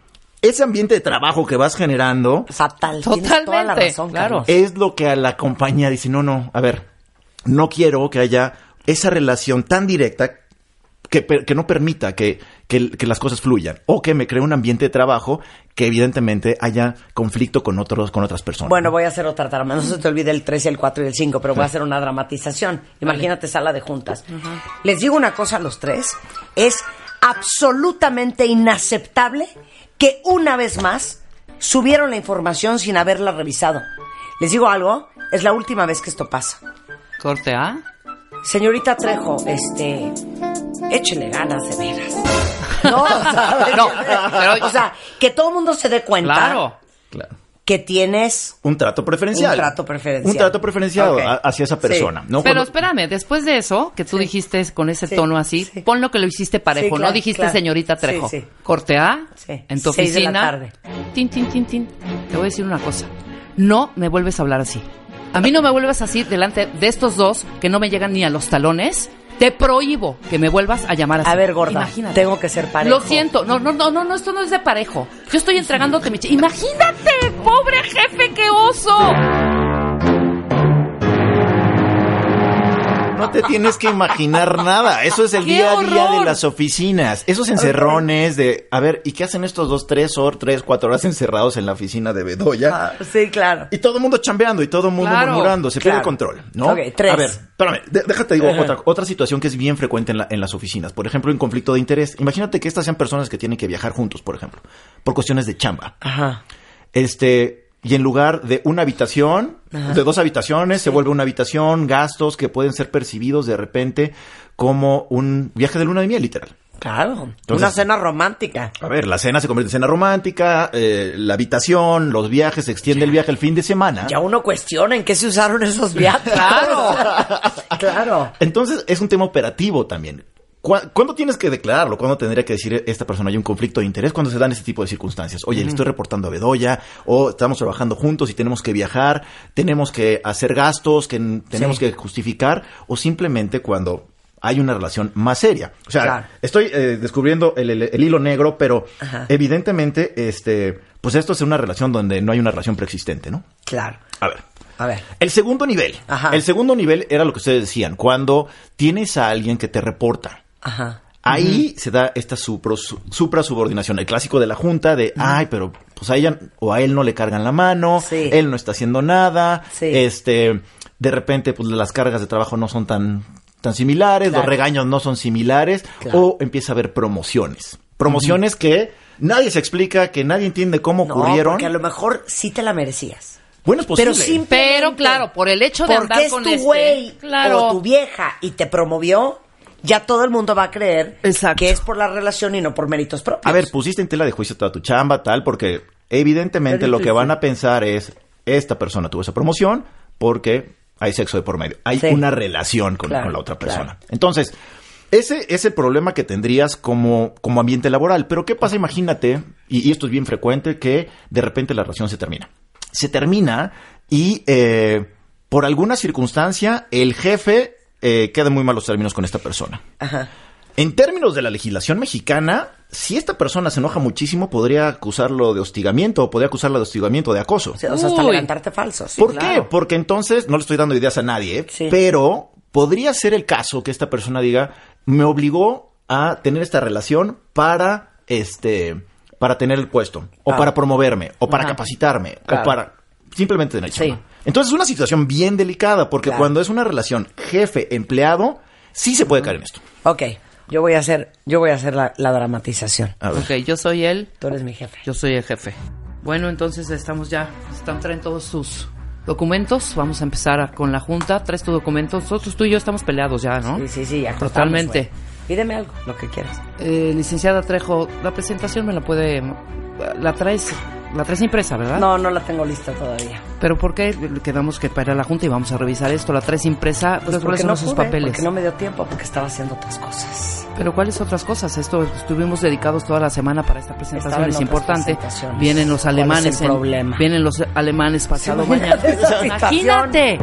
Ese ambiente de trabajo que vas generando... Fatal. Totalmente, toda la razón, claro. Es lo que a la compañía dice, no, no, a ver, no quiero que haya esa relación tan directa que, que no permita que, que, que las cosas fluyan. O que me cree un ambiente de trabajo que evidentemente haya conflicto con otros con otras personas. Bueno, voy a hacer otra trama. No se te olvide el tres, el cuatro y el cinco, pero voy a hacer una dramatización. Imagínate sala de juntas. Uh-huh. Les digo una cosa a los tres. Es absolutamente inaceptable que una vez más subieron la información sin haberla revisado. Les digo algo, es la última vez que esto pasa. ¿Corte A? Señorita Trejo, este... échele ganas de veras. No, ¿sabes? No, pero... O sea, que todo el mundo se dé cuenta... Claro. Claro. Que tienes... Un trato preferencial. Un trato preferencial. Un trato preferencial okay. hacia esa persona. Sí. ¿no? Pero Cuando... espérame, después de eso, que tú sí. dijiste con ese sí. tono así, sí. pon lo que lo hiciste parejo, sí, claro, no dijiste claro. señorita Trejo. Sí, sí. Corte A, sí. en tu Seis oficina. De la tarde. Tin, tin, tin, tin. Te voy a decir una cosa. No me vuelves a hablar así. A mí no me vuelves así delante de estos dos que no me llegan ni a los talones. Te prohíbo que me vuelvas a llamar así. A ver, gorda, imagínate. Tengo que ser parejo. Lo siento. No, no, no, no, no, esto no es de parejo. Yo estoy entregándote mi... Ch- Imagínate, pobre jefe, qué oso. No te tienes que imaginar nada. Eso es el día a día de las oficinas. Esos encerrones de... A ver, ¿y qué hacen estos dos, tres horas, tres, cuatro horas encerrados en la oficina de Bedoya? Ah, sí, claro. Y todo el mundo chambeando y todo el mundo claro, murmurando. Se claro. pierde control, ¿no? Ok, tres. A ver, espérame. De- déjate digo otra, otra situación que es bien frecuente en, la, en las oficinas. Por ejemplo, en conflicto de interés. Imagínate que estas sean personas que tienen que viajar juntos, por ejemplo. Por cuestiones de chamba. Ajá. Este... y en lugar de una habitación, Ajá. de dos habitaciones, sí. se vuelve una habitación, gastos que pueden ser percibidos de repente como un viaje de luna de miel, literal. Claro, Entonces, una cena romántica. A ver, la cena se convierte en cena romántica, eh, la habitación, los viajes, se extiende ya. el viaje el fin de semana. Ya uno cuestiona en qué se usaron esos viajes. Claro, claro. Entonces, es un tema operativo también. ¿Cuándo tienes que declararlo? ¿Cuándo tendría que decir esta persona hay un conflicto de interés? ¿Cuándo se dan este tipo de circunstancias? Oye, mm. le estoy reportando a Bedoya, o estamos trabajando juntos y tenemos que viajar, tenemos que hacer gastos, que tenemos sí. que justificar, o simplemente cuando hay una relación más seria. O sea, claro. estoy eh, descubriendo el, el, el hilo negro, pero Ajá. evidentemente, este, pues esto es una relación donde no hay una relación preexistente, ¿no? Claro. A ver. A ver. El segundo nivel. Ajá. El segundo nivel era lo que ustedes decían, cuando tienes a alguien que te reporta. Ajá. Ahí uh-huh. se da esta supra, supra subordinación, el clásico de la junta de, uh-huh. ay, pero pues a ella o a él no le cargan la mano, sí. él no está haciendo nada, sí. este, de repente pues las cargas de trabajo no son tan, tan similares, claro. los regaños no son similares, claro. o empieza a haber promociones, promociones uh-huh. que nadie se explica, que nadie entiende cómo no, ocurrieron. Porque a lo mejor sí te la merecías. Bueno, es posible. Pero, pero claro, por el hecho de andar con este, porque es tu güey claro. o tu vieja y te promovió, ya todo el mundo va a creer Exacto. que es por la relación y no por méritos propios. A ver, pusiste en tela de juicio toda tu chamba, tal, porque evidentemente lo que van a pensar es, esta persona tuvo esa promoción porque hay sexo de por medio. Hay sí. una relación con, claro, con la otra persona. Claro. Entonces, ese es el problema que tendrías como, como ambiente laboral. Pero ¿qué pasa? Imagínate, y, y esto es bien frecuente, que de repente la relación se termina. Se termina y eh, por alguna circunstancia el jefe... Eh, quedan muy malos términos con esta persona. Ajá. En términos de la legislación mexicana, si esta persona se enoja muchísimo, podría acusarlo de hostigamiento o podría acusarla de hostigamiento, de acoso. O sea, hasta levantarte falso. Sí, ¿Por claro. qué? Porque entonces, no le estoy dando ideas a nadie, sí. pero podría ser el caso que esta persona diga, me obligó a tener esta relación para, este, para tener el puesto, o ah. para promoverme, o para Ajá. capacitarme, claro. o para simplemente tener chamba. Sí. Entonces es una situación bien delicada, porque claro. cuando es una relación jefe-empleado, sí se puede caer en esto. Ok, yo voy a hacer, yo voy a hacer la, la dramatización. A ver. Ok, yo soy él. Tú eres mi jefe. Yo soy el jefe. Bueno, entonces estamos ya, están traen todos sus documentos. Vamos a empezar a, con la junta. Traes tus documentos. Nosotros, tú y yo estamos peleados ya, ¿no? Sí, sí, sí. Ya totalmente. Wey. Pídeme algo, lo que quieras. Eh, licenciada Trejo, la presentación me la puede... La traes... La traes impresa, ¿verdad? No, no la tengo lista todavía. ¿Pero por qué quedamos que para la junta y vamos a revisar esto? ¿La traes impresa? Pues ¿Cuáles son no esos pude, papeles? Porque no me dio tiempo, porque estaba haciendo otras cosas. ¿Pero cuáles otras cosas? Esto estuvimos dedicados toda la semana para esta presentación, es importante. Vienen los alemanes, ¿Cuál es el problema? En, vienen los alemanes pasado sí, mañana. Imagínate.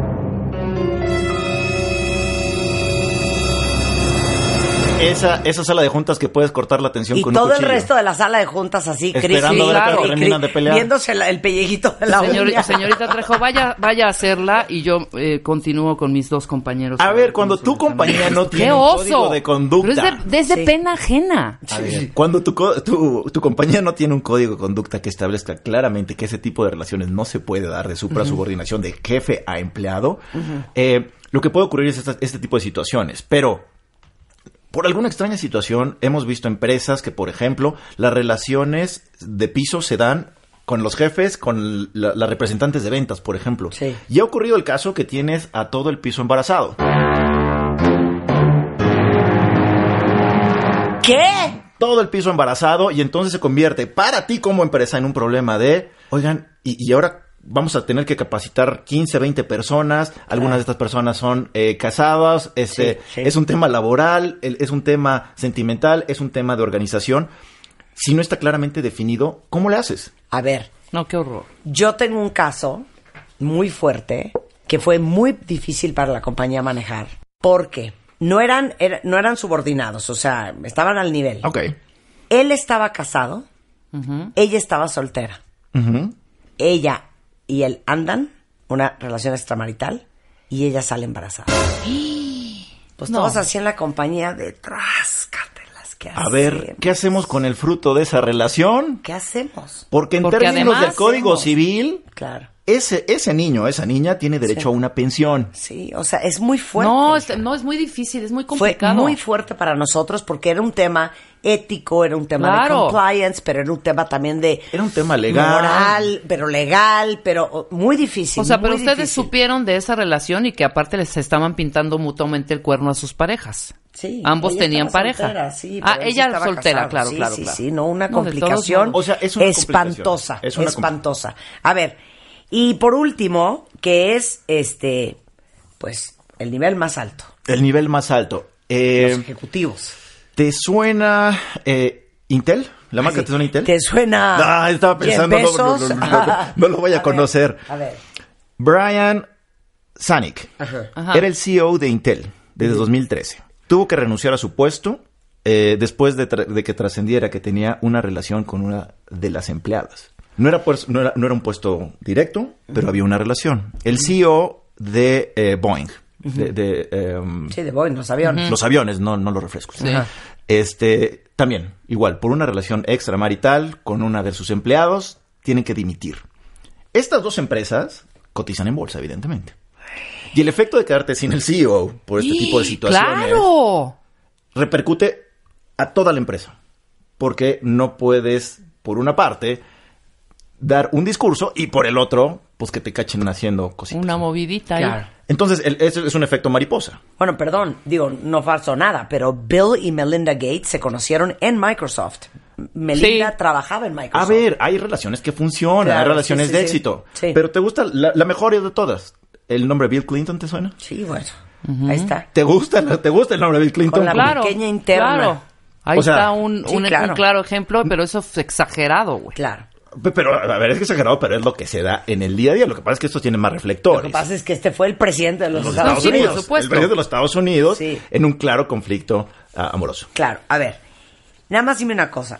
Esa, esa sala de juntas que puedes cortar la tensión y con un cuchillo. Y todo el resto de la sala de juntas así, esperando Chris, a ver claro, que terminan de pelear. Viéndose la, el pellejito de la Señor, uña. Señorita Trejo, vaya, vaya a hacerla y yo eh, continúo con mis dos compañeros. A ver, cuando tu compañía no tiene un código de conducta. Pero es de, desde sí. pena ajena. A ver, cuando tu, tu, tu compañía no tiene un código de conducta que establezca claramente que ese tipo de relaciones no se puede dar de suprasubordinación uh-huh. de jefe a empleado, uh-huh. eh, lo que puede ocurrir es esta, este tipo de situaciones. Pero... por alguna extraña situación, hemos visto empresas que, por ejemplo, las relaciones de piso se dan con los jefes, con la, las representantes de ventas, por ejemplo. Sí. Y ha ocurrido el caso que tienes a todo el piso embarazado. ¿Qué? Todo el piso embarazado, y entonces se convierte para ti como empresa en un problema de, oigan, y, y ahora... vamos a tener que capacitar quince, veinte personas. Algunas de estas personas son eh, casadas. Este, sí, sí. Es un tema laboral, es un tema sentimental, es un tema de organización. Si no está claramente definido, ¿cómo le haces? A ver. No, qué horror. Yo tengo un caso muy fuerte que fue muy difícil para la compañía manejar. Porque no eran, era, no eran subordinados, o sea, estaban al nivel. Ok. Él estaba casado, uh-huh. ella estaba soltera. Uh-huh. Ella... y él andan una relación extramarital y ella sale embarazada. Pues no. Todos así en la compañía de tráscatelas. ¿Qué A ver, ¿qué hacemos con el fruto de esa relación? ¿Qué hacemos? Porque en Porque términos del Código hacemos. Civil, claro. ese, ese niño, esa niña tiene derecho Sí. a una pensión. Sí, o sea, es muy fuerte. No, es, no, es muy difícil, es muy Fue complicado. muy fuerte para nosotros porque era un tema ético, era un tema Claro. de compliance, pero era un tema también de Era un tema legal. moral, pero legal, pero muy difícil. O sea, muy pero ustedes difícil. supieron de esa relación y que aparte les estaban pintando mutuamente el cuerno a sus parejas. Sí, Ambos ella tenían estaba pareja. soltera, sí, ah, pero él sí ella estaba soltera, casado. claro, sí, claro, sí, claro. sí, no, una No, de todos complicación modos. O sea, es una espantosa, complicación. Es una espantosa. A ver, y por último, que es este, pues, el nivel más alto, El nivel más alto. Eh, los ejecutivos. ¿Te suena eh, Intel? ¿La marca Ay, te suena Intel? ¿Te suena Ah, estaba Jeff pensando, no, no, Bezos? no, no, no, no lo voy a, A ver, conocer. a ver. Brian Sanic Ajá. Ajá. era el C E O de Intel desde dos mil trece. Tuvo que renunciar a su puesto eh, después de, tra- de que trascendiera que tenía una relación con una de las empleadas. No era, pues, no era, no era un puesto directo, pero había una relación. El C E O de eh, Boeing, de, de, em, Sí, de Boeing, los aviones. los aviones, no, no los refrescos. Sí. Ajá. Este, también, igual, por una relación extramarital con una de sus empleados, tienen que dimitir. Estas dos empresas cotizan en bolsa, evidentemente. Y el efecto de quedarte sin el C E O por este tipo de situaciones ¡Claro! repercute a toda la empresa. Porque no puedes, por una parte, dar un discurso y por el otro, pues que te cachen haciendo cositas. Una movidita ahí. Claro. Entonces, el- eso es un efecto mariposa. Bueno, perdón, digo, no falso nada, pero Bill y Melinda Gates se conocieron en Microsoft. Melinda Sí. trabajaba en A Microsoft. ver, hay relaciones que funcionan, Claro, hay relaciones sí, sí, de sí. éxito. Sí. Pero ¿te gusta la, la mejor de todas? ¿El nombre Bill Clinton te suena? Sí, bueno, ahí está. ¿Te gusta, la- ¿Te gusta el nombre Bill Clinton? Con la Claro, pequeña interna. claro. Ahí O sea, está un, sí, un, claro. un claro ejemplo, pero eso es exagerado, güey. Claro. Pe- Pero, a ver, es que exagerado, pero es lo que se da en el día a día. Lo que pasa es que esto tiene más Lo reflectores. que pasa es que este fue el presidente de los, Los Estados, Estados sí, por Unidos. supuesto. El presidente de los Estados Unidos Sí. en un claro conflicto ah, amoroso. Claro, a ver, nada más dime una cosa.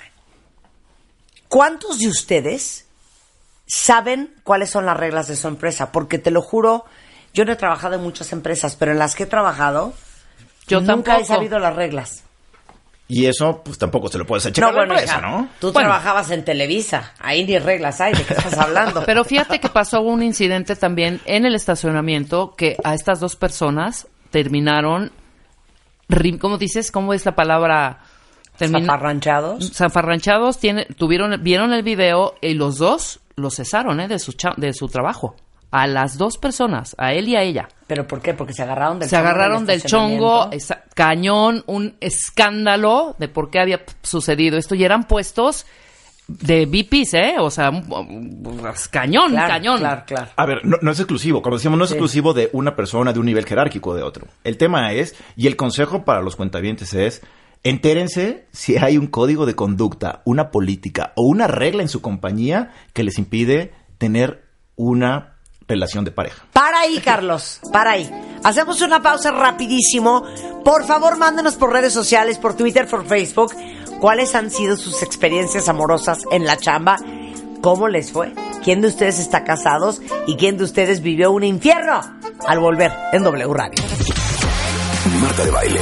¿Cuántos de ustedes saben cuáles son las reglas de su empresa? Porque te lo juro, yo no he trabajado en muchas empresas, pero en las que he trabajado, Yo nunca he tampoco. sabido las reglas. Y eso, pues tampoco se lo puedes achacar a la empresa, hija, ¿no? Tú Bueno. trabajabas en Televisa, ahí ni reglas hay, ¿de qué estás hablando? Pero fíjate que pasó un incidente también en el estacionamiento que a estas dos personas terminaron, ri- ¿cómo dices? ¿Cómo es la palabra? Termin- Zafarranchados. Zafarranchados tiene, tuvieron, vieron el video y los dos los cesaron ¿eh? de, su cha- de su trabajo. A las dos personas, a él y a ella. ¿Pero por qué? Porque se agarraron del Se chongo agarraron del chongo, estacionamiento. esa- cañón, un escándalo de por qué había p- sucedido esto. Y eran puestos de V Ps, ¿eh? O sea, un- un- cañón, Claro, cañón. claro, claro. A ver, no, no es exclusivo. Cuando decimos no es Sí. exclusivo de una persona, de un nivel jerárquico de otro. El tema es, y el consejo para los cuentavientes es, entérense si hay un código de conducta, una política o una regla en su compañía que les impide tener una relación de pareja. Para ahí, Carlos, para ahí. Hacemos una pausa rapidísimo. Por favor, mándenos por redes sociales, por Twitter, por Facebook, cuáles han sido sus experiencias amorosas en la chamba. ¿Cómo les fue? ¿Quién de ustedes está casados? ¿Y quién de ustedes vivió un infierno? Al volver en W Radio. Marta de Baile.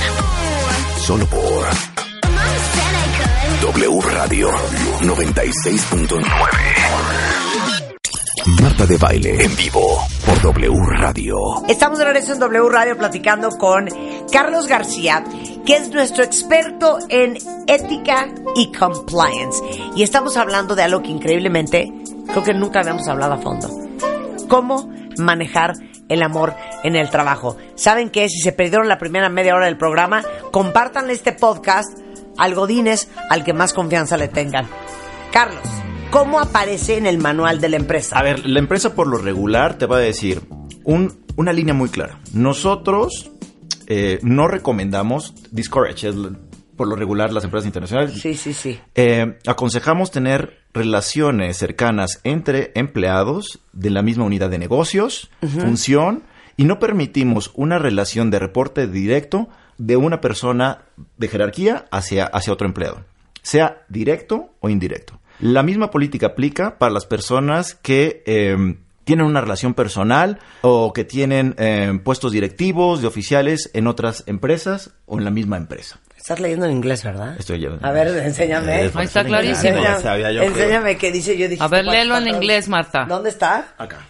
Solo por W Radio noventa y seis punto nueve. Marta de Baile en vivo por W Radio. Estamos de regreso en W Radio platicando con Carlos García, que es nuestro experto en ética y compliance. Y estamos hablando de algo que increíblemente creo que nunca habíamos hablado a fondo. Cómo manejar el amor en el trabajo. ¿Saben qué? Si se perdieron la primera media hora del programa, compártanle este podcast al Godínez, al que más confianza le tengan. Carlos, ¿cómo aparece en el manual de la empresa? A ver, la empresa por lo regular te va a decir un, una línea muy clara. Nosotros eh, no recomendamos, discourage, es l- por lo regular las empresas internacionales. Sí, sí, sí. Eh, aconsejamos tener relaciones cercanas entre empleados de la misma unidad de negocios, función, y no permitimos una relación de reporte directo de una persona de jerarquía hacia, hacia otro empleado, sea directo o indirecto. La misma política aplica para las personas que eh, tienen una relación personal o que tienen eh, puestos directivos de oficiales en otras empresas o en la misma empresa. Estás leyendo en inglés, ¿verdad? Estoy leyendo. A ver, enséñame. Eh, Ahí está clarísimo. Enséñame, Sabía yo que- enséñame qué dice. Yo dije, A ver, ¿cuál léelo en está? inglés, Marta. ¿Dónde está? Acá.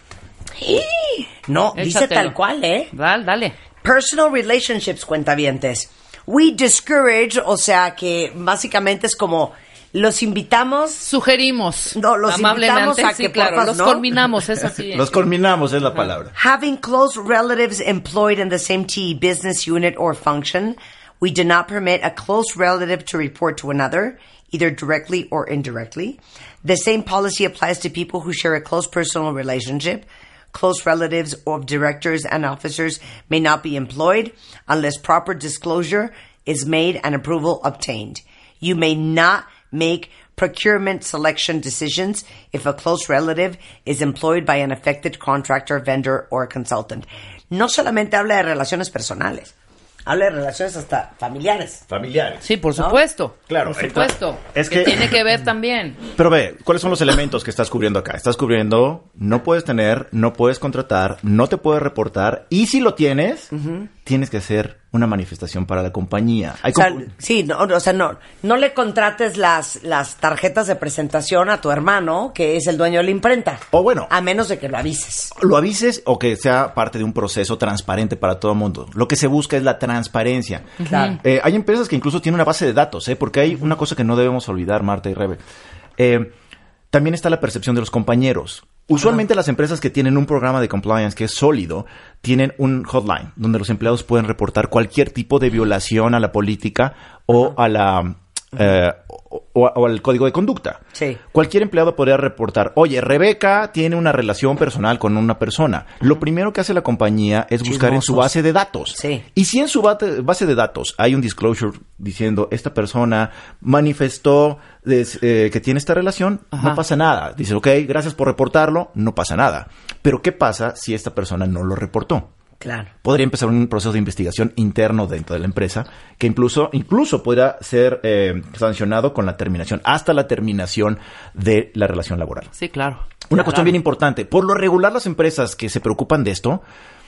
No, dice Échatelo. tal cual, ¿eh? Dale, dale. Personal relationships, cuentavientes. We discourage, o sea que básicamente es como los invitamos. Sugerimos. No, los invitamos a sí, que claro, porfas, los ¿no? combinamos, es así. Los culminamos es la palabra. Having close relatives employed in the same T E business unit or function, we do not permit a close relative to report to another, either directly or indirectly. The same policy applies to people who share a close personal relationship. Close relatives of directors and officers may not be employed unless proper disclosure is made and approval obtained. You may not make procurement selection decisions if a close relative is employed by an affected contractor, vendor, or consultant. No solamente habla de relaciones personales, habla de relaciones hasta familiares. Familiares. Sí, por ¿No? supuesto. Claro, Por supuesto. es que... que- tiene que ver también. Pero ve, ¿cuáles son los elementos que estás cubriendo acá? Estás cubriendo, no puedes tener, no puedes contratar, no te puedes reportar, y si lo tienes, tienes que hacer una manifestación para la compañía. Hay O sea, compu- sí, no, o sea, no, no le contrates las, las tarjetas de presentación a tu hermano, que es el dueño de la imprenta. O bueno. A menos de que lo avises. lo avises o que sea parte de un proceso transparente para todo el mundo. Lo que se busca es la transparencia. Claro. Eh, hay empresas que incluso tienen una base de datos, ¿eh? Porque hay una cosa que no debemos olvidar, Marta y Rebe. Eh, también está la percepción de los compañeros. Usualmente las empresas que tienen un programa de compliance que es sólido, tienen un hotline donde los empleados pueden reportar cualquier tipo de violación a la política o a la... eh, o, o- o al código de conducta. Sí. Cualquier empleado podría reportar, oye, Rebeca tiene una relación personal con una persona. Lo primero que hace la compañía es buscar en su Chismosos. base de datos. Sí. Y si en su bate- base de datos hay un disclosure diciendo, esta persona manifestó des- eh, que tiene esta relación, Ajá. no pasa nada. Dice, ok, gracias por reportarlo, no pasa nada. Pero ¿qué pasa si esta persona no lo reportó? Claro. Podría empezar un proceso de investigación interno dentro de la empresa que incluso, incluso podrá ser eh, sancionado con la terminación, hasta la terminación de la relación laboral. Sí, claro. Una Claro. cuestión bien importante. Por lo regular, las empresas que se preocupan de esto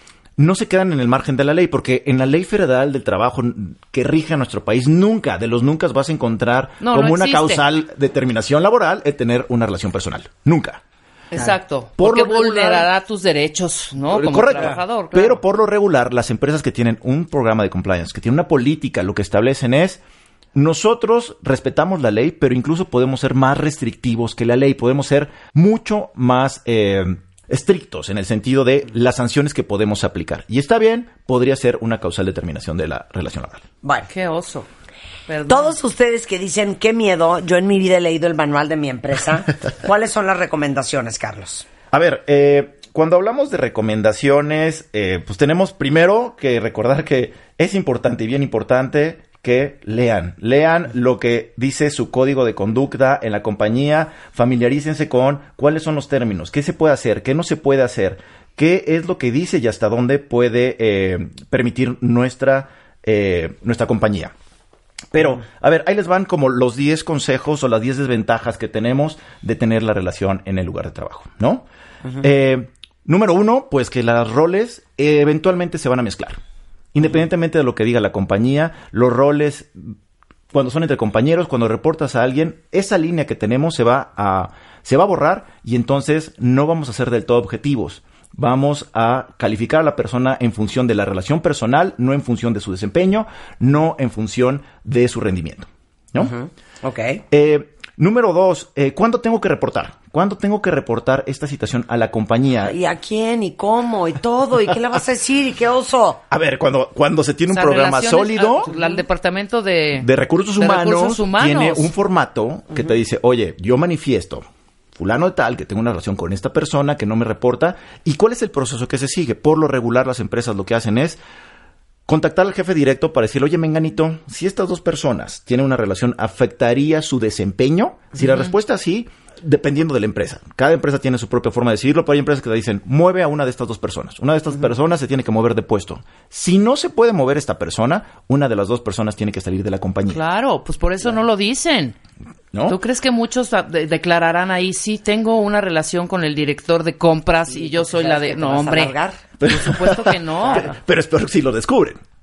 no se quedan en el margen de la ley, porque en la ley federal del trabajo que rige a nuestro país, nunca, de los nunca vas a encontrar No, como no una existe. causal de terminación laboral el tener una relación personal. Nunca. Exacto. Por Porque lo regular- vulnerará tus derechos, ¿no? Como Correcto. trabajador. Claro. Pero por lo regular, las empresas que tienen un programa de compliance, que tienen una política, lo que establecen es, nosotros respetamos la ley, pero incluso podemos ser más restrictivos que la ley. Podemos ser mucho más eh, estrictos en el sentido de las sanciones que podemos aplicar. Y está bien, podría ser una causal de terminación de la relación laboral. Bueno. Qué oso. Perdón. Todos ustedes que dicen, qué miedo, yo en mi vida he leído el manual de mi empresa. ¿Cuáles son las recomendaciones, Carlos? A ver, eh, cuando hablamos de recomendaciones, eh, pues tenemos primero que recordar que es importante y bien importante que lean. Lean lo que dice su código de conducta en la compañía, familiarícense con cuáles son los términos, qué se puede hacer, qué no se puede hacer, qué es lo que dice y hasta dónde puede eh, permitir nuestra, eh, nuestra compañía. Pero, a ver, ahí les van como los diez consejos o las diez desventajas que tenemos de tener la relación en el lugar de trabajo, ¿no? Eh, número uno, pues que los roles eh, eventualmente se van a mezclar. Independientemente de lo que diga la compañía, los roles, cuando son entre compañeros, cuando reportas a alguien, esa línea que tenemos se va a, se va a borrar y entonces no vamos a ser del todo objetivos. Vamos a calificar a la persona en función de la relación personal, no en función de su desempeño, no en función de su rendimiento, ¿no? Uh-huh. Ok. Eh, número dos, eh, ¿cuándo tengo que reportar? ¿Cuándo tengo que reportar esta situación a la compañía? ¿Y a quién? ¿Y cómo? ¿Y todo? ¿Y qué le vas a decir? ¿Y qué oso? A ver, cuando, cuando se tiene O sea, un programa relaciones sólido a- al departamento de, de recursos, de humanos, recursos humanos. tiene un formato que te dice, oye, yo manifiesto fulano de tal, que tengo una relación con esta persona, que no me reporta. ¿Y cuál es el proceso que se sigue? Por lo regular, las empresas lo que hacen es contactar al jefe directo para decirle, oye, menganito, si estas dos personas tienen una relación, ¿afectaría su desempeño? Si la respuesta es sí, dependiendo de la empresa. Cada empresa tiene su propia forma de decidirlo, pero hay empresas que te dicen, mueve a una de estas dos personas. Una de estas personas se tiene que mover de puesto. Si no se puede mover esta persona, una de las dos personas tiene que salir de la compañía. Claro, pues por eso no lo dicen. ¿No? ¿Tú crees que muchos ah, de- declararán ahí, sí, tengo una relación con el director de compras y yo soy la de... ¿Que te No, vas a hombre, largar? por supuesto que no. Pero es peor si lo descubren.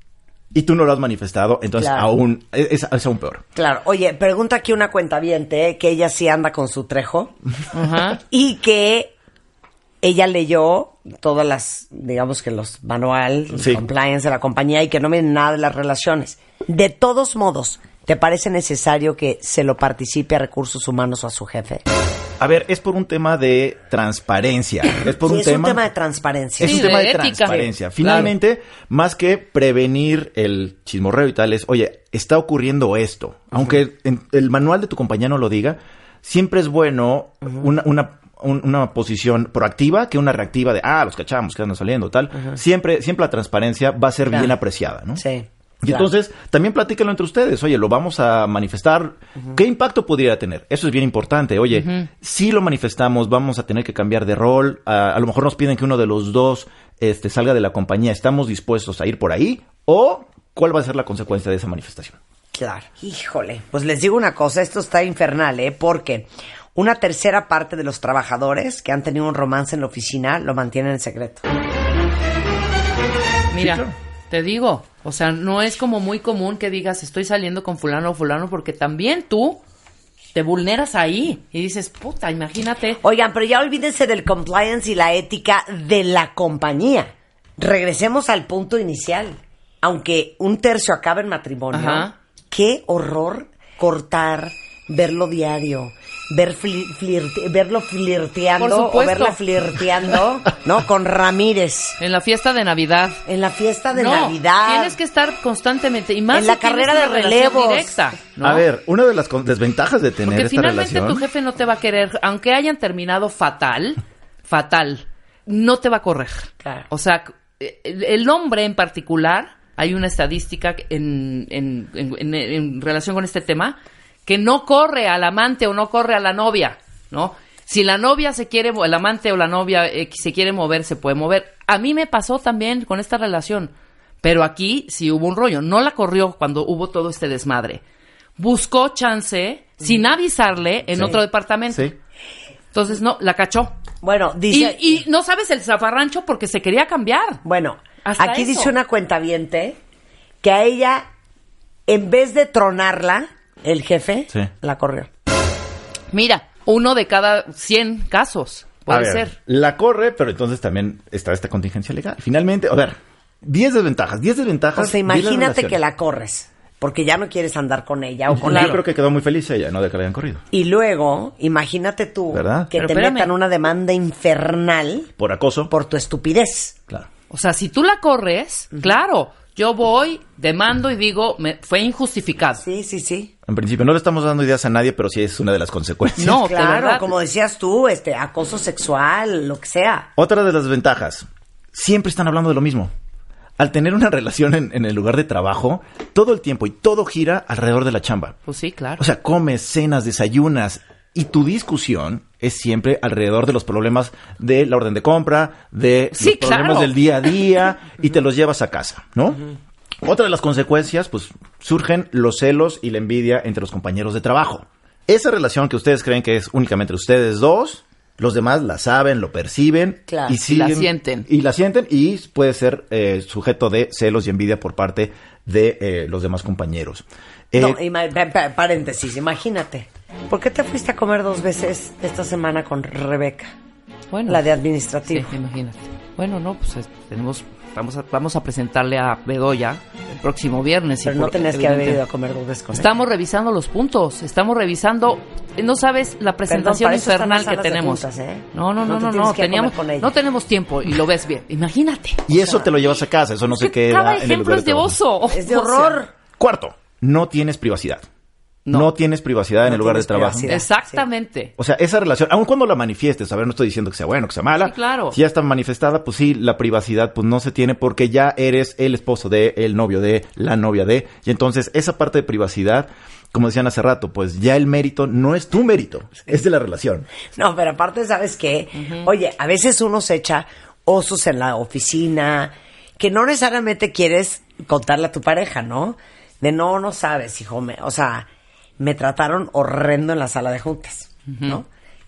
y tú no lo has manifestado, entonces Claro. aún es, es aún peor. Claro. Oye, pregunta aquí una cuentaviente, ¿eh? Que ella sí anda con su trejo Ajá. y que ella leyó todas las, digamos que los manual, Sí. compliance de la compañía y que no viene nada de las relaciones. De todos modos, ¿te parece necesario que se lo participe a recursos humanos o a su jefe? A ver, es por un tema de transparencia. Es por Sí, un es tema... un tema de transparencia. Es Sí, un tema de de, ética. transparencia. Sí, Finalmente, más que prevenir el chismorreo y tal, es, oye, está ocurriendo esto. Aunque en- el manual de tu compañía no lo diga, siempre es bueno una, una, un- una posición proactiva que una reactiva de, ah, los cachamos, que andan saliendo, tal. Siempre, siempre la transparencia va a ser Claro. bien apreciada, ¿no? Sí. Y claro. entonces, también platíquenlo entre ustedes. Oye, lo vamos a manifestar. ¿Qué impacto podría tener? Eso es bien importante. Oye, si lo manifestamos, vamos a tener que cambiar de rol. A, a lo mejor nos piden que uno de los dos este, salga de la compañía. ¿Estamos dispuestos a ir por ahí? ¿O cuál va a ser la consecuencia de esa manifestación? Claro. Híjole, pues les digo una cosa, esto está infernal, ¿eh? Porque una tercera parte de los trabajadores que han tenido un romance en la oficina lo mantienen en secreto. Mira, claro. te digo, o sea, no es como muy común que digas estoy saliendo con fulano o fulano porque también tú te vulneras ahí y dices, puta, imagínate. Oigan, pero ya olvídense del compliance y la ética de la compañía. Regresemos al punto inicial. Aunque un tercio acabe en matrimonio, Ajá. qué horror cortar, verlo diario, ver fli- flirte- verlo flirteando Por o supuesto. verla flirteando, ¿no? Con Ramírez. En la fiesta de Navidad. En la fiesta de no, Navidad. tienes que estar constantemente y más En la si tienes carrera una de relación relevos. directa, ¿no? A ver, una de las con- desventajas de tener Porque esta finalmente relación... tu jefe no te va a querer, aunque hayan terminado fatal, fatal, no te va a correr. Claro. O sea, el, el hombre en particular, hay una estadística en, en, en, en- en relación con este tema, que no corre al amante o no corre a la novia, ¿no? Si la novia se quiere, el amante o la novia eh, se quiere mover, se puede mover. A mí me pasó también con esta relación, pero aquí sí hubo un rollo. No la corrió cuando hubo todo este desmadre. Buscó chance, sin avisarle, en Sí. otro departamento. Sí. Entonces, no, la cachó. Bueno, Y, dice... y no sabes el zafarrancho porque se quería cambiar. Bueno, Hasta aquí eso. dice una cuentaviente que a ella, en vez de tronarla, el jefe Sí. la corrió. Mira, uno de cada cien casos puede A ver, ser. La corre, pero entonces también está esta contingencia legal. Finalmente, a ver, diez desventajas, diez desventajas. O sea, diez imagínate relaciones. que la corres, porque ya no quieres andar con ella o con Yo él. creo que quedó muy feliz ella, ¿no? De que la hayan corrido. Y luego, imagínate tú ¿Verdad? que Pero te espérame. metan una demanda infernal Por acoso. por tu estupidez. Claro. O sea, si tú la corres, claro, yo voy, demando y digo, me, fue injustificado. Sí, sí, sí. En principio, no le estamos dando ideas a nadie, pero sí es una de las consecuencias. No, de Claro, verdad. como decías tú, este, acoso sexual, lo que sea. Otra de las desventajas, siempre están hablando de lo mismo. Al tener una relación en, en el lugar de trabajo, todo el tiempo y todo gira alrededor de la chamba. Pues sí, claro. O sea, comes, cenas, desayunas y tu discusión es siempre alrededor de los problemas de la orden de compra, de Sí, los problemas claro. del día a día y te los llevas a casa, ¿no? Otra de las consecuencias, pues, surgen los celos y la envidia entre los compañeros de trabajo. Esa relación que ustedes creen que es únicamente ustedes dos, los demás la saben, lo perciben Claro. y siguen, Y la sienten. y la sienten y puede ser eh, sujeto de celos y envidia por parte de eh, los demás compañeros. Eh, No, ima- pa- pa- paréntesis, imagínate. ¿Por qué te fuiste a comer dos veces esta semana con Rebeca? Bueno, La de sí, administrativo. imagínate. Bueno, no, pues es- tenemos, vamos a, vamos a presentarle a Bedoya el próximo viernes. y Pero no por- tenías que haber evidente- ido a comer dos veces con ella. Estamos revisando los puntos, estamos revisando, no sabes la presentación para eso están infernal las que salas de tenemos. juntas, ¿eh? No, no, No no, te no, tienes no, que ir a teníamos, comer con ella. no tenemos tiempo y lo ves bien. Imagínate. y eso te lo llevas a casa, eso no se queda Cada en el ejemplo lugar es de trabajo. oso. Es de O sea, horror. Cuarto, no tienes privacidad. No, No. tienes privacidad en No el lugar de tienes trabajo. privacidad. Exactamente. O sea, esa relación, aun cuando la manifiestes, a ver, no estoy diciendo que sea bueno, que sea mala. Sí, claro. Si ya está manifestada, pues sí, la privacidad pues no se tiene porque ya eres el esposo de, el novio de, la novia de. Y entonces esa parte de privacidad, como decían hace rato, pues ya el mérito no es tu mérito, es de la relación. No, pero aparte, ¿sabes qué? Oye, a veces uno se echa osos en la oficina que no necesariamente quieres contarle a tu pareja, ¿no? De no, no sabes, hijo, me, o sea, me trataron horrendo en la sala de juntas, ¿no?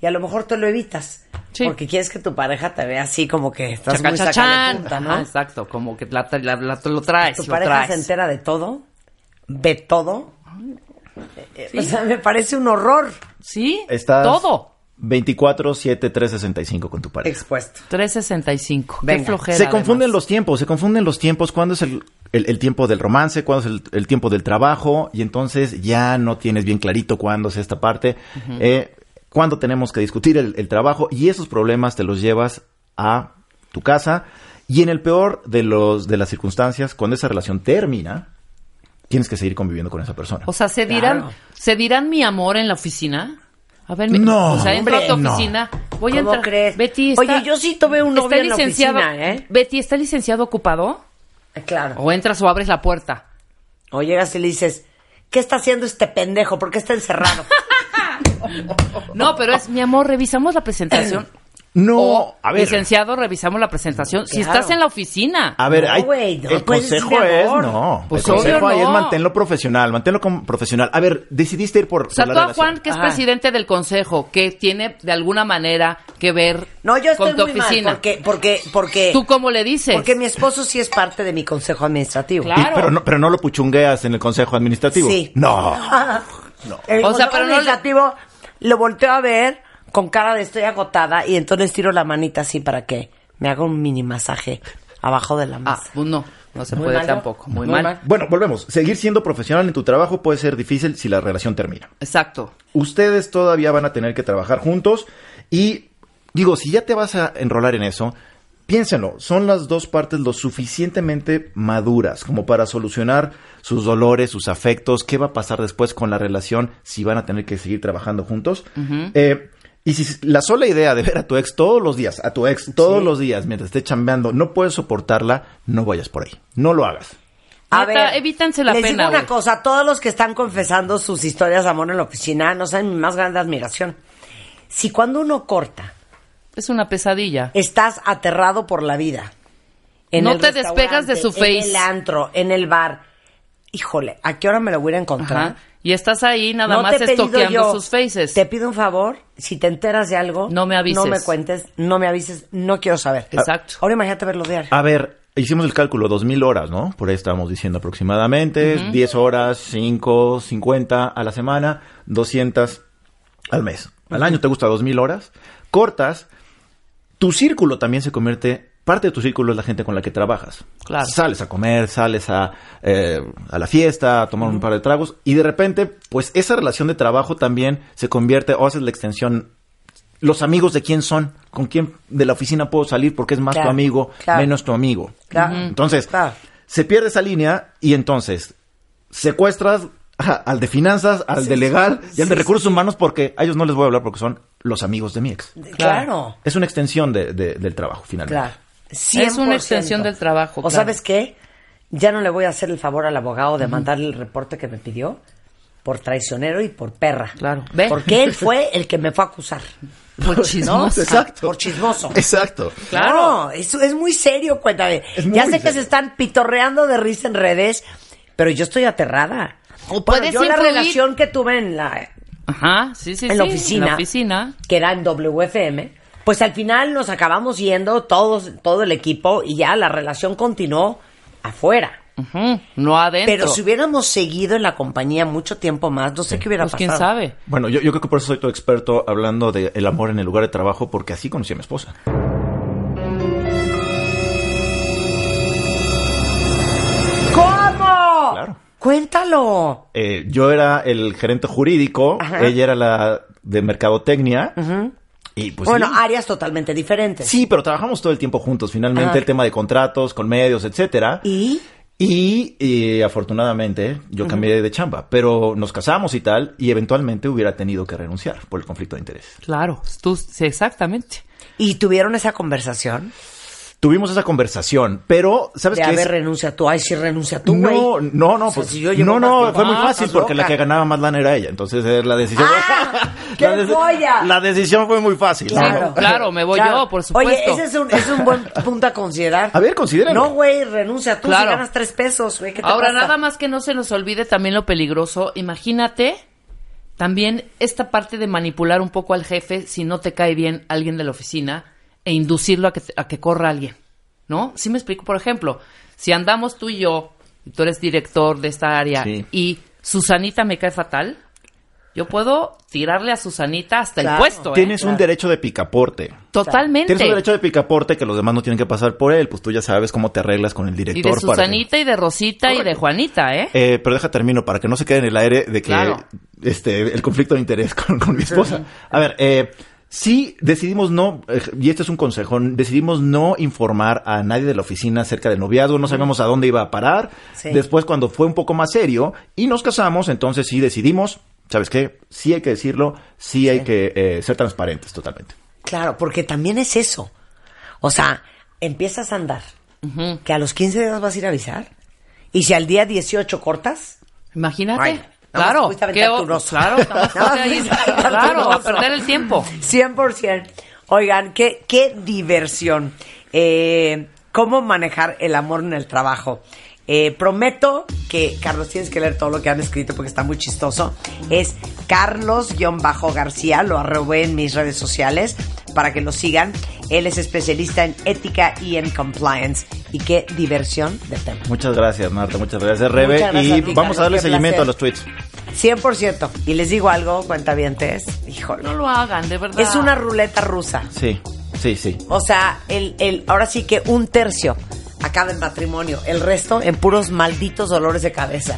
y a lo mejor te lo evitas. Sí. Porque quieres que tu pareja te vea así como que estás muy Chacachachán. sacada de punta, ¿no? Ajá, exacto, como que la, la, la- lo traes, Tu lo pareja traes. se entera de todo, ve todo. Eh, O sea, me parece un horror. Sí, Estás todo. veinticuatro siete tres sesenta y cinco con tu pareja. Expuesto. trescientos sesenta y cinco. Qué Venga. flojera. Se confunden además. los tiempos, se confunden los tiempos. ¿Cuándo es el, el- el tiempo del romance? ¿Cuándo es el, el tiempo del trabajo? Y entonces ya no tienes bien clarito cuándo es esta parte. Eh, cuándo tenemos que discutir el, el trabajo. Y esos problemas te los llevas a tu casa. Y en el peor de los de las circunstancias, cuando esa relación termina, tienes que seguir conviviendo con esa persona. O sea, ¿se dirán, Claro. ¿se dirán mi amor en la oficina? A ver, mi- No, o sea, entro a tu hombre, no. oficina, voy a ¿Cómo entrar. crees? Betty, está- Oye, yo sí tuve un novio está en la licenciado, oficina, ¿eh? Betty, ¿está el licenciado ocupado? Eh, Claro. O entras o abres la puerta. O llegas y le dices, ¿qué está haciendo este pendejo? ¿Por qué está encerrado? No, pero es, mi amor, revisamos la presentación. No, O, a ver. licenciado, revisamos la presentación. Si Claro. estás en la oficina. A ver, No, hay- güey, no el puedes consejo decir es, amor. no, Pues el consejo obvio ahí es no. manténlo profesional, manténlo como profesional. A ver, decidiste ir por, O sea, por tú la a relación. Juan, que es Ajá. presidente del consejo, que tiene de alguna manera que ver No, yo estoy con tu muy mal oficina. porque, porque, porque, ¿Tú cómo le dices? porque mi esposo sí es parte de mi consejo administrativo. Claro. Y- pero, no, pero no lo puchungueas en el consejo administrativo. Sí. No. El O sea, consejo pero no le- administrativo lo volteo a ver con cara de estoy agotada y entonces tiro la manita así para que me haga un mini masaje abajo de la Ah, mesa. pues no, no se Muy puede mal, ¿no? tampoco. Muy, Muy mal. mal. Bueno, volvemos. Seguir siendo profesional en tu trabajo puede ser difícil si la relación termina. Exacto. Ustedes todavía van a tener que trabajar juntos y digo, si ya te vas a enrolar en eso, piénsenlo, son las dos partes lo suficientemente maduras como para solucionar sus dolores, sus afectos, qué va a pasar después con la relación, si van a tener que seguir trabajando juntos. Eh, y si la sola idea de ver a tu ex todos los días, a tu ex todos Sí. los días mientras esté chambeando, no puedes soportarla, no vayas por ahí, no lo hagas. A Neta, ver, evítanse la les pena, digo una güey. cosa, todos los que están confesando sus historias de amor en la oficina no saben mi más grande admiración. Si cuando uno corta, Es una pesadilla. estás aterrado por la vida. No el te despegas de su restaurante, face. En el antro, en el bar. Híjole, ¿a qué hora me lo voy a encontrar? Ajá. Y estás ahí nada No más te he pedido estoqueando yo. sus faces. Te pido un favor, si te enteras de algo, No me avises. no me cuentes, no me avises, no quiero saber. Exacto. Ahora imagínate verlo diario. A ver, hicimos el cálculo, dos mil horas, ¿no? Por ahí estábamos diciendo aproximadamente, diez horas, cinco, cincuenta a la semana, doscientas al mes. Al año te gusta dos mil horas, cortas, tu círculo también se convierte, parte de tu círculo es la gente con la que trabajas. Claro. Sales a comer, sales a, eh, a la fiesta, a tomar un par de tragos, y de repente, pues esa relación de trabajo también se convierte, o haces la extensión. Los amigos de quién son, con quién de la oficina puedo salir porque es más Claro, tu amigo, claro. menos tu amigo. Claro. Entonces, Claro. se pierde esa línea y entonces secuestras a- al de finanzas, al de legal y al de sí, recursos humanos porque a ellos no les voy a hablar porque son los amigos de mi ex. Claro, Es una extensión de, de- del trabajo, finalmente. claro. Es una extensión del trabajo, O claro. ¿sabes qué? Ya no le voy a hacer el favor al abogado de mandarle el reporte que me pidió por traicionero y por perra. Claro. ¿Ve? Porque él fue el que me fue a acusar. Por ¿No? chismosa. Exacto. Por chismoso. Exacto. Claro. No, eso es muy serio, cuéntame. Es muy Ya sé que serio. se están pitorreando de risa en redes, pero yo estoy aterrada. O Bueno, puedes yo la influir- relación que tuve en la, Ajá, sí, sí, en sí. la oficina, En la oficina. que era en W F M, pues al final nos acabamos yendo todos, todo el equipo y ya la relación continuó afuera. Ujú, no adentro. Pero si hubiéramos seguido en la compañía mucho tiempo más, no sé qué hubiera Pues pasado. quién sabe. Bueno, yo, yo creo que por eso soy tu experto hablando del amor en el lugar de trabajo porque así conocí a mi esposa. ¿Cómo? Claro. Cuéntalo. Eh, yo era el gerente jurídico, Ajá. ella era la de mercadotecnia. Y pues bueno, sí. áreas totalmente diferentes. Sí, pero trabajamos todo el tiempo juntos. Finalmente, Ajá. el tema de contratos con medios, etcétera. ¿Y? Y, y, afortunadamente yo cambié de chamba, pero nos casamos y tal, y eventualmente hubiera tenido que renunciar por el conflicto de interés. Claro, tú, sí, exactamente. ¿Y tuvieron esa conversación? Tuvimos esa conversación, pero ¿sabes De qué? a ver, es? renuncia tú. Ay, sí, renuncia tú, güey. No, no, no, O sea, pues, si yo llevo no, más no, tiempo- fue muy Ah, fácil estás porque la loca. que ganaba más lana era ella, entonces eh, la decisión, ¡Ah! ¡Qué la, deci- joya! la decisión fue muy fácil. Claro. Claro, me voy yo, por supuesto. Oye, ese es un, es un buen punto a considerar. A ver, considéralo. No, güey, renuncia tú Claro. si ganas tres pesos, güey. ¿Qué te Ahora, pasa? nada más que no se nos olvide también lo peligroso. Imagínate también esta parte de manipular un poco al jefe si no te cae bien alguien de la oficina e inducirlo a que, a que corra a alguien, ¿no? Sí me explico, por ejemplo, si andamos tú y yo, y tú eres director de esta área, sí. y Susanita me cae fatal, yo puedo tirarle a Susanita hasta claro. el puesto. ¿eh? Tienes claro. un derecho de picaporte. Totalmente. Tienes un derecho de picaporte que los demás no tienen que pasar por él. Pues tú ya sabes cómo te arreglas con el director. Y de Susanita para que... y de Rosita Correcto. y de Juanita, ¿eh? ¿eh? Pero deja termino para que no se quede en el aire de que claro. este el conflicto de interés con, con mi esposa. A ver, eh... sí, decidimos no, y este es un consejo, decidimos no informar a nadie de la oficina acerca del noviazgo, no sabíamos a dónde iba a parar. Sí. Después, cuando fue un poco más serio y nos casamos, entonces sí decidimos, ¿sabes qué? Sí hay que decirlo, sí, sí. hay que eh, ser transparentes totalmente. Claro, porque también es eso. O sea, empiezas a andar, uh-huh. que a los quince días vas a ir a avisar, y si al día dieciocho cortas... Imagínate... Ay, Claro, ¿qué o... claro, ahí. Claro, a perder el tiempo. cien por ciento. Oigan, qué, qué diversión. Eh, ¿Cómo manejar el amor en el trabajo? Eh, prometo que, Carlos, tienes que leer todo lo que han escrito porque está muy chistoso. Es Carlos-García, lo arrobé en mis redes sociales para que lo sigan. Él es especialista en ética y en compliance. Y qué diversión de tema. Muchas gracias, Marta, muchas gracias, Rebe. Muchas gracias y a ti, vamos Carlos, a darle seguimiento placer. a los tweets. cien por ciento. Y les digo algo, cuentavientes. Híjole. No lo hagan, de verdad. Es una ruleta rusa. Sí, sí, sí. O sea, el, el, ahora sí que un tercio acaba en matrimonio. El resto en puros malditos dolores de cabeza.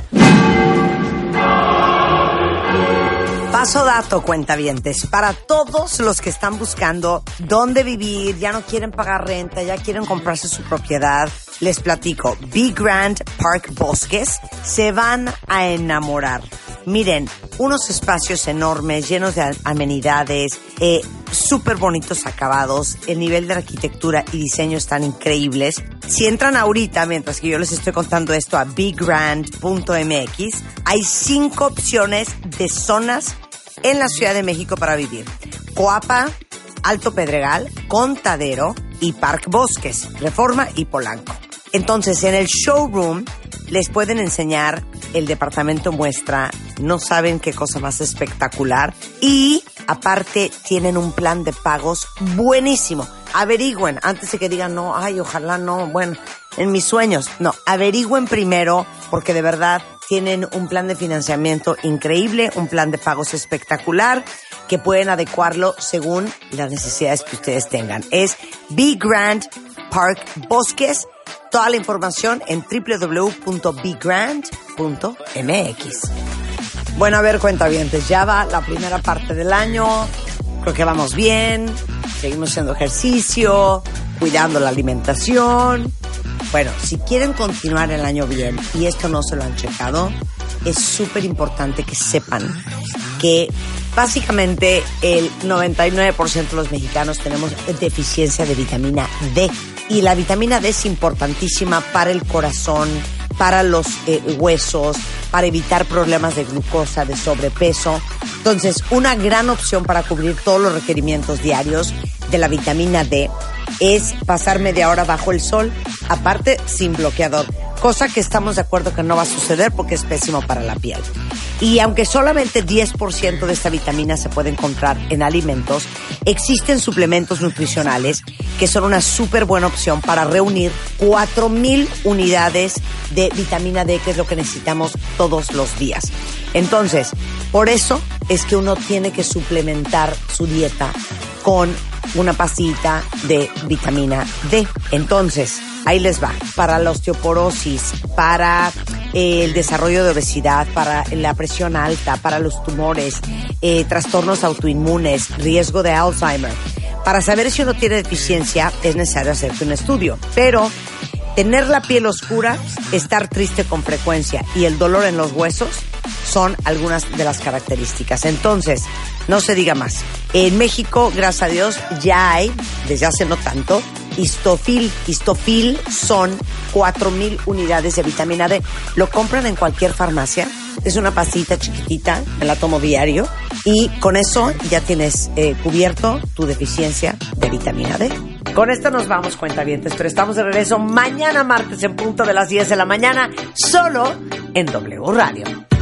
Paso dato, cuentavientes. Para todos los que están buscando dónde vivir, ya no quieren pagar renta, ya quieren comprarse su propiedad, les platico. Be Grand Park Bosques se van a enamorar. Miren, unos espacios enormes, llenos de amenidades, eh, súper bonitos acabados. El nivel de arquitectura y diseño están increíbles. Si entran ahorita, mientras que yo les estoy contando esto, a be grand punto m x, hay cinco opciones de zonas en la Ciudad de México para vivir. Coapa, Alto Pedregal, Contadero y Park Bosques, Reforma y Polanco. Entonces, en el showroom les pueden enseñar el departamento muestra, no saben qué cosa más espectacular y aparte tienen un plan de pagos buenísimo. Averigüen antes de que digan, no, ay, ojalá no, bueno, en mis sueños. No, averigüen primero porque de verdad tienen un plan de financiamiento increíble, un plan de pagos espectacular que pueden adecuarlo según las necesidades que ustedes tengan. Es Be Grand Park Bosques. Toda la información en doble u doble u doble u punto be grand punto m x. Bueno, a ver, cuentavientes, ya va la primera parte del año. Creo que vamos bien. Seguimos haciendo ejercicio, cuidando la alimentación. Bueno, si quieren continuar el año bien y esto no se lo han checado, es súper importante que sepan que básicamente el noventa y nueve por ciento de los mexicanos tenemos deficiencia de vitamina D. Y la vitamina D es importantísima para el corazón, para los eh, huesos, para evitar problemas de glucosa, de sobrepeso. Entonces, una gran opción para cubrir todos los requerimientos diarios de la vitamina D es pasar media hora bajo el sol, aparte sin bloqueador, cosa que estamos de acuerdo que no va a suceder porque es pésimo para la piel. Y aunque solamente diez por ciento de esta vitamina se puede encontrar en alimentos, existen suplementos nutricionales que son una súper buena opción para reunir cuatro mil unidades de vitamina D, que es lo que necesitamos todos los días. Entonces, por eso es que uno tiene que suplementar su dieta con una pastillita de vitamina D. Entonces, ahí les va. Para la osteoporosis, para eh, el desarrollo de obesidad, para la presión alta, para los tumores, eh, trastornos autoinmunes, riesgo de Alzheimer. Para saber si uno tiene deficiencia, es necesario hacerte un estudio. Pero tener la piel oscura, estar triste con frecuencia y el dolor en los huesos son algunas de las características. Entonces, no se diga más. En México, gracias a Dios, ya hay, desde hace no tanto, Histofil. Histofil son cuatro mil unidades de vitamina D. Lo compran en cualquier farmacia. Es una pastita chiquitita, me la tomo diario. Y con eso ya tienes eh, cubierto tu deficiencia de vitamina D. Con esto nos vamos, cuentavientes, pero estamos de regreso mañana martes en punto de las diez de la mañana, solo en W Radio.